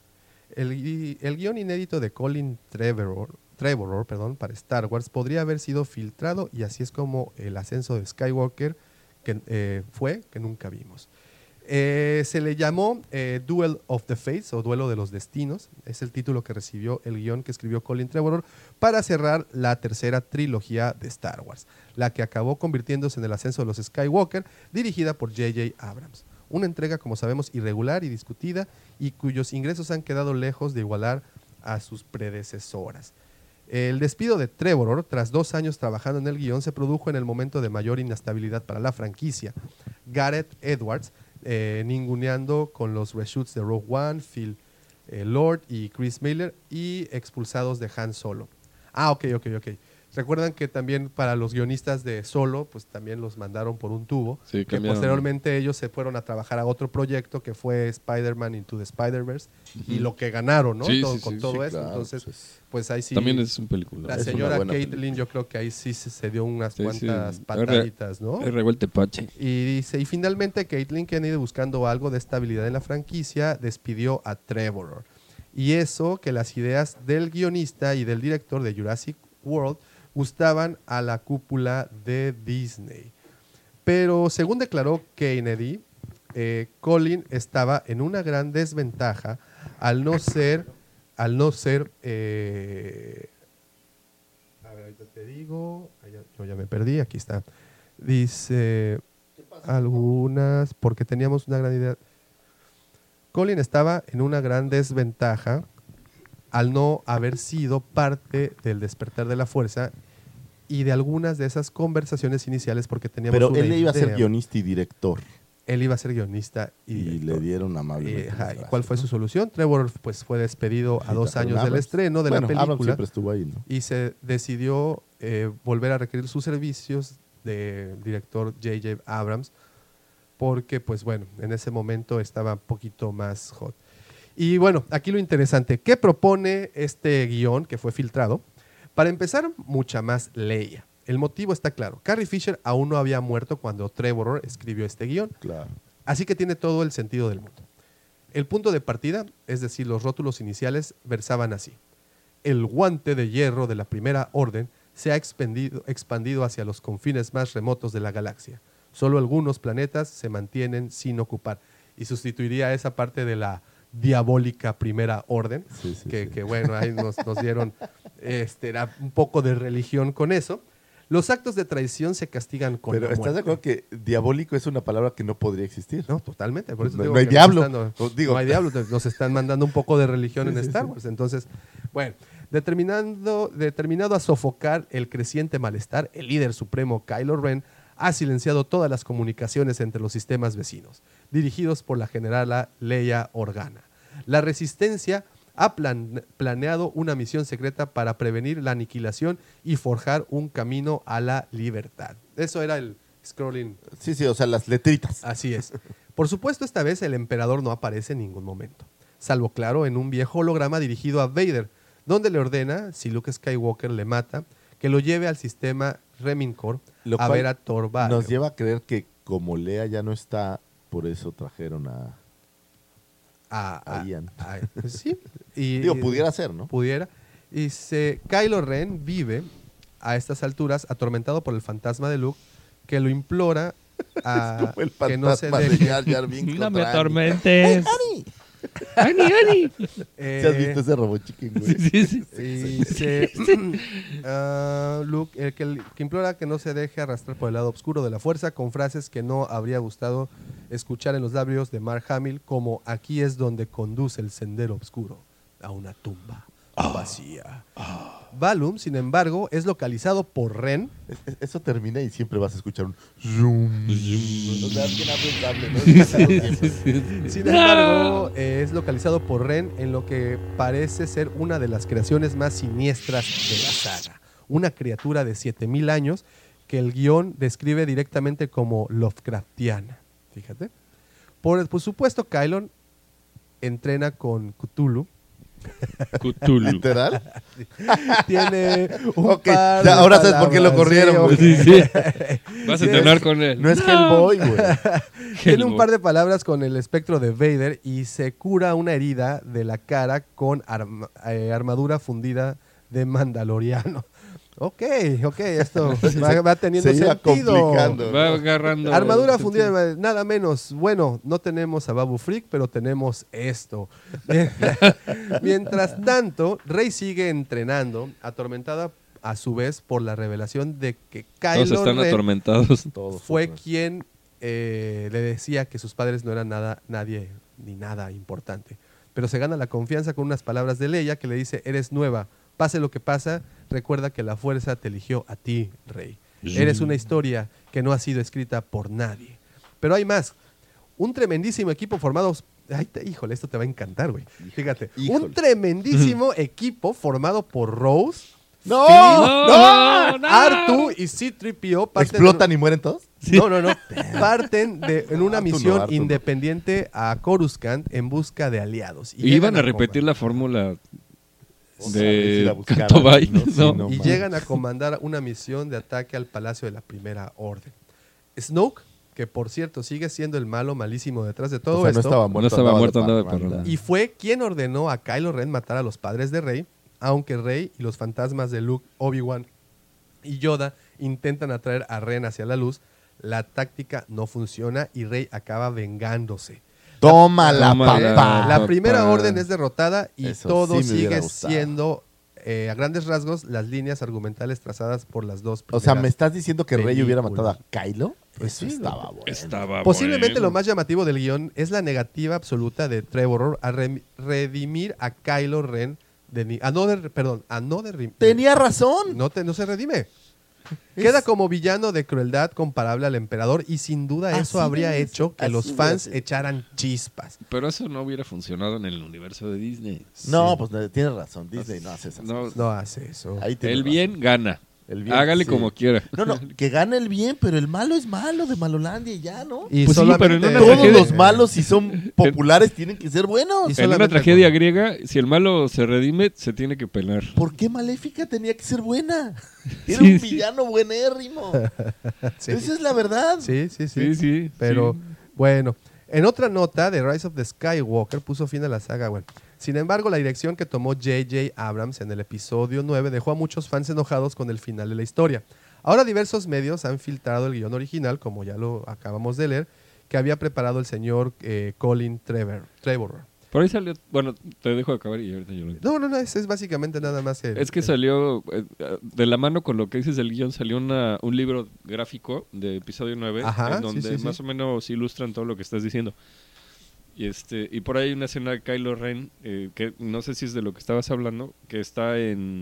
El guión inédito de Colin Trevorrow, para Star Wars podría haber sido filtrado y así es como el ascenso de Skywalker que nunca vimos. Se le llamó Duel of the Fates o Duelo de los Destinos. Es el título que recibió el guión que escribió Colin Trevorrow para cerrar la tercera trilogía de Star Wars, la que acabó convirtiéndose en el ascenso de los Skywalker, dirigida por J.J. Abrams. Una entrega, como sabemos, irregular y discutida y cuyos ingresos han quedado lejos de igualar a sus predecesoras. El despido de Trevorrow, tras 2 años trabajando en el guión, se produjo en el momento de mayor inestabilidad para la franquicia. Gareth Edwards, ninguneando con los reshoots de Rogue One, Phil Lord y Chris Miller y expulsados de Han Solo. Ok. Recuerdan que también para los guionistas de Solo, pues también los mandaron por un tubo. Sí, que cambiaron. posteriormente ellos se fueron a trabajar a otro proyecto que fue Spider-Man Into the Spider-Verse. Y lo que ganaron, ¿no? Sí, todo, sí, con sí, todo sí, eso. claro, Entonces, pues ahí sí. También es un película. La Es una señora buena Caitlin, película. yo creo que ahí sí se dio unas Sí, sí. cuantas pataditas, ¿no? Es revuelte pache. Y dice, y finalmente Caitlin Kennedy, buscando algo de estabilidad en la franquicia, despidió a Trevor. Y eso que las ideas del guionista y del director de Jurassic World gustaban a la cúpula de Disney. Pero según declaró Kennedy, Colin estaba en una gran desventaja al no ser a ver, ahorita te digo, yo ya me perdí, aquí está. Dice algunas, porque teníamos una gran idea. Colin estaba en una gran desventaja al no haber sido parte del despertar de la fuerza y de algunas de esas conversaciones iniciales, porque teníamos Pero una él iba a ser idea. guionista y director. Él iba a ser guionista y Y director. le dieron amablemente. Ajá, las ¿y gracias, ¿Cuál fue ¿no? su solución? Trevor pues fue despedido a 2 Trajeron años del Abrams. estreno de Bueno, la Abrams película siempre estuvo ahí, ¿no? y se decidió volver a requerir sus servicios de director J.J. Abrams, porque pues bueno, en ese momento estaba un poquito más hot. Y bueno, aquí lo interesante, ¿qué propone este guión que fue filtrado? Para empezar, mucha más Leia. El motivo está claro. Carrie Fisher aún no había muerto cuando Trevor escribió este guión, Claro. así que tiene todo el sentido del mundo. El punto de partida, es decir, los rótulos iniciales, versaban así. El guante de hierro de la Primera Orden se ha expandido hacia los confines más remotos de la galaxia. Solo algunos planetas se mantienen sin ocupar. Y sustituiría esa parte de la diabólica Primera Orden, Sí, sí, que, sí. que, bueno, ahí nos dieron era un poco de religión con eso. Los actos de traición se castigan con Pero la ¿estás de muerte. acuerdo que diabólico es una palabra que no podría existir? No, totalmente. Por eso No- digo no hay que nos diablo. Os digo. no hay diablo. Nos están mandando un poco de religión en Star Wars. Entonces, bueno, determinado a sofocar el creciente malestar, el líder supremo Kylo Ren ha silenciado todas las comunicaciones entre los sistemas vecinos, dirigidos por la generala Leia Organa. La Resistencia ha planeado una misión secreta para prevenir la aniquilación y forjar un camino a la libertad. Eso era el scrolling. Sí, sí, o sea, las letritas. Así es. Por supuesto, esta vez el emperador no aparece en ningún momento, salvo, claro, en un viejo holograma dirigido a Vader, donde le ordena, si Luke Skywalker le mata, que lo lleve al sistema Remingkor Lo a cual ver a Thor Valor. Nos lleva a creer que como Lea ya no está, por eso trajeron a Ian. Pues sí. Y, Digo, pudiera ser, ¿no? Pudiera. Y Kylo Ren vive a estas alturas atormentado por el fantasma de Luke, que lo implora a Como el que no se fantasma de deje. Jar Jar Binks No me contra Annie. atormentes. ¡Ani, Ani! ¿Se has visto ese Robot Chicken, güey? Sí, sí. Y dice Luke, que implora que no se deje arrastrar por el lado oscuro de la fuerza, con frases que no habría gustado escuchar en los labios de Mark Hamill, como aquí es donde conduce el sendero oscuro a una tumba vacía. Valum, sin embargo, es localizado por Ren. Eso termina y siempre vas a escuchar un zoom. O sea, alguien abre un cable, ¿no? Sin embargo, es localizado por Ren en lo que parece ser una de las creaciones más siniestras de la saga. Una criatura de 7000 años que el guión describe directamente como Lovecraftiana. Fíjate. Por supuesto, Kylo entrena con Cthulhu. Cthulhu. ¿Literal? Tiene un Ok, par ya, de ahora sabes por qué lo palabras, corrieron, ok. güey. Sí, sí. Vas a entrenar con él. No es Hellboy, güey. Tiene un par de palabras con el espectro de Vader y se cura una herida de la cara con armadura fundida de Mandaloriano. Ok, esto va teniendo Se iba sentido. complicando. Va agarrando. Armadura fundida, nada menos. Bueno, no tenemos a Babu Frick, pero tenemos esto. Mientras tanto, Rey sigue entrenando, atormentada a su vez por la revelación de que Todos Kylo están Ren atormentados. Todos, fue todos. quien le decía que sus padres no eran nadie ni nada importante. Pero se gana la confianza con unas palabras de Leia que le dice: eres nueva, pase lo que pasa, recuerda que la fuerza te eligió a ti, Rey. Eres una historia que no ha sido escrita por nadie. Pero hay más. Un tremendísimo equipo formado... híjole, esto te va a encantar, güey. Fíjate. Híjole. Un tremendísimo equipo formado por Rose, ¡No! ¡No! Artu y C-3PO parten ¿Explotan y mueren todos? No. Parten en una Artu no, misión Artu no. independiente a Coruscant en busca de aliados. Y iban a llegan repetir comandar- la fórmula Otra vez ir a de buscar a- Canto Bay. no, sí, ¿no? no. y man. llegan a comandar una misión de ataque al Palacio de la Primera Orden. Snoke, que por cierto sigue siendo el malo malísimo detrás de todo O sea, no esto, estaba muerto. No estaba muerto, andaba andaba de parranda. y fue quien ordenó a Kylo Ren matar a los padres de Rey, aunque Rey y los fantasmas de Luke, Obi-Wan y Yoda intentan atraer a Ren hacia la luz, la táctica no funciona y Rey acaba vengándose. Tómala, Tómala. papá. La Primera papá. Orden es derrotada y Eso todo sí me hubiera sigue gustado. siendo, a grandes rasgos, las líneas argumentales trazadas por las dos O primeras. sea, ¿me estás diciendo que Rey hubiera películas. matado a Kylo? Pues Eso sí, estaba bueno. Estaba Posiblemente bueno. lo más llamativo del guión es la negativa absoluta de Trevor a redimir a Kylo Ren a no redimir. Tenía razón. No se redime. Queda como villano de crueldad comparable al emperador y sin duda eso Así habría es, hecho que así los hubiera fans sido. echaran chispas. Pero eso no hubiera funcionado en el universo de Disney. No, pues tienes razón. Disney no hace esas No, cosas. No hace eso. Ahí tienes el razón. bien gana. El bien, Hágale sí. como quiera. No, que gane el bien, pero el malo es malo de Malolandia y ya, ¿no? Y Pues sí, solamente- pero en una Todos tragedia- los malos, si son populares, tienen que ser buenos. Y En una solamente tragedia con- griega, si el malo se redime, se tiene que pelar. ¿Por qué Maléfica tenía que ser buena? Era Sí, un sí. villano buenérrimo. Sí. Esa es la verdad. Sí. Sí. Pero sí. bueno, en otra nota, The Rise of the Skywalker puso fin a la saga. Bueno, sin embargo, la dirección que tomó J.J. Abrams en el episodio 9 dejó a muchos fans enojados con el final de la historia. Ahora diversos medios han filtrado el guión original, como ya lo acabamos de leer, que había preparado el señor Colin Trevorrow. Por ahí salió. Bueno, te dejo acabar y ahorita yo lo No, es básicamente nada más Es que salió, de la mano con lo que dices del guión, salió un libro gráfico de episodio 9, Ajá, en donde sí. más o menos ilustran todo lo que estás diciendo. Y por ahí hay una escena de Kylo Ren, que no sé si es de lo que estabas hablando, que está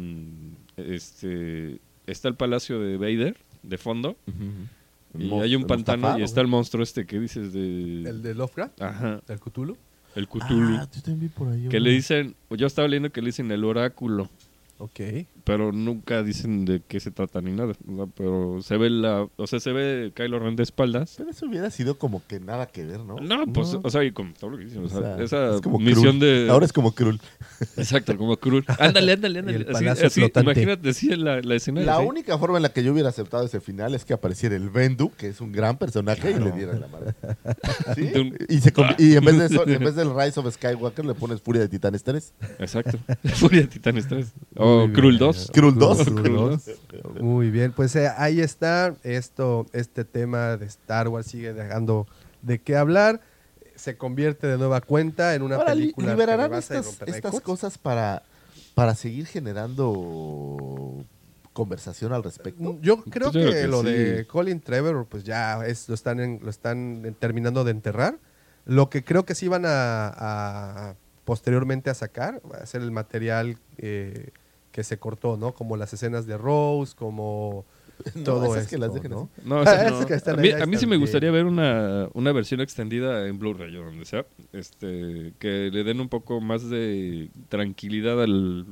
está el palacio de Vader, de fondo, y hay un pantano y está el monstruo que dices de... el de Lovecraft, Ajá, el Cthulhu. el Cthulhu. Ah, yo también vi por ahí. Que le dicen, yo estaba leyendo que le dicen el oráculo. Ok. Pero nunca dicen de qué se trata ni nada, ¿no? Pero se ve Kylo Ren de espaldas. Pero eso hubiera sido como que nada que ver, ¿no? No, pues, o sea, y como todo lo que dicen, o sea, O sea, esa es como misión Krull. de... Ahora es como Krull. Exacto, como Krull. Ándale. Y el Así, palacio flotante. imagínate así la escena. La así. única forma en la que yo hubiera aceptado ese final es que apareciera el Bendu, que es un gran personaje, y le diera la madre. ¿Sí? De un- Y en vez de eso, en vez del Rise of Skywalker, le pones Furia de Titanes 3. Exacto. Furia de Titanes 3. O Muy Krull bien. 2. Krull 2. Krull 2. Muy bien, pues ahí está. Este tema de Star Wars sigue dejando de qué hablar. Se convierte de nueva cuenta en una Ahora, película que liberarán rebasa y estas rompe récords. cosas para seguir generando conversación al respecto. Yo creo Pues yo que creo que lo sí. de Colin Trevor, pues ya lo están terminando de enterrar. Lo que creo que sí van a posteriormente a sacar va a ser el material que se cortó, ¿no? Como las escenas de Rose, como No, todo esas esto, que las dejen ¿no? No, o sea, Esas no. que están A mí, ahí, ahí a mí sí están me bien. gustaría ver una versión extendida en Blu-ray o donde sea, que le den un poco más de tranquilidad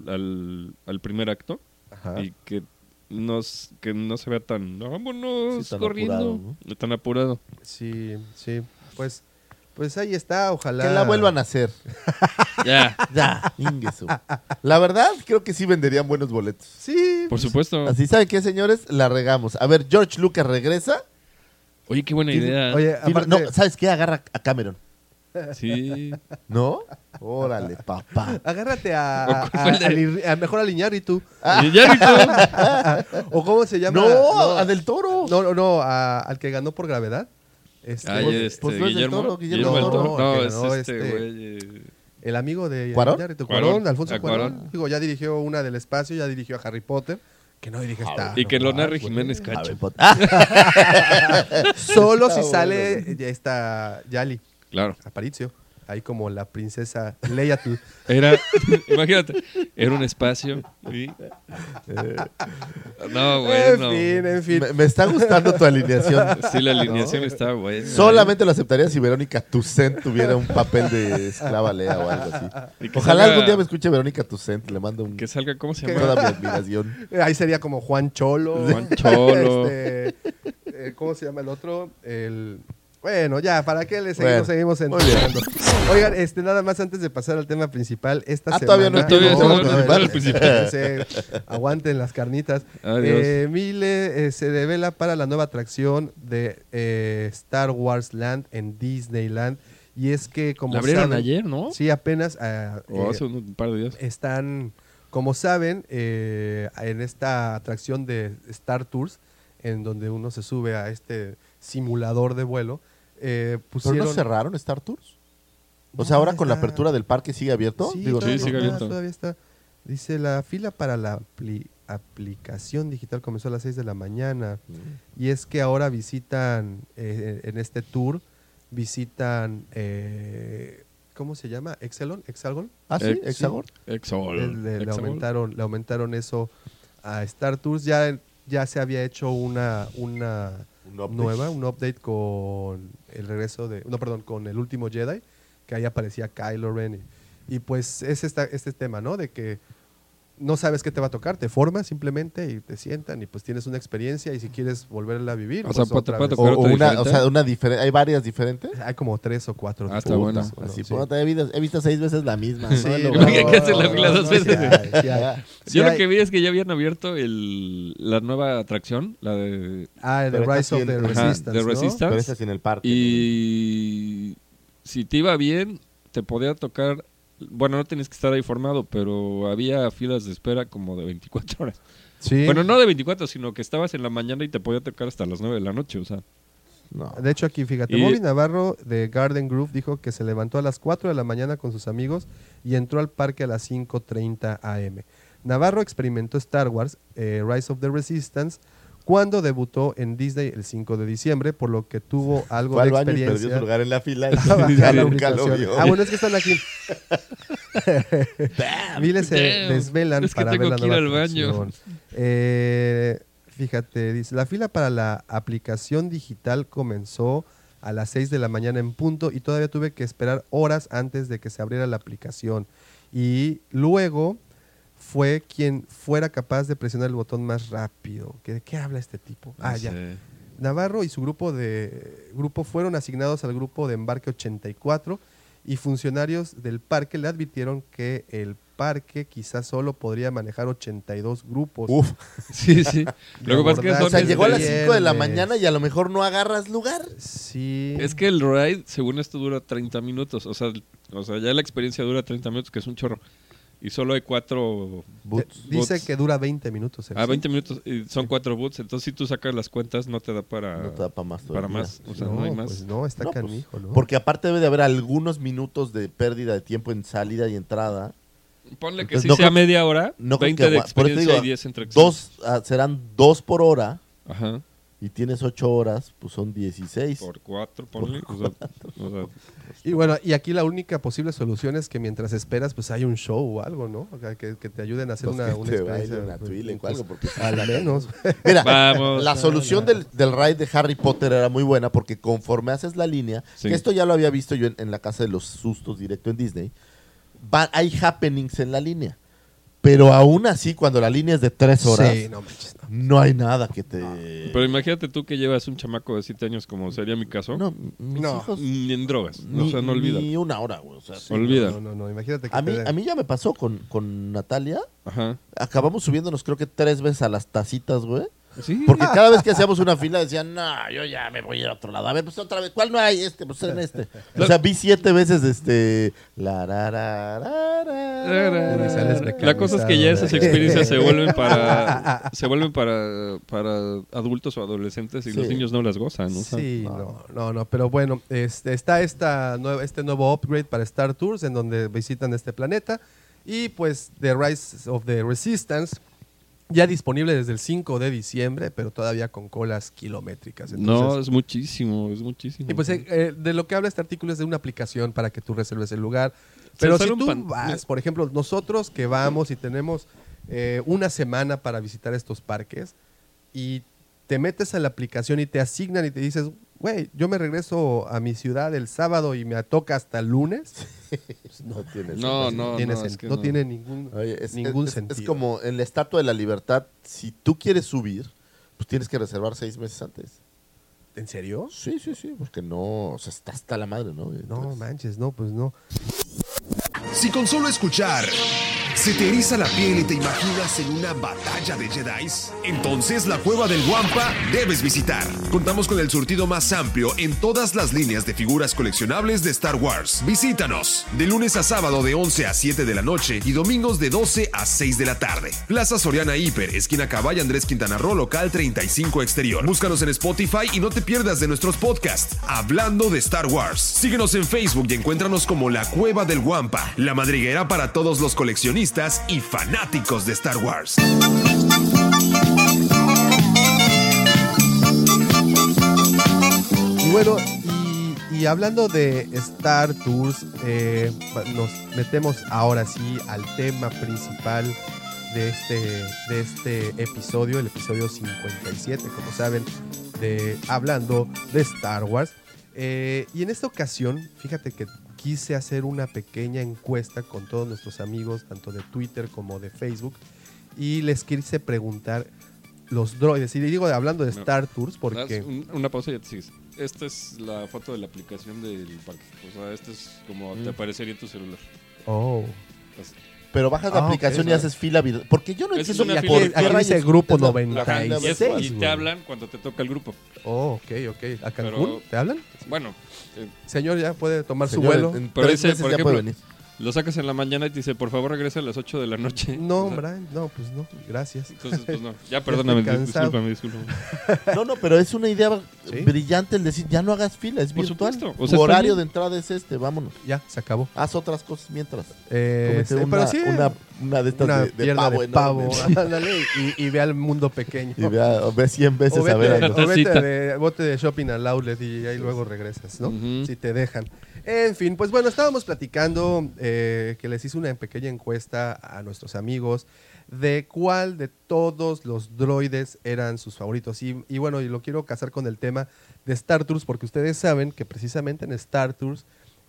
al primer acto Ajá. y que no se vea tan vámonos Sí, tan corriendo, apurado, tan apurado. Sí. Pues ahí está, ojalá. Que la vuelvan a hacer. Ya, Ya, ingueso. La verdad, creo que sí venderían buenos boletos. Sí. por supuesto. Así, ¿saben qué, señores? La regamos. A ver, George Lucas regresa. Oye, qué buena idea. Oye, aparte, No, ¿sabes qué? Agarra a Cameron. Sí. ¿No? Órale, papá. agárrate mejor al Iñárritu. Y ya ¿O cómo se llama? No, a Del Toro. No, al que ganó por gravedad. Ay, pues no es del Toro, Guillermo del Toro. No, No, es que ganó güey. el amigo de ¿Cuarón? Iñárritu, Cuarón. Alfonso A Cuarón. Cuarón. Digo, ya dirigió una del espacio, ya dirigió a Harry Potter. Que no dirige esta. Y que lo narre güey. Jiménez A Cacho. ver, pot- Solo si Está sale ya está Yali, Claro. Aparicio. ahí como la princesa Leia. Imagínate, era un espacio. No, bueno. En fin. Me está gustando tu alineación. Sí, la alineación está buena. Solamente lo aceptaría si Verónica Toussaint tuviera un papel de esclava Lea o algo así. Y que Ojalá salga- algún día me escuche Verónica Toussaint. Le mando Que salga, ¿cómo se llama? toda mi admiración. Ahí sería como Juan Cholo. Juan Cholo. ¿Cómo se llama el otro? Bueno, ya, ¿para qué le Bueno, seguimos muy entrenando? Oigan, nada más antes de pasar al tema principal, esta semana... todavía no Todavía no, no, no, no, el principal. Sí, aguanten las carnitas. Adiós. Mille se devela para la nueva atracción de Star Wars Land en Disneyland. Y es que, como La abrieron saben- ayer, ¿no? Sí, apenas... O hace un par de días. están, como saben, en esta atracción de Star Tours, en donde uno se sube a este simulador de vuelo, ¿Pero pusieron... no cerraron Star Tours? O No, sea, ahora con la está- apertura del parque sigue abierto. Sí, Digo, todavía Sí, sigue está, abierto. todavía está. Dice, la fila para la aplicación digital comenzó a las 6 de la mañana. Y es que ahora visitan, en este tour, visitan, ¿cómo se llama? ¿Exelon? ¿Exalgon? Ah, sí, Sí. Hexagon. Exol. Le Exol. aumentaron eso a Star Tours. Ya se había hecho una update. nueva, un update con el regreso de... No, perdón, con el último Jedi, que ahí aparecía Kylo Ren. Y pues es este tema, ¿no? De que no sabes qué te va a tocar, te formas simplemente y te sientan y pues tienes una experiencia y si quieres volverla a vivir, O sea, pues te otra puede vez. tocar O otra una, diferente. o sea, una diferente. ¿Hay varias diferentes? Hay como 3 o 4. Ah, está bueno. Así, Sí. puta, he visto 6 veces la misma. Sí, ¿no? Lo- no, que hace la fila dos veces. Sí hay. Yo Sí lo que vi es que ya habían abierto la nueva atracción, la de The Pero Rise esta of sí the en- Ajá, Resistance, The ¿no? Resistance. Pero esa sí en el parque. Y si te iba bien, te podía tocar. Bueno, no tenías que estar ahí formado, pero había filas de espera como de 24 horas. Sí. Bueno, no de 24, sino que estabas en la mañana y te podía tocar hasta las 9 de la noche, o sea. No. De hecho, aquí, fíjate, Y- Bobby Navarro de Garden Grove dijo que se levantó a las 4 de la mañana con sus amigos y entró al parque a las 5:30 am. Navarro experimentó Star Wars, Rise of the Resistance, cuando debutó en Disney el 5 de diciembre, por lo que tuvo algo Fue de al baño y perdió experiencia. su lugar en la fila. Bajar Ya la nunca lo ubicación. vio. Ah, bueno, es que están aquí. Miles se Damn. desvelan Es que para tengo ver la que ir nueva al baño. atracción. Fíjate, dice, la fila para la aplicación digital comenzó a las 6 de la mañana en punto y todavía tuve que esperar horas antes de que se abriera la aplicación. Y luego fue quien fuera capaz de presionar el botón más rápido. ¿De qué habla este tipo? Ah, ya. sé. Navarro y su grupo fueron asignados al grupo de embarque 84 y funcionarios del parque le advirtieron que el parque quizás solo podría manejar 82 grupos. Uf. Sí, sí. Lo que pasa es que abordar- O sea, son- llegó a las viernes. 5 de la mañana y a lo mejor no agarras lugar. Sí. Es que el ride, según esto, dura 30 minutos. O sea, ya la experiencia dura 30 minutos, que es un chorro. Y solo hay 4 Dice boots. que dura 20 minutos. Ah, 20 minutos y son 4 boots. Entonces, si tú sacas las cuentas, no te da para, No te da para más para todavía. más. O sea, no, hay más. Pues no, está No, pues, canijo, ¿no? Porque aparte debe de haber algunos minutos de pérdida de tiempo en salida y entrada. Ponle que Entonces, sí no sea creo- media hora, No creo 20 que de agua- por eso experiencia digo, y 10 entre experiencia. serán 2 por hora Ajá. y tienes 8 horas, pues son 16. Por 4, ponle. O sea, Y bueno, y aquí la única posible solución es que mientras esperas, pues hay un show o algo, ¿no? O sea, que te ayuden a hacer Pues una que te experiencia. bailen a pues, Twi'lek o pues, algo, porque al menos. Mira, Vamos. la solución del ride de Harry Potter era muy buena porque conforme haces la línea, Sí. que esto ya lo había visto yo en la Casa de los Sustos directo en Disney, hay happenings en la línea. Pero aún así, cuando la línea es de 3 horas, Sí, no manches, no. no hay nada que te... Pero imagínate tú que llevas un chamaco de 7 años, como sería mi caso, No, mis No. hijos... ni en drogas. Ni, O sea, no olvida. ni una hora, güey. O sea, Olvida. No, imagínate que a mí ya me pasó con Natalia. Ajá. Acabamos subiéndonos creo que 3 veces a las tacitas, güey. Sí. Porque cada vez que hacíamos una fila decían, no, yo ya me voy a ir a otro lado. A ver, pues otra vez. ¿Cuál no hay? Pues en este. O sea, vi 7 veces Y sales La cosa es que ya esas experiencias se vuelven para para adultos o adolescentes y Sí. los niños no las gozan, ¿no? O sea, Sí, no, pero bueno, está este nuevo upgrade para Star Tours en donde visitan este planeta y pues The Rise of the Resistance Ya disponible desde el 5 de diciembre, pero todavía con colas kilométricas. No, Entonces, es muchísimo, es muchísimo. y pues de lo que habla este artículo es de una aplicación para que tú reserves el lugar. Pero si tú vas, por ejemplo, nosotros que vamos y tenemos una semana para visitar estos parques y te metes a la aplicación y te asignan y te dices, güey, yo me regreso a mi ciudad el sábado y me toca hasta el lunes. Pues No tiene no tiene ningún, Oye, ningún es sentido. como en la Estatua de la Libertad, si tú quieres subir, pues tienes que reservar 6 meses antes. ¿En serio? Sí, porque no, o sea, está hasta la madre, ¿no? No manches, no, pues no. Si con solo escuchar se te eriza la piel y te imaginas en una batalla de Jedis, entonces la Cueva del Wampa debes visitar. Contamos con el surtido más amplio en todas las líneas de figuras coleccionables de Star Wars. Visítanos de lunes a sábado de 11 a 7 de la noche y domingos de 12 a 6 de la tarde. Plaza Soriana Hiper, esquina Caballo Andrés Quintana Roo, local 35 exterior. Búscanos en Spotify y no te pierdas de nuestros podcasts Hablando de Star Wars. Síguenos en Facebook y encuéntranos como La Cueva del Wampa, la madriguera para todos los coleccionistas y fanáticos de Star Wars. Y bueno, y hablando de Star Tours, nos metemos ahora sí al tema principal de este episodio, el episodio 57, como saben, de Hablando de Star Wars. Y en esta ocasión, fíjate que quise hacer una pequeña encuesta con todos nuestros amigos, tanto de Twitter como de Facebook, y les quise preguntar los droides. Y digo hablando de Star Tours porque... Una pausa y ya te sigues. Esta es la foto de la aplicación del parque. O sea, este es como te aparecería en tu celular. Oh. Entonces, Pero bajas la aplicación y haces fila. Porque yo no Es entiendo una ni fila. por qué Aquí rayos dice grupo es la- 96. y te hablan cuando te toca el grupo. Oh, ok. ¿A Cancún? Pero- ¿Te hablan? Bueno, Señor, ya puede tomar su Señor, vuelo. en Pero 3 dice, meses por ya ejemplo, puede venir. lo sacas en la mañana y te dice, por favor regresa a las 8 de la noche. No, O sea, Brian, no, pues no, gracias. entonces, pues no. Ya, perdóname, estoy cansado. discúlpame. No, pero es una idea Sí. brillante el decir, ya no hagas fila, es Por virtual. supuesto. O Tu sea, está horario bien. de entrada es vámonos. Ya, se acabó. Haz otras cosas mientras. Sí, Cómete pero sí, una de estas una de pierna pavo, de pavo, enorme. ándale, y ve al mundo pequeño. Y ve 100 veces O a ver. vete, a los- o vete Cita. de bote de shopping al outlet y ahí luego regresas, ¿no? Ujú. Si te dejan. En fin, pues bueno, estábamos platicando que les hice una pequeña encuesta a nuestros amigos de cuál de todos los droides eran sus favoritos. Y bueno, y lo quiero casar con el tema de Star Tours, porque ustedes saben que precisamente en Star Tours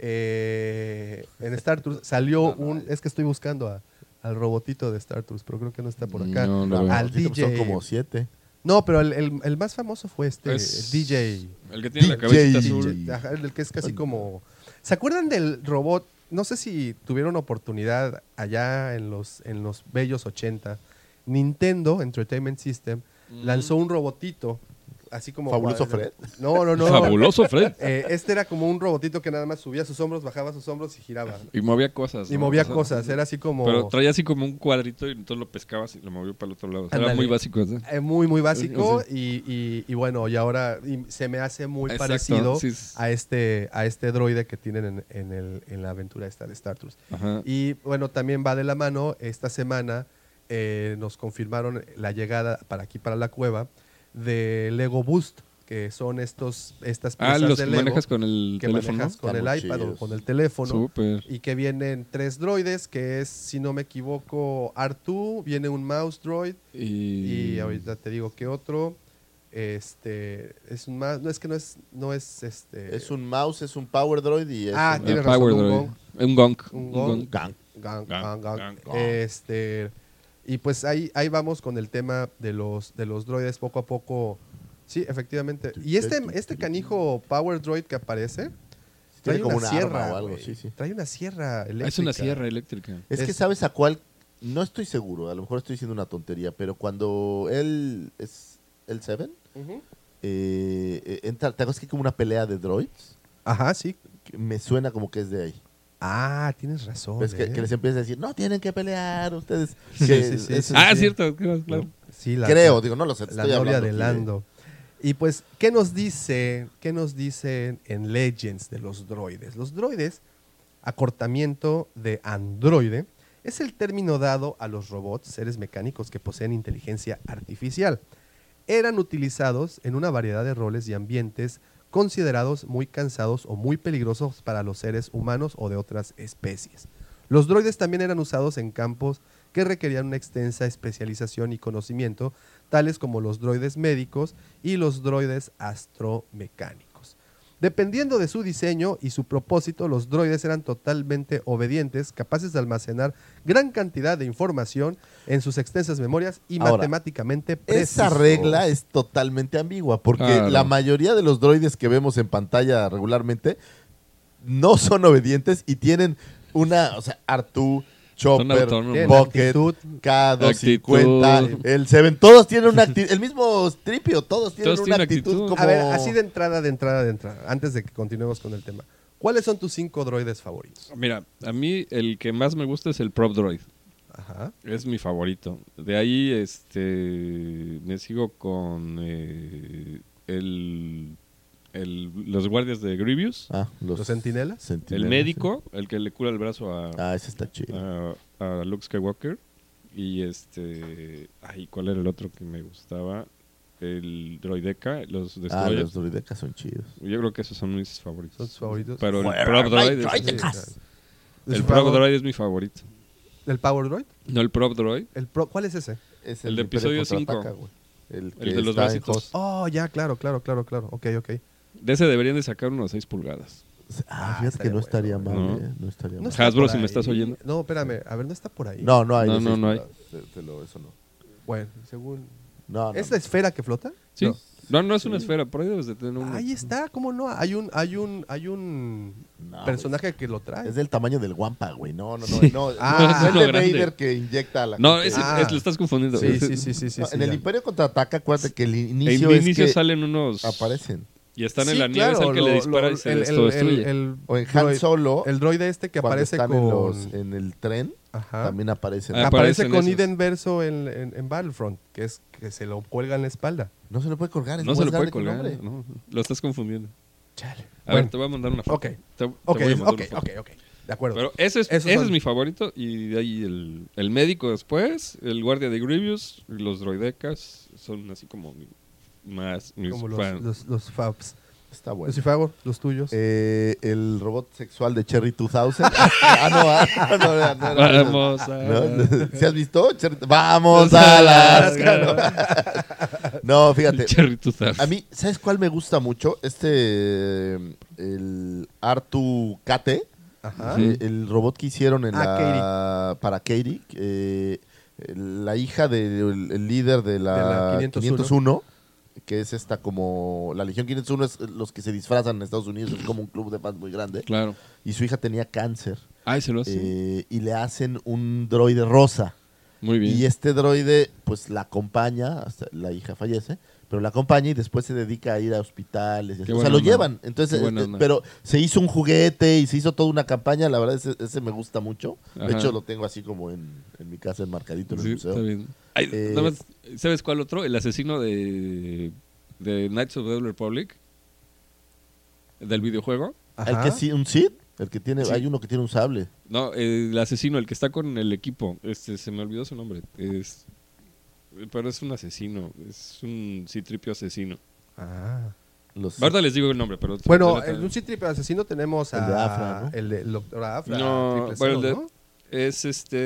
salió es que estoy buscando al robotito de Star Tours, pero creo que no está por acá. No, No, no. Al sí, pues son DJ. como 7. No, pero el más famoso fue Es el DJ. El que tiene la DJ. cabecita azul. DJ, ajá, el que es casi como... ¿Se acuerdan del robot? No sé si tuvieron oportunidad allá en los bellos 80. Nintendo Entertainment System lanzó un robotito, así como... ¿Fabuloso Fred? No. Fabuloso, Fred. Este era como un robotito que nada más subía sus hombros, bajaba sus hombros y giraba. Y movía cosas. Y ¿no? movía O sea, cosas, era así como... Pero traía así como un cuadrito y entonces lo pescabas y lo movió para el otro lado. O sea, era Ándale. muy básico. ¿sí? Muy, muy básico Sí. y bueno, y ahora se me hace muy Exacto, parecido sí. a este droide que tienen en la aventura esta de Star Tours. Ajá. Y bueno, también va de la mano, esta semana nos confirmaron la llegada para la cueva de Lego Boost, que son estas piezas Los de que Lego manejas con el que teléfono. manejas con Están el muy iPad o chidos. con el teléfono. Súper. Y que vienen 3 droides, que es, si no me equivoco, R2, viene un mouse droid, y ahorita te digo que otro, es un mouse, Es un mouse, es un power droid y es un tienes razón, Power un Droid. gong. Un gong. Un Un gong. gong. Gang. Gang. Y pues ahí vamos con el tema de los droides poco a poco. Sí, efectivamente. Y este canijo Power Droid que aparece trae Tiene como una una sierra arma o algo, güey. sí. Trae una sierra eléctrica. Es una sierra eléctrica. Es que sabes a cuál, no estoy seguro, a lo mejor estoy diciendo una tontería, pero cuando él es el 7, Ujú. entra, ¿te acuerdas que hay como una pelea de droids? Ajá, sí. Que me suena como que es de ahí. Ah, tienes razón. Ves que les empieza a decir, no tienen que pelear ustedes. Sí, Que sí. es- Ah, sí. cierto. Claro. Sí, creo, digo, no lo sé. te la estoy gloria hablando de aquí Lando. Y pues, ¿qué nos dicen en Legends de los droides? Los droides, acortamiento de androide, Es el término dado a los robots, seres mecánicos que poseen inteligencia artificial. Eran utilizados en una variedad de roles y ambientes considerados muy cansados o muy peligrosos para los seres humanos o de otras especies. Los droides también eran usados en campos que requerían una extensa especialización y conocimiento, tales como los droides médicos y los droides astromecánicos. Dependiendo de su diseño y su propósito, los droides eran totalmente obedientes, capaces de almacenar gran cantidad de información en sus extensas memorias y Ahora, matemáticamente precisos. Esa regla es totalmente ambigua, porque Claro. la mayoría de los droides que vemos en pantalla regularmente no son obedientes y tienen una, o sea, R2, Chopper, autónomos. Bucket, Actitud. K250, Actitud. el Seven, todos tienen una actitud, el mismo Tripio, todos tienen Todos una tienen actitud actitud. como... A ver, así de entrada, antes de que continuemos con el tema. ¿Cuáles son tus 5 droides favoritos? Mira, a mí el que más me gusta es el Prop Droid. Ajá. Es mi favorito. De ahí me sigo con los guardias de Grievous. ¿Los centinelas? El médico, el que le cura el brazo ese está chido. a Luke Skywalker. Y ¿cuál era el otro que me gustaba? El Droideca, los Destroyers. Los droidecas son chidos. Yo creo que esos son mis favoritos. ¿Son tus favoritos? Pero el Where Prop are Droid, my droidecas? el Prop Droid es mi favorito. ¿El Power Droid? No, el Prop Droid. ¿Cuál es ese? Es El de episodio 5. El El de los bracitos. Oh, ya, claro. Ok. De ese deberían de sacar unos 6 pulgadas. Fíjate que estaría no estaría bueno. mal, No. no estaría No mal. está Hasbro, por si me ahí. estás oyendo. No, espérame. A ver, no está por ahí. No hay. No, de seis no hay. pulgadas. Eso no. Bueno, según... No. ¿Es la esfera que flota? Sí. No. No es una esfera. Por ahí debes de tener una. Ahí está, ¿cómo no? Hay un No, personaje que lo trae. Es del tamaño del Wampa, güey. No. Sí. No Ah, es el de grande. Vader que inyecta a la No, gente. lo estás confundiendo. Sí. No, en el ya. Imperio Contraataca, acuérdate que el En inicio el es inicio que salen unos. aparecen. Y están en Sí, la nieve, es el que le dispara y se destruye. O en Han Solo, el droide este que cuando aparece están con... en el tren, Ajá. también aparecen. Ah, Aparece aparecen con esos. Iden Verso en Battlefront, que es que se lo cuelga en la espalda. No se le puede colgar, es No más se lo puede grande que un colgar. hombre. No, lo estás confundiendo. Chale. A ver, te voy a mandar una foto. Ok. Te voy a mandar una foto. Ok. De acuerdo. Pero ese Esos es son- mi favorito. Y de ahí el médico después, el guardia de Grievous, y los droidecas son así como mis Como fans. los Fabs. Está bueno. Los Ifagor, los tuyos. El robot sexual de Cherry 2000. No. Vamos a... ¿Sí has visto? Vamos a Alaska. No, fíjate. Cherry 2000. A mí, ¿sabes cuál me gusta mucho? El R2KT. Ajá. El robot que hicieron para Katie. La hija del líder de la 501, que es esta como... La Legión 501 es los que se disfrazan en Estados Unidos, es como un club de fans muy grande. Claro. Y su hija tenía cáncer. Se lo hace. Y le hacen un droide rosa. Muy bien. Y este droide, pues la acompaña, hasta la hija fallece, pero la acompaña y después se dedica a ir a hospitales. Qué O sea, buena lo onda. llevan. Entonces, Qué buena onda. pero se hizo un juguete y se hizo toda una campaña. La verdad, ese me gusta mucho. De Ajá. hecho, lo tengo así como en mi casa enmarcadito en el Sí, museo. está bien. Nada más, ¿sabes cuál otro? El asesino de Knights of the Old Republic. Del videojuego. El que sí, un Sith, el que tiene, Sí. hay uno que tiene un sable. No, el asesino, el que está con el equipo. Se me olvidó su nombre. Pero es un asesino. Es un citripio asesino. Ahorita les digo el nombre, pero... Bueno, en un citripio asesino tenemos El de Afra, ¿no? el doctor Afra. No, triple bueno, cero, ¿no? es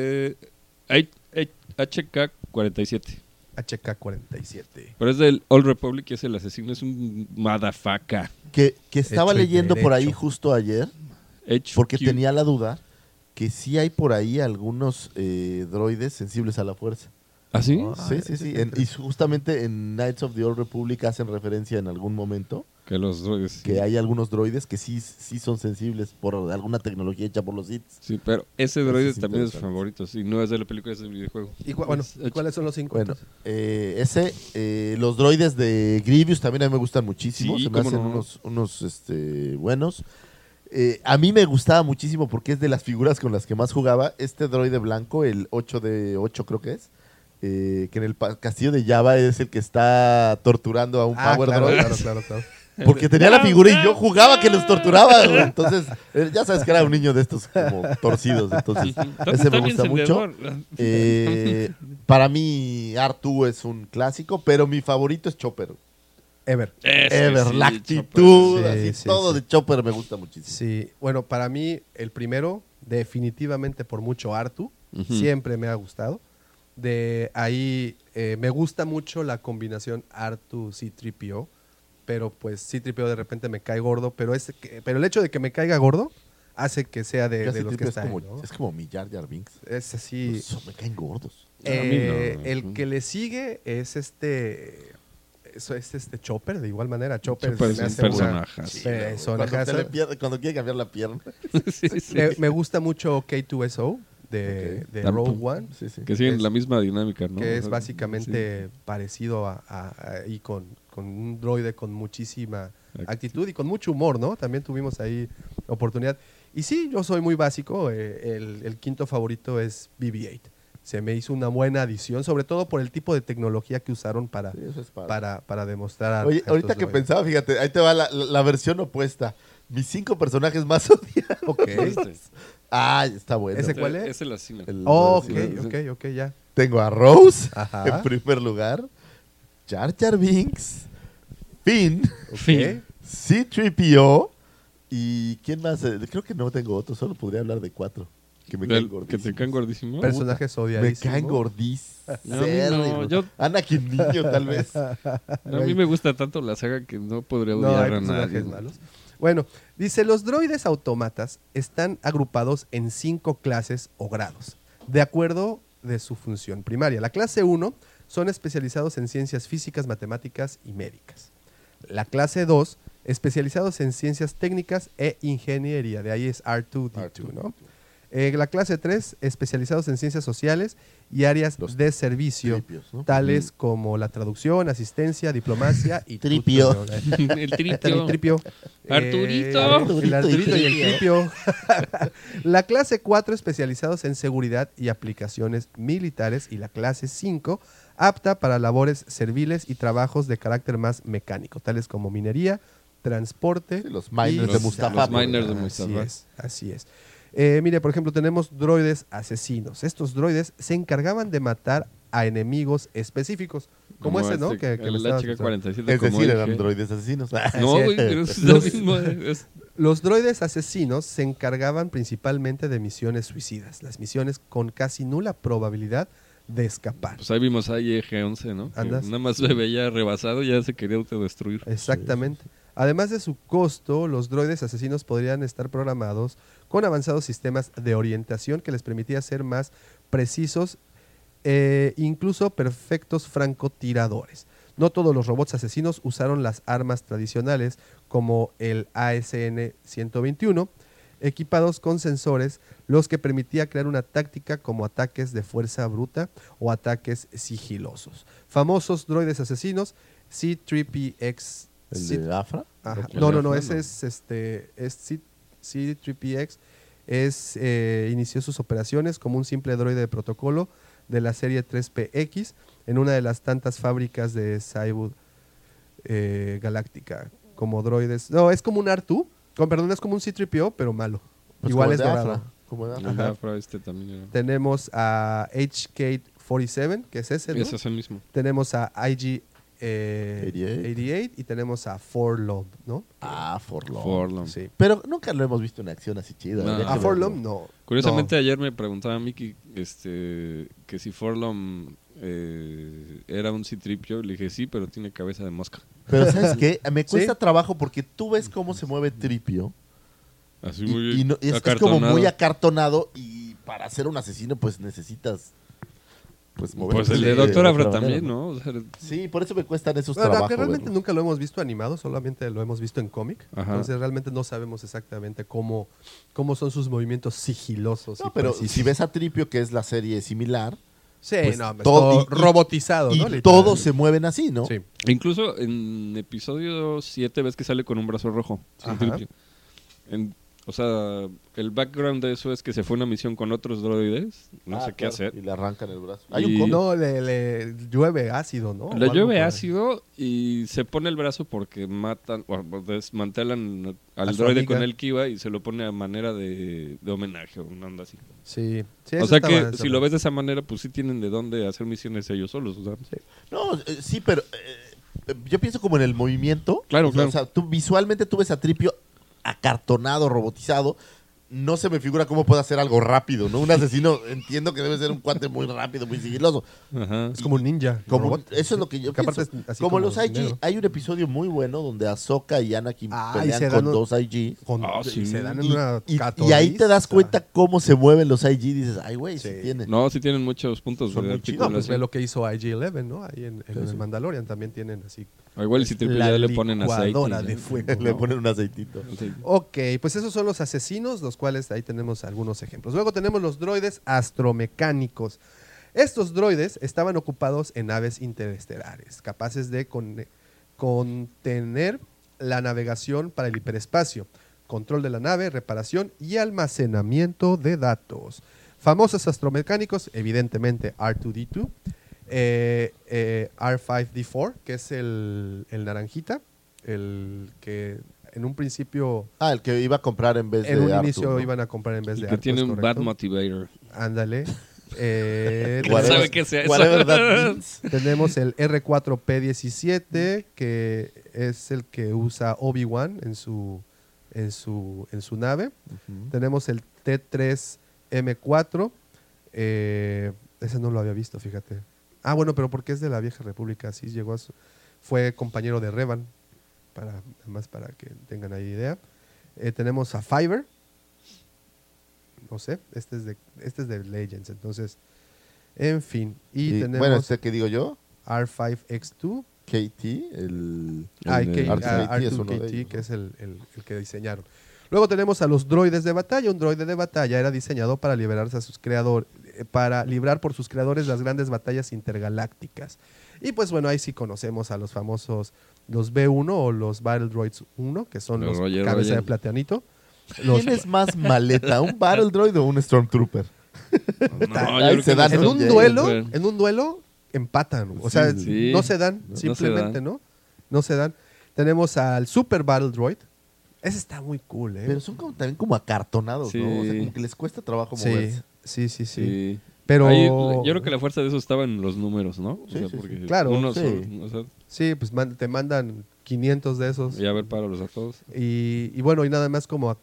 HK-47. HK-47. Pero es del Old Republic y es el asesino. Es un motherfucker. Que estaba Hecho y leyendo por ahí derecho. justo ayer, porque tenía la duda que sí hay por ahí algunos droides sensibles a la fuerza. ¿Ah, sí? Sí. Y justamente en Knights of the Old Republic hacen referencia en algún momento Que los droides... que hay algunos droides que sí son sensibles por alguna tecnología hecha por los Sith. Sí, pero ese droide es también es interesante. favorito. Sí, no es de la película, es del videojuego. ¿Y cuáles son los 5? Bueno, los droides de Grievous también a mí me gustan muchísimo. Sí, se me cómo hacen no. unos buenos. A mí me gustaba muchísimo porque es de las figuras con las que más jugaba. Este droide blanco, el 8 de 8 creo que es. Que en el castillo de Java es el que está torturando a un Power Droid. Claro. Porque tenía la figura y yo jugaba que los torturaba, güey. Entonces, ya sabes que era un niño de estos como torcidos. Entonces, ese me gusta mucho. Para mí, R2 es un clásico, pero mi favorito es Chopper. Ever. La actitud, Chopper. así, Sí, todo sí. de Chopper me gusta muchísimo. Sí, bueno, para mí el primero, definitivamente por mucho Artu, siempre me ha gustado. De ahí me gusta mucho la combinación Artu C-3PO, pero pues C-3PO de repente me cae gordo, pero el hecho de que me caiga gordo hace que sea de los que está ahí, ¿no? Es como mi Jar Jar Binks. Es así. Me caen gordos. A mí no. El que le sigue es Chopper, de igual manera. Chopper Chopper se me es hace un personajazo. personajazo. Cuando quiere cambiar la pierna. Sí, sí. Me gusta mucho K2SO de Rogue One. Sí, sí. Que siguen Es- la misma dinámica, ¿no? Que O es sea, básicamente parecido y con un droide con muchísima actitud y con mucho humor, ¿no? También tuvimos ahí oportunidad. Y sí, yo soy muy básico. El quinto favorito es BB-8. Se me hizo una buena adición, sobre todo por el tipo de tecnología que usaron para, Sí, eso es padre. para demostrar. Oye, a ahorita estos que droides. pensaba, fíjate, ahí te va la versión opuesta. Mis 5 personajes más odiados. Ok. Ah, está bueno. ¿Ese cuál es? Es el asesino. Oh, Sí, ok, ya. Tengo a Rose Ajá. en primer lugar, Jar Jar Binks, Finn, Finn. C-3PO y ¿quién más? Creo que no tengo otro, solo podría hablar de 4 que me caen Que gordísimos. te caen gordísimo. Personajes Me odiadísimos. caen gordísimos. No, a mí no, yo- Anakin niño, tal vez. A mí me gusta tanto la saga que no podría No, odiar hay a nadie. personajes malos. Bueno, dice, los droides autómatas están agrupados en 5 clases o grados, de acuerdo de su función primaria. La clase 1 son especializados en ciencias físicas, matemáticas y médicas. La clase 2, especializados en ciencias técnicas e ingeniería. De ahí es R2-D2, ¿no? La clase 3, especializados en ciencias sociales y áreas Los de servicio, tripios, ¿no? tales como la traducción, asistencia, diplomacia y Tripio. tutoría. El El tripio. Arturito. El Arturito y el Tripio. tripio. La clase 4 especializados en seguridad y aplicaciones militares y la clase 5 apta para labores serviles y trabajos de carácter más mecánico, tales como minería, transporte. Sí, los miners y de Mustafa. Los miners de Así Mustafa. así es. Mire, por ejemplo, tenemos droides asesinos. Estos droides se encargaban de matar a enemigos específicos, como ese, ¿no? Que me el estabas HK-47. Es como decir, dije. eran droides asesinos. No, güey, pero es lo mismo. Los droides asesinos se encargaban principalmente de misiones suicidas, las misiones con casi nula probabilidad de escapar. Pues ahí vimos a IEG-11, ¿no? Que Andas. nada más se veía rebasado y ya se quería autodestruir. Exactamente. Además de su costo, los droides asesinos podrían estar programados con avanzados sistemas de orientación que les permitía ser más precisos, incluso perfectos francotiradores. No todos los robots asesinos usaron las armas tradicionales como el ASN-121, equipados con sensores, los que permitía crear una táctica como ataques de fuerza bruta o ataques sigilosos. Famosos droides asesinos, C-3PX. ¿El de Afra? Ajá. El No, Afra, ese es C-3PX. Inició sus operaciones como un simple droide de protocolo de la serie 3PX en una de las tantas fábricas de Cyber Galáctica como droides. No, es como un R2, perdón, es como un C-3PO, pero malo. Pues Igual como es el de dorado. Afra, como el de Afra. El Ajá. Afra también era. Tenemos a HK-47, que es ese, ¿no? Ese es el mismo. Tenemos a IG-88 y tenemos a Forlom, ¿no? Ah, Forlom. Forlom. Sí. Pero nunca lo hemos visto en acción así chida. No. habría que A verlo. Forlom no. Curiosamente No. ayer me preguntaba Miki que si Forlom era un C-3PO. Le dije sí, pero tiene cabeza de mosca. Pero ¿sabes qué? Me cuesta Sí. trabajo porque tú ves cómo se mueve Tripio Así y, muy y no- es como acartonado. muy acartonado y para ser un asesino pues necesitas pues mover. Pues el de Doctor Afra también, ¿no? O sea, Sí, por eso me cuestan esos Bueno, trabajos. que realmente verlos. nunca lo hemos visto animado, solamente lo hemos visto en cómic. Ajá. Entonces realmente no sabemos exactamente cómo son sus movimientos sigilosos. No, y pero precisos. si ves a Tripio, que es la serie similar, Sí, pues no, todo- todo robotizado, y ¿no? Literal. todos se mueven así, ¿no? Sí. incluso en episodio 7 ves que sale con un brazo rojo. Ajá. C-3PO. O sea, el background de eso es que se fue a una misión con otros droides, no sé qué claro, hacer. Y le arrancan el brazo. Y- Hay un cómic. No, le llueve ácido, ¿no? Le O algo llueve por ahí. ácido y se pone el brazo porque matan o desmantelan A al su droide amiga. con el que iba y se lo pone a manera de homenaje o una onda así. Sí. Sí, O eso sea estaba- que eso si lo ves de esa manera, pues sí tienen de dónde hacer misiones ellos solos. O sea, No, sí, pero yo pienso como en el movimiento. Claro, O sea, claro. O sea, tú visualmente tú ves a Tripio acartonado, robotizado. No se me figura cómo puede hacer algo rápido, ¿no? Un asesino entiendo que debe ser un cuate muy rápido, muy sigiloso. Ajá. Es como un ninja. Como, robot. eso es lo que yo Que aparte pienso. es así Como los IG, negro. hay un episodio muy bueno donde Ahsoka y Anakin Ah, y pelean se con dan un- dos IG. Ah, sí. Y se dan en Y, una y ahí te das catorriza. cuenta cómo se mueven los IG. Dices, ay, güey, sí Sí. tiene. No, sí tienen muchos puntos Son de muy chidos. No, pues ve articulación. lo que hizo IG-11, ¿no? Ahí en Sí, el sí. Mandalorian también tienen así. O igual y si Triple La ya le ponen aceite. licuadora y de ya. fuego. Le ¿no? ponen un aceitito. Sí. Ok, pues esos son los asesinos, los cuales ahí tenemos algunos ejemplos. Luego tenemos los droides astromecánicos. Estos droides estaban ocupados en naves interestelares, capaces de contener la navegación para el hiperespacio, control de la nave, reparación y almacenamiento de datos. Famosos astromecánicos, evidentemente R2-D2, R5-D4, que es el naranjita, el que en un principio, Ah, el que iba a comprar en vez en de un Arthur, inicio ¿no? iban a comprar en vez Y de que Arthur, tiene es un bad correcto. motivator. Ándale. ¿Quién sabe qué sea eso? Whatever that means. Tenemos el R4P17, que es el que usa Obi-Wan en su nave. Tenemos el T3M4. Ese no lo había visto, fíjate. Ah, bueno, pero porque es de la vieja república. Sí llegó fue compañero de Revan. Más para que tengan ahí idea. Tenemos a Fiverr. No sé, este es de Legends, entonces, en fin. Y tenemos Bueno, ¿qué digo yo? R5X2, KT, el... R2KT es uno de R2KT, ellos, que ¿no? es el que diseñaron. Luego tenemos a los droides de batalla. Un droide de batalla era diseñado para liberarse a sus creadores, para librar por sus creadores las grandes batallas intergalácticas. Y pues bueno, ahí sí conocemos a los famosos, los B1 o los Battle Droids 1, que son los Roger, cabeza Roger. de plateanito. Los- ¿Quién es más maleta, un Battle Droid o un Stormtrooper? No, Ahí yo creo se que dan no en son un James, duelo, güey. en un duelo empatan, o sea, Sí. no se dan, No se simplemente, dan. ¿no? No se dan. Tenemos al Super Battle Droid. Ese está muy cool, ¿eh? Pero son también como acartonados, Sí. ¿no? O sea, como que les cuesta trabajo sí, moverse. sí. Sí. Pero Ahí, yo creo que la fuerza de eso estaba en los números, ¿no? O Sí, sea, sí, sí. porque Claro, unos sí. son- o sea, sí, pues te mandan 500 de esos. y a ver, páralos a todos. Y bueno, y nada más como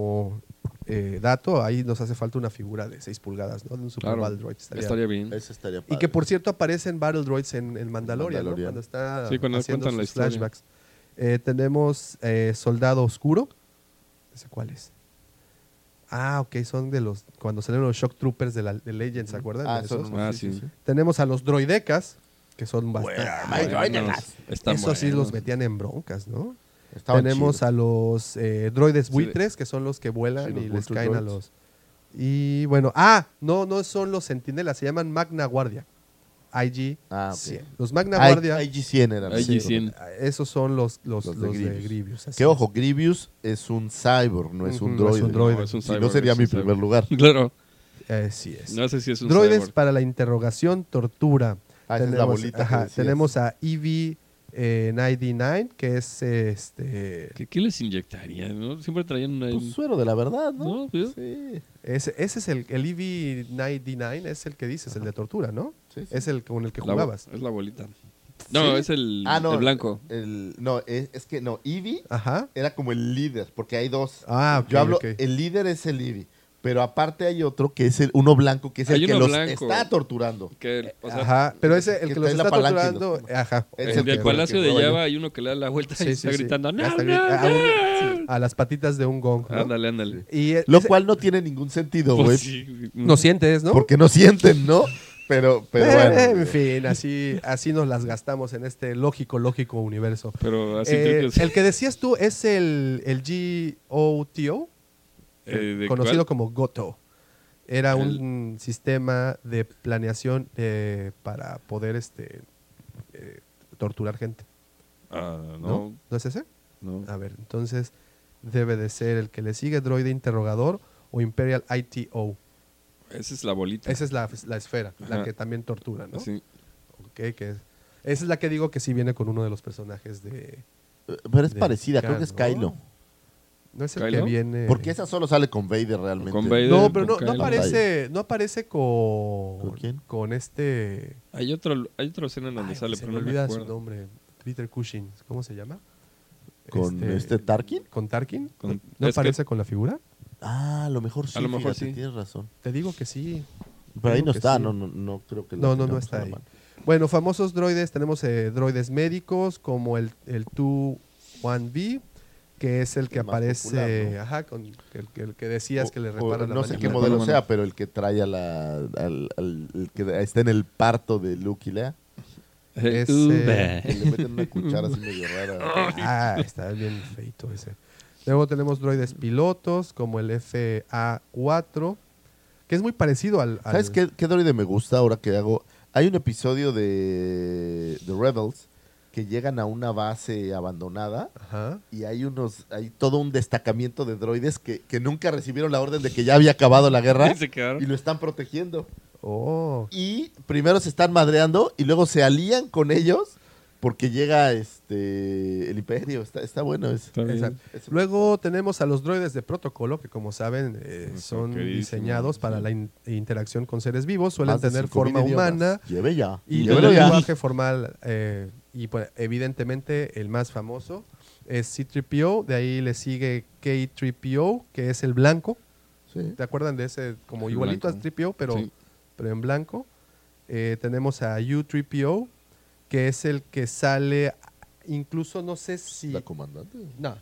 dato, ahí nos hace falta una figura de 6 pulgadas, ¿no? De un Super Claro, Battle Droid. estaría bien. Ese estaría Y padre. que por cierto aparecen Battle Droids en Mandalorian, ¿no? Mandalorian. Cuando está Sí, cuando haciendo cuentan la sus historia. flashbacks. Tenemos Soldado Oscuro. ¿Ese cuál es? Ah, ok, son de los cuando salieron los Shock Troopers de Legends, ¿se acuerdan? Ah, de son esos? unos, Ah, sí, sí. Tenemos a los droidecas, que son bastante. Buenos, están Esos sí buenos. los metían en broncas, ¿no? Estaban Tenemos chidos. a los droides Sí. buitres, que son los que vuelan Sí, los y les Vulture caen a droids. los... Y bueno, no son los centinelas, se llaman Magna Guardia. IG Ah, ok. 100. Los Magna Guardia, IG-100 eran. IG-100. esos son los de Grievous. Grievous. así Que es. ojo, Grievous es un cyborg, no es un Ujú, no es droide. un droide. No, es un Si no cyborg, sería es mi un primer cyborg. lugar. Claro. Así es. No sé si es un Droides cyborg. para la interrogación, tortura. Ah, esa es la bolita que decías. tenemos a EV-99, que es ¿Qué les inyectarían? ¿No? Siempre traían una... Pues suero de la verdad, ¿no? ¿No? ¿Sí? Sí. ese es el EV-99, es el que dices, el de tortura, ¿no? Sí, sí. Es el con el que La bo- jugabas. es la bolita. No, ¿Sí? es el, Ah, no. el blanco. No, es que no. Eevee Ajá. era como el líder, porque hay dos. Ah, ok, Yo hablo, ok. el líder es el Eevee. Pero aparte hay otro que es uno blanco, que es el Hay que uno los blanco. está torturando. Que, o sea, Ajá, pero ese, el que que los trae la está palanca y torturando, los- ajá. Es el el del que- Palacio que de juega Java yo. hay uno que le da la vuelta y Sí, está sí, sí. gritando Ya ¡No, está no, gri- no! a las patitas de un gong, ¿no? Ándale, ándale. Y Lo ese- cual no tiene ningún sentido, güey. Pues sí. no sientes, ¿no? Porque no sienten, ¿no? Pero bueno. En fin, así nos las gastamos en este lógico universo. Pero así El que decías tú es el GOTO, ¿de conocido cuál? como GOTO. Era un sistema de planeación para poder torturar gente. Ah, ¿No? no. ¿No es ese? No. A ver, entonces debe de ser el que le sigue, droide interrogador o Imperial ITO. Esa es la bolita. Esa es la esfera, la Ajá. que también tortura, ¿no? Sí. Ok, esa es la que digo que sí viene con uno de los personajes de... Pero es de parecida, creo que es Khan, ¿no? Kylo. No es el ¿Kylo? que viene... Porque esa solo sale con Vader realmente. Con Vader. No, pero con no Kylo. aparece con... ¿Con quién? Con este... Hay otra escena en donde Ay, sale, se pero me no me olvida su acuerdo. nombre. Peter Cushing, ¿cómo se llama? ¿Con este Tarkin? ¿Con Tarkin? Con- ¿No es que- aparece con la figura? Ah, a lo mejor sí. A lo mejor fíjate, sí. tienes razón. Te digo que sí. Pero ahí Digo no que está, sí. no creo que No tengamos está a la ahí. mano. Bueno, famosos droides, tenemos droides médicos como el 2-1B, que es el que El más aparece, popular, ¿no? ajá, con el que decías que le repara la no sé qué mandíbula. modelo mano. sea, pero el que trae el que está en el parto de Luke y Leia. Es, Que le meten una cuchara así medio rara. Ah, está bien feito ese. Luego tenemos droides pilotos como el FA4, que es muy parecido al... ¿Sabes qué droide me gusta ahora que hago? Hay un episodio de Rebels que llegan a una base abandonada Ajá. y hay todo un destacamiento de droides que nunca recibieron la orden de que ya había acabado la guerra Se quedaron. y lo están protegiendo. Oh, Y primero se están madreando y luego se alían con ellos porque llega el Imperio. Está bueno eso. Está bien. exacto. Eso. Luego tenemos a los droides de protocolo, que como saben son queridísimo, diseñados para sí. la interacción con seres vivos, suelen Más de tener 5,000 forma idiomas. humana Lleve ya. y Llévelo un ya. lenguaje formal. Y pues, evidentemente el más famoso es C-3PO, de ahí le sigue K-3PO, que es el blanco. Sí. ¿Te acuerdan de ese? Como El igualito blanco. a 3PO, Sí. pero en blanco. Tenemos a U-3PO, que es el que sale, incluso no sé si... ¿La comandante? No,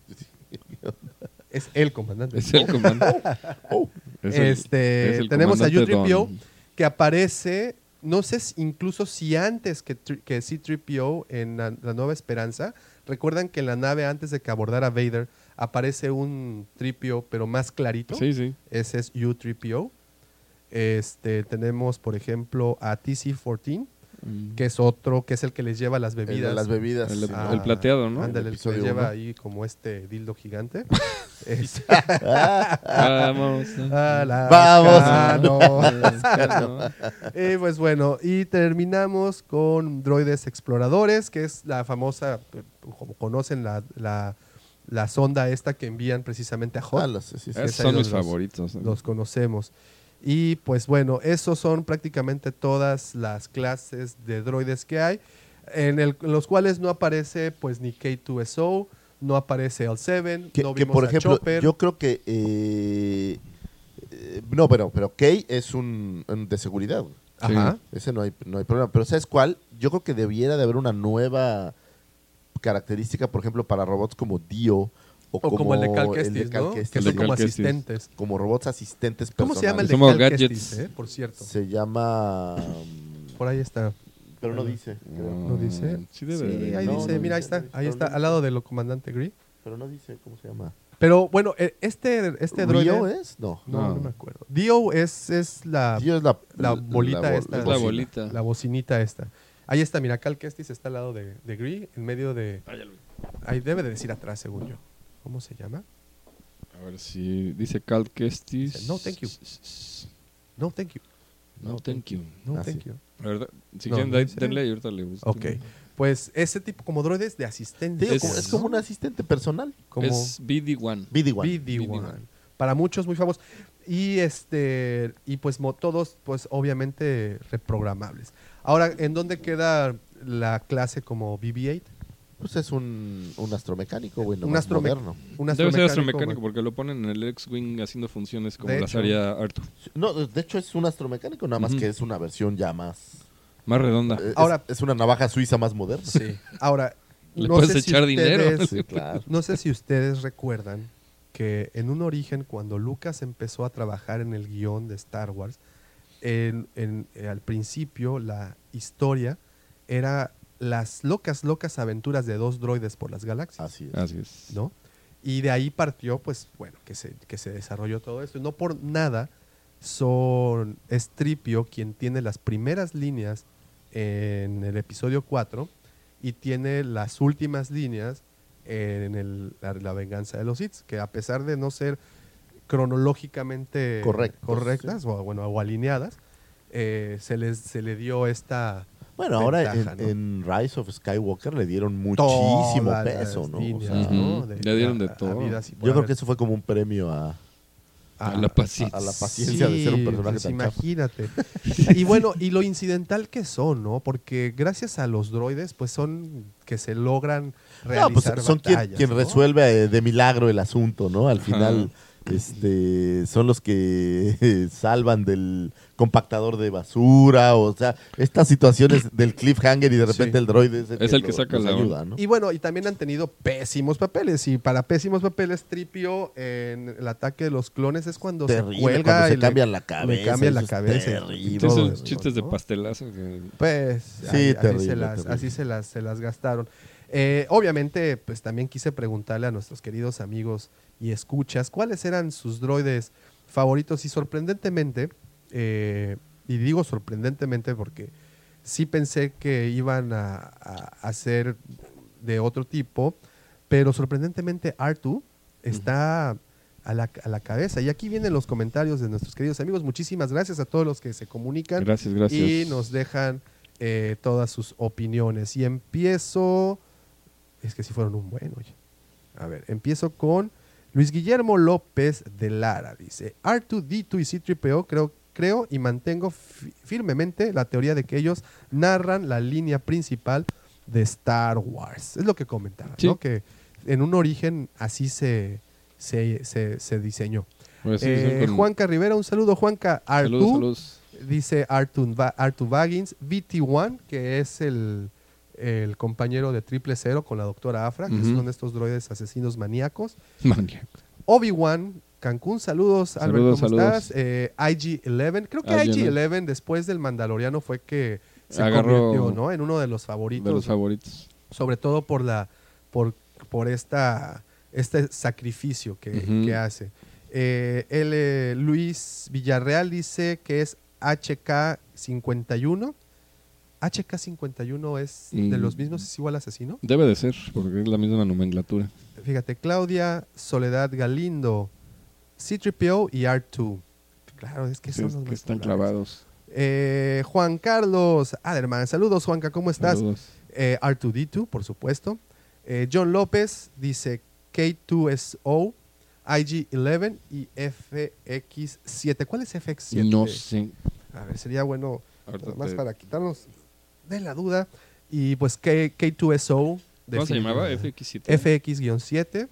es el comandante. Es el comandante. Oh. Es el Tenemos a comandante U-3PO, Don. que aparece, no sé incluso si antes que C-3PO en la Nueva Esperanza. Recuerdan que en la nave, antes de que abordara Vader, aparece un 3PO, pero más clarito. Sí, sí. Ese es U-3PO. Tenemos, por ejemplo, a TC-14, que es otro, que es el que les lleva las El bebidas. de las bebidas. El plateado, ¿no? Ándale, El el que les episodio lleva uno. ahí como este dildo gigante. Vamos. A la Vamos. Cano. Y pues bueno, y terminamos con droides exploradores, que es la famosa, como conocen, la sonda esta que envían precisamente a Hot. Sí, sí, sí. Esos Es ahí son mis donde favoritos. los conocemos. Y pues bueno, esos son prácticamente todas las clases de droides que hay, en los cuales no aparece pues ni K2SO, no aparece L7, no Que vimos por a ejemplo, Chopper. yo creo que... no, pero Kay es un de seguridad. Ajá. Ese no hay problema. Pero ¿sabes cuál? Yo creo que debiera de haber una nueva característica, por ejemplo, para robots como Dio o como el de Cal el de Kestis, Cal ¿no? Kestis, Que El son de como Cal Kestis. asistentes. como robots asistentes ¿Cómo se llama el de Somos Cal gadgets. Kestis, por cierto? Se llama... Por ahí está. pero no dice. creo. ¿No dice? Sí, debe de. Sí, ahí No, dice, no mira, ahí dice, está, no dice, ahí pero está, no al lado del comandante Gree. Pero no dice cómo se llama. Pero bueno, este droide... ¿Rio es? No. No me acuerdo. Dio es la Dio es la bolita esta. Es la bolita. La bocinita esta. Ahí está, mira, Cal Kestis está al lado de Gree, en medio de... Ahí debe de decir atrás, según yo. ¿Cómo se llama? A ver si dice Cal Kestis. Dice, "No, thank you". No, thank you. No, thank you. No, Ah, thank sí. you. La verdad, si No, quieren, no dice. denle y ahorita le gusta. Ok. Pues ese tipo, como droides de asistencia. Digo, Es- es como un asistente personal. Como Es BD-1. BD-1. BD-1. Para muchos muy famosos. Y y pues todos, pues obviamente reprogramables. Ahora, ¿en dónde queda la clase como BB-8? Pues es un astromecánico, bueno, Un más astrome- moderno. Un Debe ser astromecánico bueno. porque lo ponen en el X-Wing haciendo funciones como De las hecho. haría Arthur. No, de hecho es un astromecánico, nada más Ujú. que es una versión ya más... Más redonda. Ahora- es una navaja suiza más moderna. Sí. Ahora, Le no puedes sé si echar dinero. ustedes- Sí, claro. No sé si ustedes recuerdan que en un origen, cuando Lucas empezó a trabajar en el guión de Star Wars, al principio la historia era las locas aventuras de dos droides por las galaxias, Así es. Así es. ¿no? Y de ahí partió, pues, bueno, que se desarrolló todo esto. Y no por nada es Tripio quien tiene las primeras líneas en el episodio 4 y tiene las últimas líneas en la venganza de los Sith, que a pesar de no ser cronológicamente correctas o alineadas, se le dio esta Bueno, ahora ventaja, ¿no? en Rise of Skywalker le dieron muchísimo Todas peso, las ¿no? líneas, O sea, ¿no? Le dieron de todo. yo creo que eso fue como un premio a la paciencia. a la paciencia de ser un personaje pues tan chafa. imagínate. Y bueno, y lo incidental que son, ¿no? Porque gracias a los droides, pues son que se logran No, pues realizar son batallas, quien ¿no? resuelve de milagro el asunto, ¿no? Al Ajá. final son los que salvan del compactador de basura, o sea, estas situaciones del cliffhanger y de repente Sí. el droide Es el que saca los la ayuda, ¿no? Y bueno, y también han tenido pésimos papeles. Y para pésimos papeles, Tripio en el ataque de los clones es cuando Terrible, se cuelga cuando se y cambian le la cabeza, cambian la eso es cabeza. terrible. y todo Esos eso, chistes de ¿no? pastelazo. Que... Pues Sí, terrible, terrible. así se las gastaron. Obviamente, pues también quise preguntarle a nuestros queridos amigos y escuchas cuáles eran sus droides favoritos y sorprendentemente, y digo sorprendentemente porque sí pensé que iban a ser de otro tipo, pero sorprendentemente R2 está a la cabeza. Y aquí vienen los comentarios de nuestros queridos amigos. Muchísimas gracias a todos los que se comunican Gracias. y nos dejan todas sus opiniones. Y empiezo... Es que sí fueron un buen, oye. A ver, empiezo con Luis Guillermo López de Lara. Dice, R2-D2 y C-3PO creo y mantengo firmemente la teoría de que ellos narran la línea principal de Star Wars. Es lo que comentaba, Sí. ¿no? Que en un origen así se diseñó. Pues sí, son con- Juanca Rivera, un saludo, Juanca. R2, Saludos. dice R2 Baggins, VT1, que es el compañero de 000 con la doctora Afra, que Ujú. son estos droides asesinos maníacos. Maníaco. Obi-Wan Cancún, saludos, Albert, ¿cómo Saludos. estás? IG-11, creo que IG-11. IG-11 después del Mandaloriano fue que se Agarró convirtió, ¿no? En uno de los favoritos, De los favoritos. sobre todo por este sacrificio que, Ujú. que hace. Luis Villarreal dice que es HK-51. HK-51 es de los mismos, es igual asesino. Debe de ser, porque es la misma nomenclatura. Fíjate, Claudia Soledad Galindo, C-3PO y R2. Claro, es que Sí, son es los que más están populares. clavados. Juan Carlos Aderman, saludos Juanca, ¿cómo estás? Saludos. R2D2, por supuesto. John López dice K2SO, IG-11 y FX7. ¿Cuál es FX7? No sé. A ver, sería bueno, Ahorita nada más te- para quitarnos de la duda. Y pues K2SO. ¿Cómo se llamaba? definitivamente. FX7. FX-7.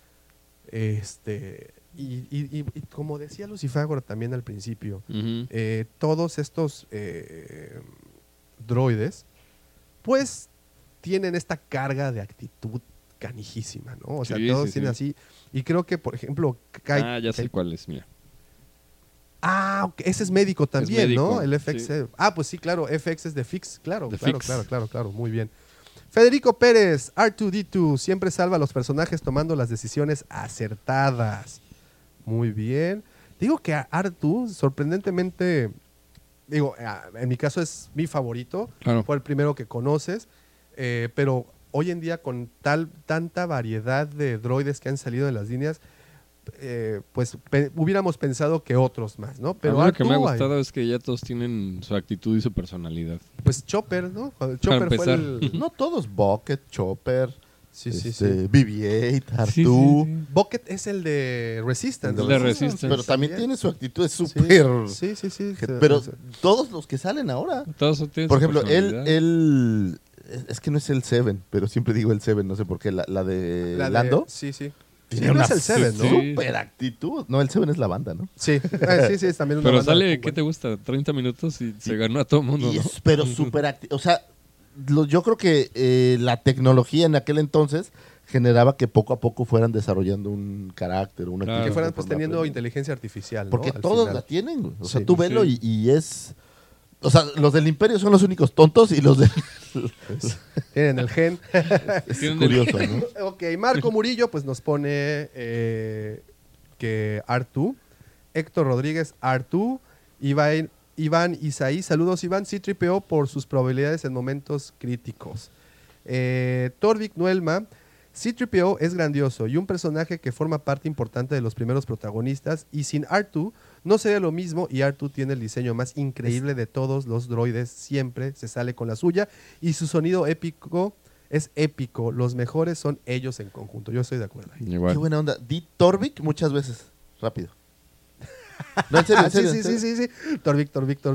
Y como decía Lucifagor también al principio, Ujú. todos estos droides, pues tienen esta carga de actitud canijísima, ¿no? O sea, Sí, todos sí, tienen así. Y creo que, por ejemplo, Ya sé cuál es, mira. ok, ese es médico también, médico, ¿no? El FX. sí. Pues sí, claro, FX es de Fix, claro, De claro, Fix. claro, muy bien. Federico Pérez, R2D2, siempre salva a los personajes tomando las decisiones acertadas. Muy bien. Digo que a R2, sorprendentemente, en mi caso es mi favorito, Claro. fue el primero que conoces, pero hoy en día con tanta variedad de droides que han salido en las líneas, pues hubiéramos pensado que otros más, ¿no? Pero a mí lo que me ha R2, gustado es que ya todos tienen su actitud y su personalidad. pues Chopper, ¿no? Chopper fue empezar. el... No todos, Bucket, Chopper, Sí, sí, BB-8, R2. Sí, sí, sí. Bucket es el de Resistance. El de Resistance. Pero también tiene su actitud, es Sí, súper... Sí. Pero todos los que salen ahora... Todos tienen Por su ejemplo, personalidad. él... Es que no es el Seven, pero siempre digo el Seven, no sé por qué. La de Lando Sí. Sí, tiene no una es el Seven, ¿no? Sí. super actitud. No, el Seven es la banda, ¿no? Sí, sí, es también una Pero banda sale, de ¿qué te gusta? 30 minutos y se ganó a todo mundo, ¿no? Pero súper actitud. O sea, yo creo que la tecnología en aquel entonces generaba que poco a poco fueran desarrollando un carácter, una Claro. Que actitud fueran pues conforme teniendo aprenden. inteligencia artificial, ¿no? Porque Al todos final. la tienen, güey. O sea, Sí. tú velo Sí. y es... O sea, los del Imperio son los únicos tontos y los de... Tienen el gen. Es Tienen curioso, ¿no? Ok, Marco Murillo pues nos pone que R2, Héctor Rodríguez R2, Iván Isaí, saludos Iván, C-3PO por sus probabilidades en momentos críticos. Torvik Nuelma, C-3PO es grandioso y un personaje que forma parte importante de los primeros protagonistas, y sin R2 no sería lo mismo, y R2 tiene el diseño más increíble de todos los droides, siempre se sale con la suya y su sonido épico es épico, los mejores son ellos en conjunto, yo estoy de acuerdo ahí. Igual. Qué buena onda. Di Torvik muchas veces. Rápido. No, en serio, en serio. Sí. Torvik.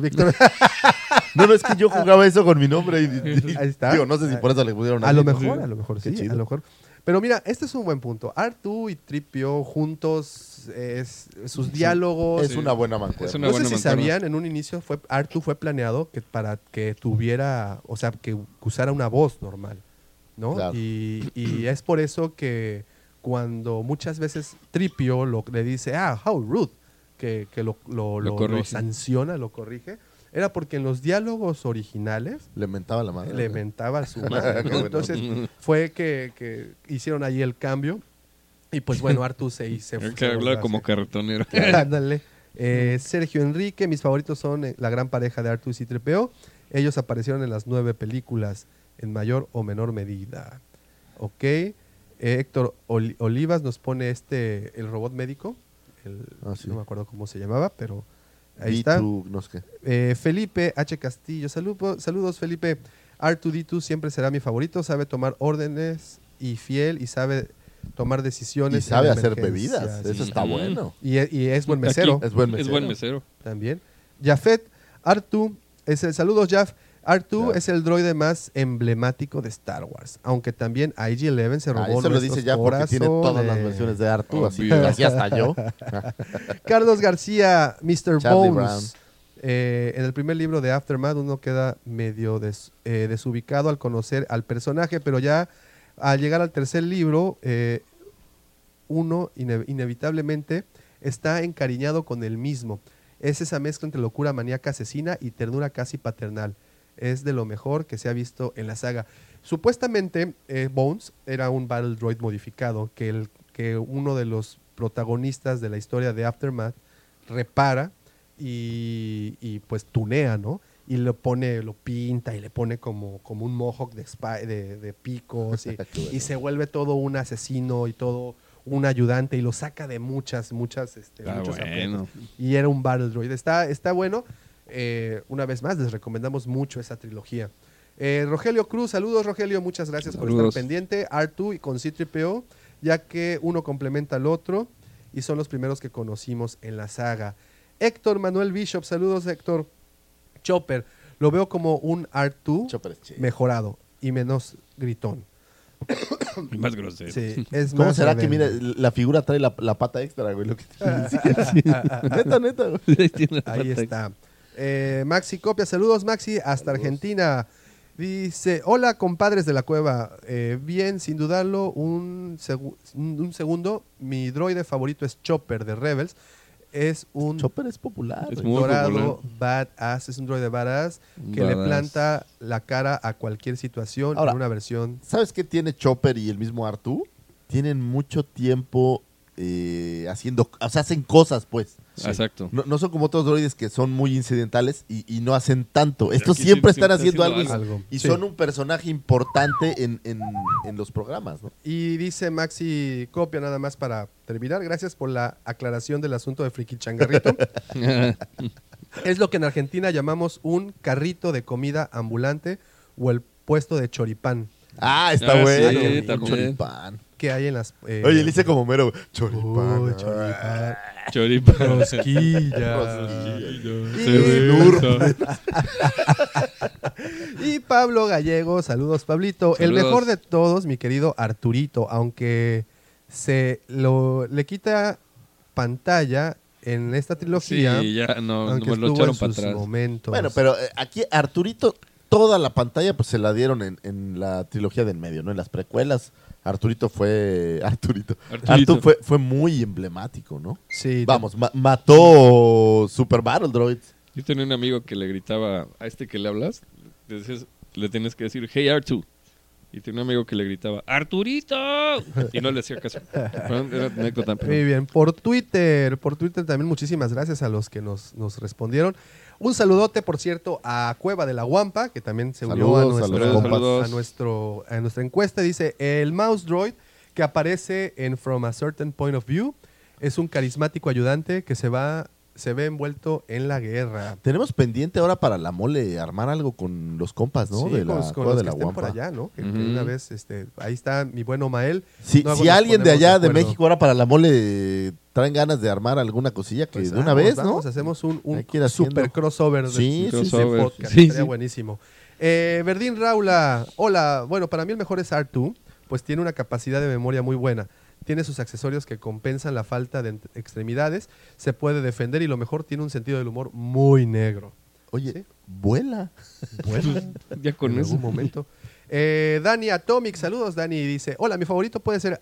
No, es que yo jugaba eso con mi nombre. Ahí está. Digo, no sé si por eso le pusieron A así. lo mejor Qué sí, chido. a lo mejor. Pero mira, este es un buen punto. R2 y Tripio juntos, sus diálogos. Es una buena mancuerna. Es una No buena sé si mancuerna. sabían, en un inicio R2 fue planeado para que tuviera, o sea, que usara una voz normal, ¿no? Claro. Y es por eso que cuando muchas veces Tripio le dice, how rude, que lo corrige. sanciona, lo corrige, era porque en los diálogos originales Le mentaba la madre. le mentaba a su madre, Qué ¿no? bueno. Entonces fue que hicieron ahí el cambio y pues bueno, Artu se Que habla como cartonero. Ándale. Sergio Enrique, mis favoritos son la gran pareja de Artu y C-3PO. Ellos aparecieron en las 9 películas en mayor o menor medida. Ok. Héctor Olivas nos pone el robot médico. Sí. No me acuerdo cómo se llamaba, pero ahí está. No sé qué. Felipe H. Castillo, saludos Felipe. R2D2 siempre será mi favorito, sabe tomar órdenes y fiel y sabe tomar decisiones. Y sabe en hacer emergencias. bebidas. Eso está Ujú. bueno. Y es buen mesero Es buen mesero. Es buen mesero. también. Jafet, R2 saludos Jaf. R2 Claro. es el droide más emblemático de Star Wars, aunque también IG-11 se robó Eso lo dice nuestros ya porque tiene todas las corazones. versiones de Artu, así, Obvio. así hasta yo. Carlos García, Mr. Charlie Bones. En el primer libro de Aftermath uno queda medio desubicado al conocer al personaje, pero ya al llegar al tercer libro, uno inevitablemente está encariñado con el mismo. Es esa mezcla entre locura maníaca asesina y ternura casi paternal. Es de lo mejor que se ha visto en la saga. Supuestamente, Bones era un Battle Droid modificado que uno de los protagonistas de la historia de Aftermath repara y pues tunea, ¿no? Y lo pinta y le pone como un mohawk de picos y se vuelve todo un asesino y todo un ayudante y lo saca de muchos aprietos. Bueno. Y era un Battle Droid. Está bueno. Una vez más, les recomendamos mucho esa trilogía. Rogelio Cruz, saludos Rogelio, muchas gracias por Saludos. estar pendiente. R2 y con C-3PO, ya que uno complementa al otro y son los primeros que conocimos en la saga. Héctor Manuel Bishop, saludos Héctor. Chopper, lo veo como un R2 Chopper es chido. mejorado y menos gritón. Y más grosero. Sí, es ¿Cómo más será que, rebelde. mira, la figura trae la pata extra, güey? Lo que te decía. Neta, güey. Ahí está. Maxi Copia, saludos Maxi, hasta Argentina. Dice, hola compadres de la cueva. Bien, sin dudarlo, un segundo, mi droide favorito es Chopper de Rebels. Es un Chopper es popular. Es güey. muy dorado popular. badass, es un droide badass que le Badass. planta la cara a cualquier situación Ahora, en una versión. ¿Sabes qué tiene Chopper y el mismo Artu? Tienen mucho tiempo haciendo, o sea, hacen cosas, pues. Exacto. No son como otros droides que son muy incidentales y no hacen tanto. Estos aquí siempre siempre están haciendo haciendo algo, algo. y Sí. son un personaje importante en los programas, ¿no? Y dice Maxi Copia, nada más para terminar, gracias por la aclaración del asunto de Friki Changarrito. Es lo que en Argentina llamamos un carrito de comida ambulante o el puesto de choripán Ah, está Ah, bueno. sí, Un también. choripán. que hay en las... Oye, le hice como mero choripán. Uy, choripán. Choripa. Rosquilla. Cerveza. Y Pablo Gallego, saludos Pablito. El Saludos. mejor de todos, mi querido Arturito, aunque le quita pantalla en esta trilogía, Sí, ya no, aunque me lo estuvo echaron en para sus atrás. momentos. Bueno, pero aquí Arturito, toda la pantalla pues se la dieron en la trilogía de en medio, ¿no? En las precuelas, Arturito fue muy emblemático, ¿no? Sí, Vamos, mató Super Battle Droids. Yo tenía un amigo que le gritaba a este que le hablas, le tienes que decir, hey R2. Y tenía un amigo que le gritaba, ¡Arturito! Y no le hacía caso. Era anécdota. pero- Muy bien, por Twitter también muchísimas gracias a los que nos respondieron. Un saludote, por cierto, a Cueva de la Guampa, que también se unió Saludos a los compas. a nuestra encuesta. Dice, el Mouse Droid que aparece en From a Certain Point of View. Es un carismático ayudante que se ve envuelto en la guerra. Tenemos pendiente ahora para la mole armar algo con los compas, ¿no? Sí, de la con Cueva los de que la estén por Guampa. allá, ¿no? Que una vez, ahí está mi buen Omael. Si Luego si nos alguien de ponemos allá de acuerdo. México ahora para la mole traen ganas de armar alguna cosilla, que Pues de una vamos, vez, vamos, ¿no? hacemos un Hay que ir haciendo. super crossover Sí, de sí, crossover. podcast. Sí, Estaría sí. buenísimo. Verdín Raula, hola. Bueno, para mí el mejor es R2, pues tiene una capacidad de memoria muy buena. Tiene sus accesorios que compensan la falta de extremidades. Se puede defender y lo mejor, tiene un sentido del humor muy negro. Oye, ¿Sí? vuela. Bueno, Ya con en eso. algún momento. Dani Atomic, saludos Dani, dice, hola, mi favorito puede ser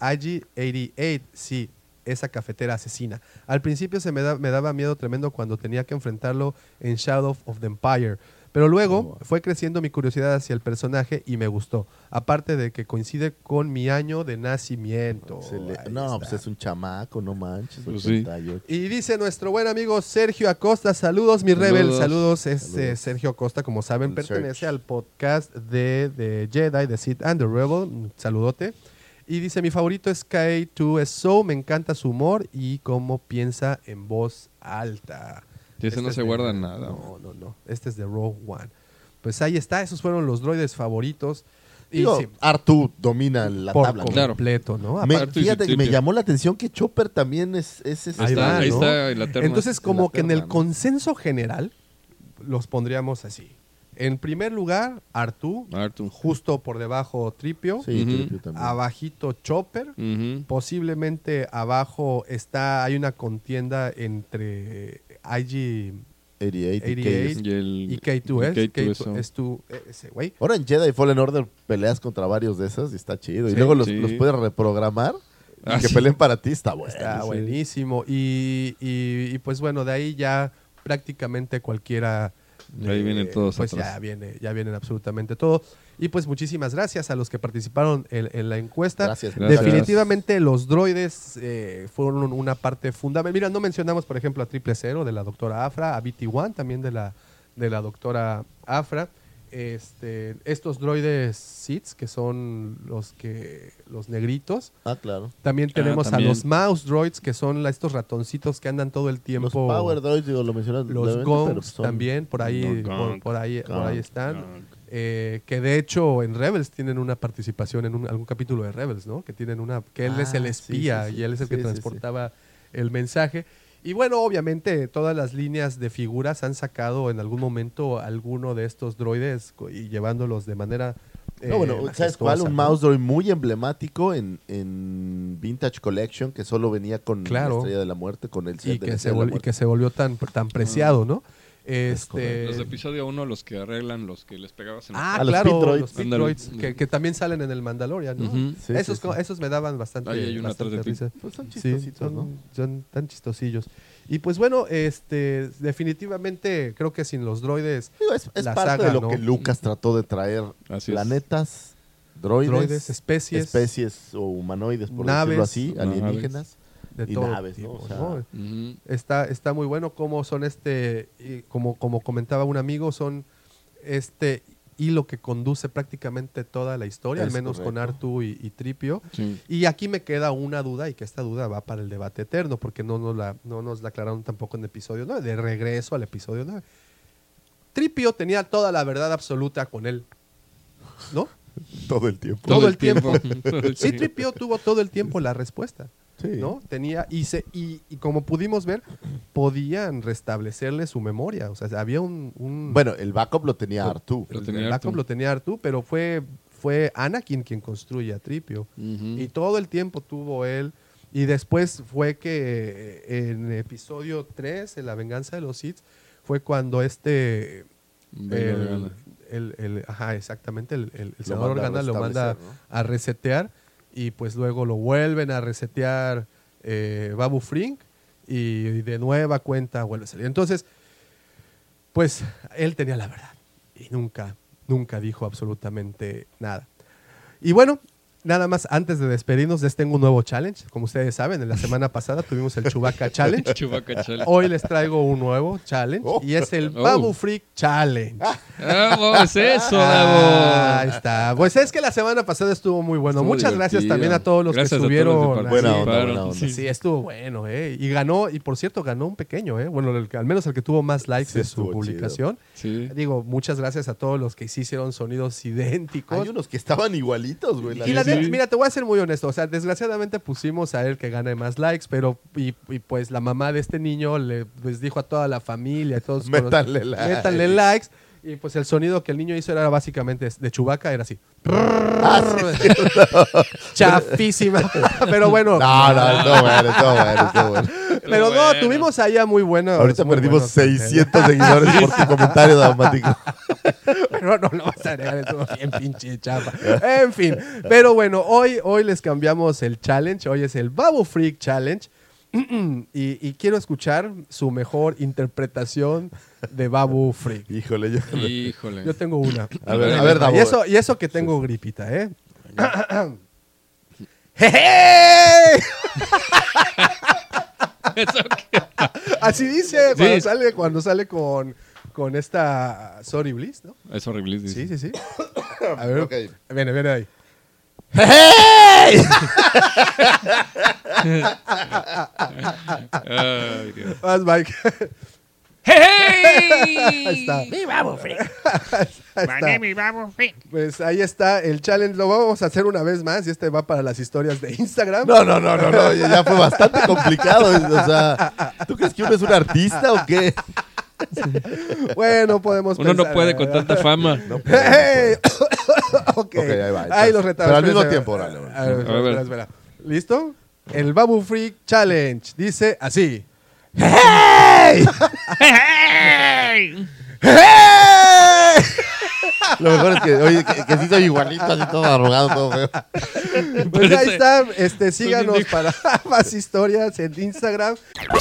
IG-88, sí, esa cafetera asesina. Al principio me daba miedo tremendo cuando tenía que enfrentarlo en Shadow of the Empire, pero luego fue creciendo mi curiosidad hacia el personaje y me gustó, aparte de que coincide con mi año de nacimiento. Ahí No, está. pues es un chamaco, no manches. Pues sí. 88. Y dice nuestro buen amigo Sergio Acosta, saludos mi rebel, saludos. Sergio Acosta, como saben, El pertenece Sergio. al podcast de Jedi, de Sith and the Rebel, un saludote. Y dice, mi favorito es K2SO, me encanta su humor y cómo piensa en voz alta. Y ese no es se de- guarda nada. No, este es de Rogue One. Pues ahí está, esos fueron los droides favoritos. Y Digo, sí, Artu domina la por tabla. ¿no? Claro. completo, ¿no? Me- Aparte, fíjate que me Tripio. llamó la atención que Chopper también es Ahí va, Ahí ¿no? está en la terna. Entonces, como la que en terna, el ¿no? consenso general, los pondríamos así. En primer lugar, Artu, Artu. justo por debajo Tripio, Sí, Ujú. Tripio también. abajito Chopper, Ujú. posiblemente abajo hay una contienda entre IG 88 y 88 K. Y el y K2S. K2SO. Es ese güey. Ahora en Jedi Fallen Order peleas contra varios de esos y está chido. Y Sí, luego los sí. puedes reprogramar y Ah, que sí. peleen para ti. Está bueno. Está sí. buenísimo. Y pues bueno, de ahí ya prácticamente cualquiera. Ahí vienen todos Pues atrás. ya vienen absolutamente todos. Y pues muchísimas gracias a los que participaron en la encuesta. Gracias. Gracias. Definitivamente los droides fueron una parte fundamental. Mira, no mencionamos, por ejemplo, a 000 de la doctora Afra, a BT-1 también de la doctora Afra. Estos droides Sith, que son los negritos. Ah, claro. También tenemos también. a los mouse droids, que son estos ratoncitos que andan todo el tiempo. Los Power Droids, digo, lo mencionas. Los levemente, gongs pero son- también, por ahí, Gonk, por ahí gonk, están. gonk. Que de hecho en Rebels tienen una participación en algún capítulo de Rebels, ¿no? Que tienen que él es el Ah, espía sí, sí, sí. y él es el que Sí, sí, transportaba el mensaje. Y bueno, obviamente todas las líneas de figuras han sacado en algún momento alguno de estos droides y llevándolos de manera No, bueno, ¿sabes cuál? majestuosa, Un ¿no? mouse droid muy emblemático en Vintage Collection que solo venía con Claro. la Estrella de la Muerte, con el set y de que, la se Estrella de la y Muerte. que se volvió tan preciado, ¿no? Los de episodio 1, los que arreglan, los que les pegabas en la a los claro, Pit Droids. los Pit Ándale. Droids, que también salen en el Mandalorian, ¿no? Ujú. Sí, esos, sí, sí. esos me daban bastante, Ahí hay uno bastante atrás de ti. risa. Pues son Sí, chistositos, ¿no? son tan chistosillos. Y pues bueno, definitivamente creo que sin los droides, Digo, es la parte saga, de lo ¿no? que Lucas trató de traer. Así es. Planetas, droides, especies, o humanoides, por naves, decirlo así, naves. alienígenas. de y todo naves, ¿no? tipo, O sea, ¿no? Ujú. Está muy bueno cómo son y como comentaba un amigo, son este hilo que conduce prácticamente toda la historia, Es al menos con correcto. Artu y Tripio. Sí. Y aquí me queda una duda, y que esta duda va para el debate eterno, porque no nos la aclararon tampoco en el episodio 9, de regreso al episodio 9. Tripio tenía toda la verdad absoluta con él, ¿no? todo el tiempo. Todo el tiempo. Sí. Sí, Tripio tuvo todo el tiempo la respuesta. Sí. ¿No? Tenía, y como pudimos ver, podían restablecerle su memoria. O sea, había un Bueno, el backup lo tenía Artu. Lo el tenía backup Artu. lo tenía Artu, pero fue Anakin quien construye a Tripio. Ujú. Y todo el tiempo tuvo él. Y después fue que en episodio 3, en La Venganza de los Sith, fue cuando Bail Organa. exactamente, el Lo senador manda a Organa lo manda restablecer, a resetear, y pues luego lo vuelven a resetear Babu Frink, y de nueva cuenta vuelve a salir. Entonces, pues él tenía la verdad y nunca dijo absolutamente nada. Y bueno, Nada más, antes de despedirnos, les tengo un nuevo challenge. Como ustedes saben, en la semana pasada tuvimos el Chewbacca Challenge. Chewbacca Challenge. Hoy les traigo un nuevo challenge y es el Babu Freak Challenge. ¡Vamos, eso, Davo! Ahí está. Pues es que la semana pasada estuvo muy bueno. Estuvo Muchas gracias divertido. también a todos los Gracias que a todos estuvieron. los que participaron. Buena onda. Sí, estuvo bueno, Y ganó, y por cierto, ganó un pequeño, Bueno, al menos el que tuvo más likes Sí, de su estuvo publicación. Sí. Digo, muchas gracias a todos los que sí hicieron sonidos idénticos. Hay unos que estaban igualitos, güey. Y mira, te voy a ser muy honesto. O sea, desgraciadamente pusimos a él que gane más likes, pero y pues la mamá de este niño le pues, dijo a toda la familia, a todos Métanle like. métanle likes. Y pues el sonido que el niño hizo era básicamente de Chewbacca, era así. Chafísima. Pero bueno. No, estuvo bueno. Pero no, tuvimos ahí a muy buenos. Ahorita muy perdimos buenos 600 seguidores por tu comentario dramático. Pero no lo vas a negar, estuvo bien pinche chapa. En fin, pero bueno, hoy les cambiamos el challenge. Hoy es el Babu Freak Challenge. Y quiero escuchar su mejor interpretación de Babu Freak. Híjole, Yo tengo una. A ver, Davo. Y eso que tengo gripita, ¡Hey! Así dice cuando sale con esta Sorry Bliss, ¿no? Es horrible. Sí. A ver, Ok. viene ahí. ¡Hey! Ay, Dios. Vas, Mike. ¡Hey! Ahí está. Mi Babu Freak. Ahí está. My name is Babu Freak. Pues ahí está el challenge. Lo vamos a hacer una vez más y este va para las historias de Instagram. No, ya fue bastante complicado. O sea, ¿tú crees que uno es un artista o qué? Bueno, podemos Uno no pensar, puede con tanta fama. ¡Hey! Ok. ahí va. Ahí los retamos. Pero al mismo Espera, tiempo, órale. a ver, espera. ¿Listo? El Babu Freak Challenge dice así. ¡Hey! Hey! ¡Hey! Lo mejor es que, oye, que sí soy igualito, así todo arrugado, todo feo. Pues ahí está. Síganos para más historias en Instagram.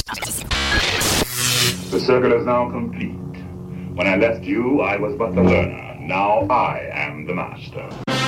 The circle is now complete. When I left you, I was but the learner. Now I am the master.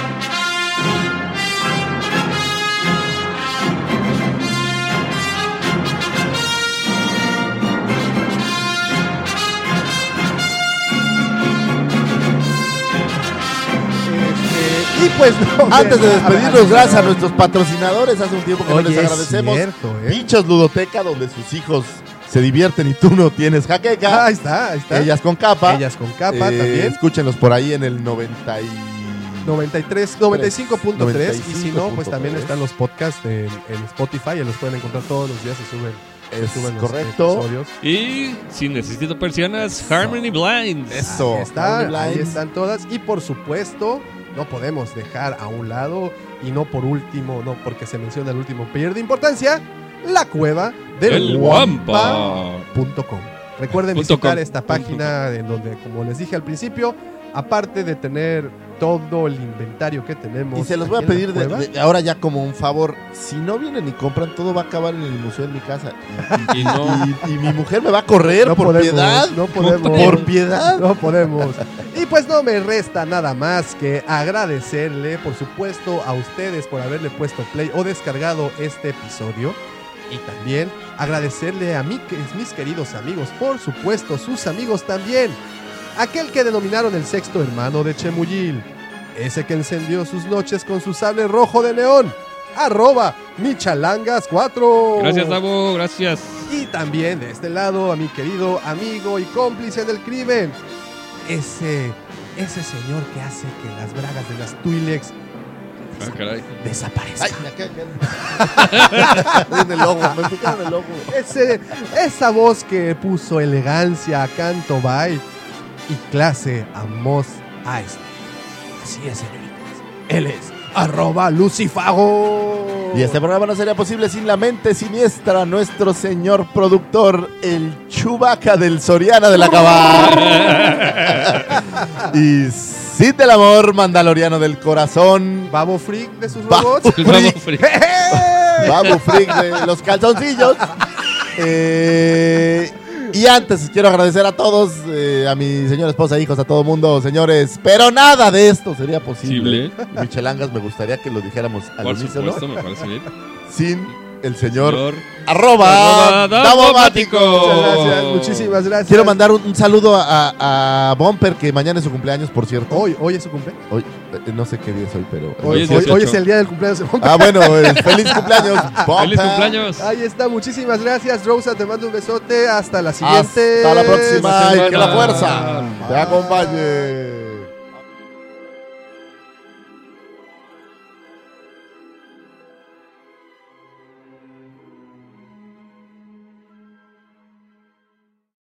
Y pues no, Antes de despedirnos, gracias a nuestros patrocinadores. Hace un tiempo que no Oye, les es agradecemos. cierto, Bichos Ludoteca, donde sus hijos se divierten y tú no tienes jaqueca. Ahí está. Ellas con capa. Ellas con capa también. Escúchenlos por ahí en el 95.3 y si no, pues 95.3. también están los podcasts en Spotify y los pueden encontrar todos los días, se suben los correcto. episodios. Y si necesito persianas, Harmony Blinds. Eso. Ahí están todas y por supuesto no podemos dejar a un lado y no por último, no porque se menciona el último pierde importancia, la cueva del El Wampa.com. Recuerden Punto visitar com. esta página en donde, como les dije al principio, aparte de tener todo el inventario que tenemos. Y se los voy a aquí en pedir la cueva, ahora ya como un favor. Si no vienen y compran, todo va a acabar en el museo en mi casa. Y no. Y mi mujer me va a correr no por podemos, piedad. No podemos. Por piedad. No podemos. Y pues no me resta nada más que agradecerle, por supuesto, a ustedes por haberle puesto play o descargado este episodio. Y también agradecerle a mis queridos amigos, por supuesto, sus amigos también. Aquel que denominaron el sexto hermano de Chemuyil. Ese que encendió sus noches con su sable rojo de neón. @Michalangas4. Gracias, Davo, gracias. Y también de este lado a mi querido amigo y cómplice del crimen. Ese señor que hace que las bragas de las Twi'leks Caray. desaparezcan. Ay, en el logo, me picaron el logo. Esa voz que puso elegancia a Canto Bay y clase a Mos Eisley. Así es, señoritas. Él es @Lucifago. Y este programa no sería posible sin la mente siniestra, nuestro señor productor, el Chewbacca del Soriana de la Cabal. Y Cid del Amor, Mandaloriano del Corazón. Babu Freak de sus Babu robots. El Davo Freak. Babu Freak de los calzoncillos. Y antes quiero agradecer a todos, a mi señora esposa, hijos, a todo mundo, señores. Pero nada de esto sería posible. Michelangas, me gustaría que lo dijéramos al Por unísono. supuesto, me parece bien. Sin el señor Arroba Davomático. Muchas gracias, muchísimas gracias. Quiero mandar un saludo a Bumper, que mañana es su cumpleaños, por cierto. Hoy es su cumpleaños. Hoy, no sé qué día es hoy, pero... Hoy es el día del cumpleaños de Bumper. Ah, bueno, feliz cumpleaños, Bumper. ¡Feliz cumpleaños! Ahí está, muchísimas gracias, Rosa. Te mando un besote. Hasta la siguiente. Hasta la próxima y que la semana. fuerza te acompañe.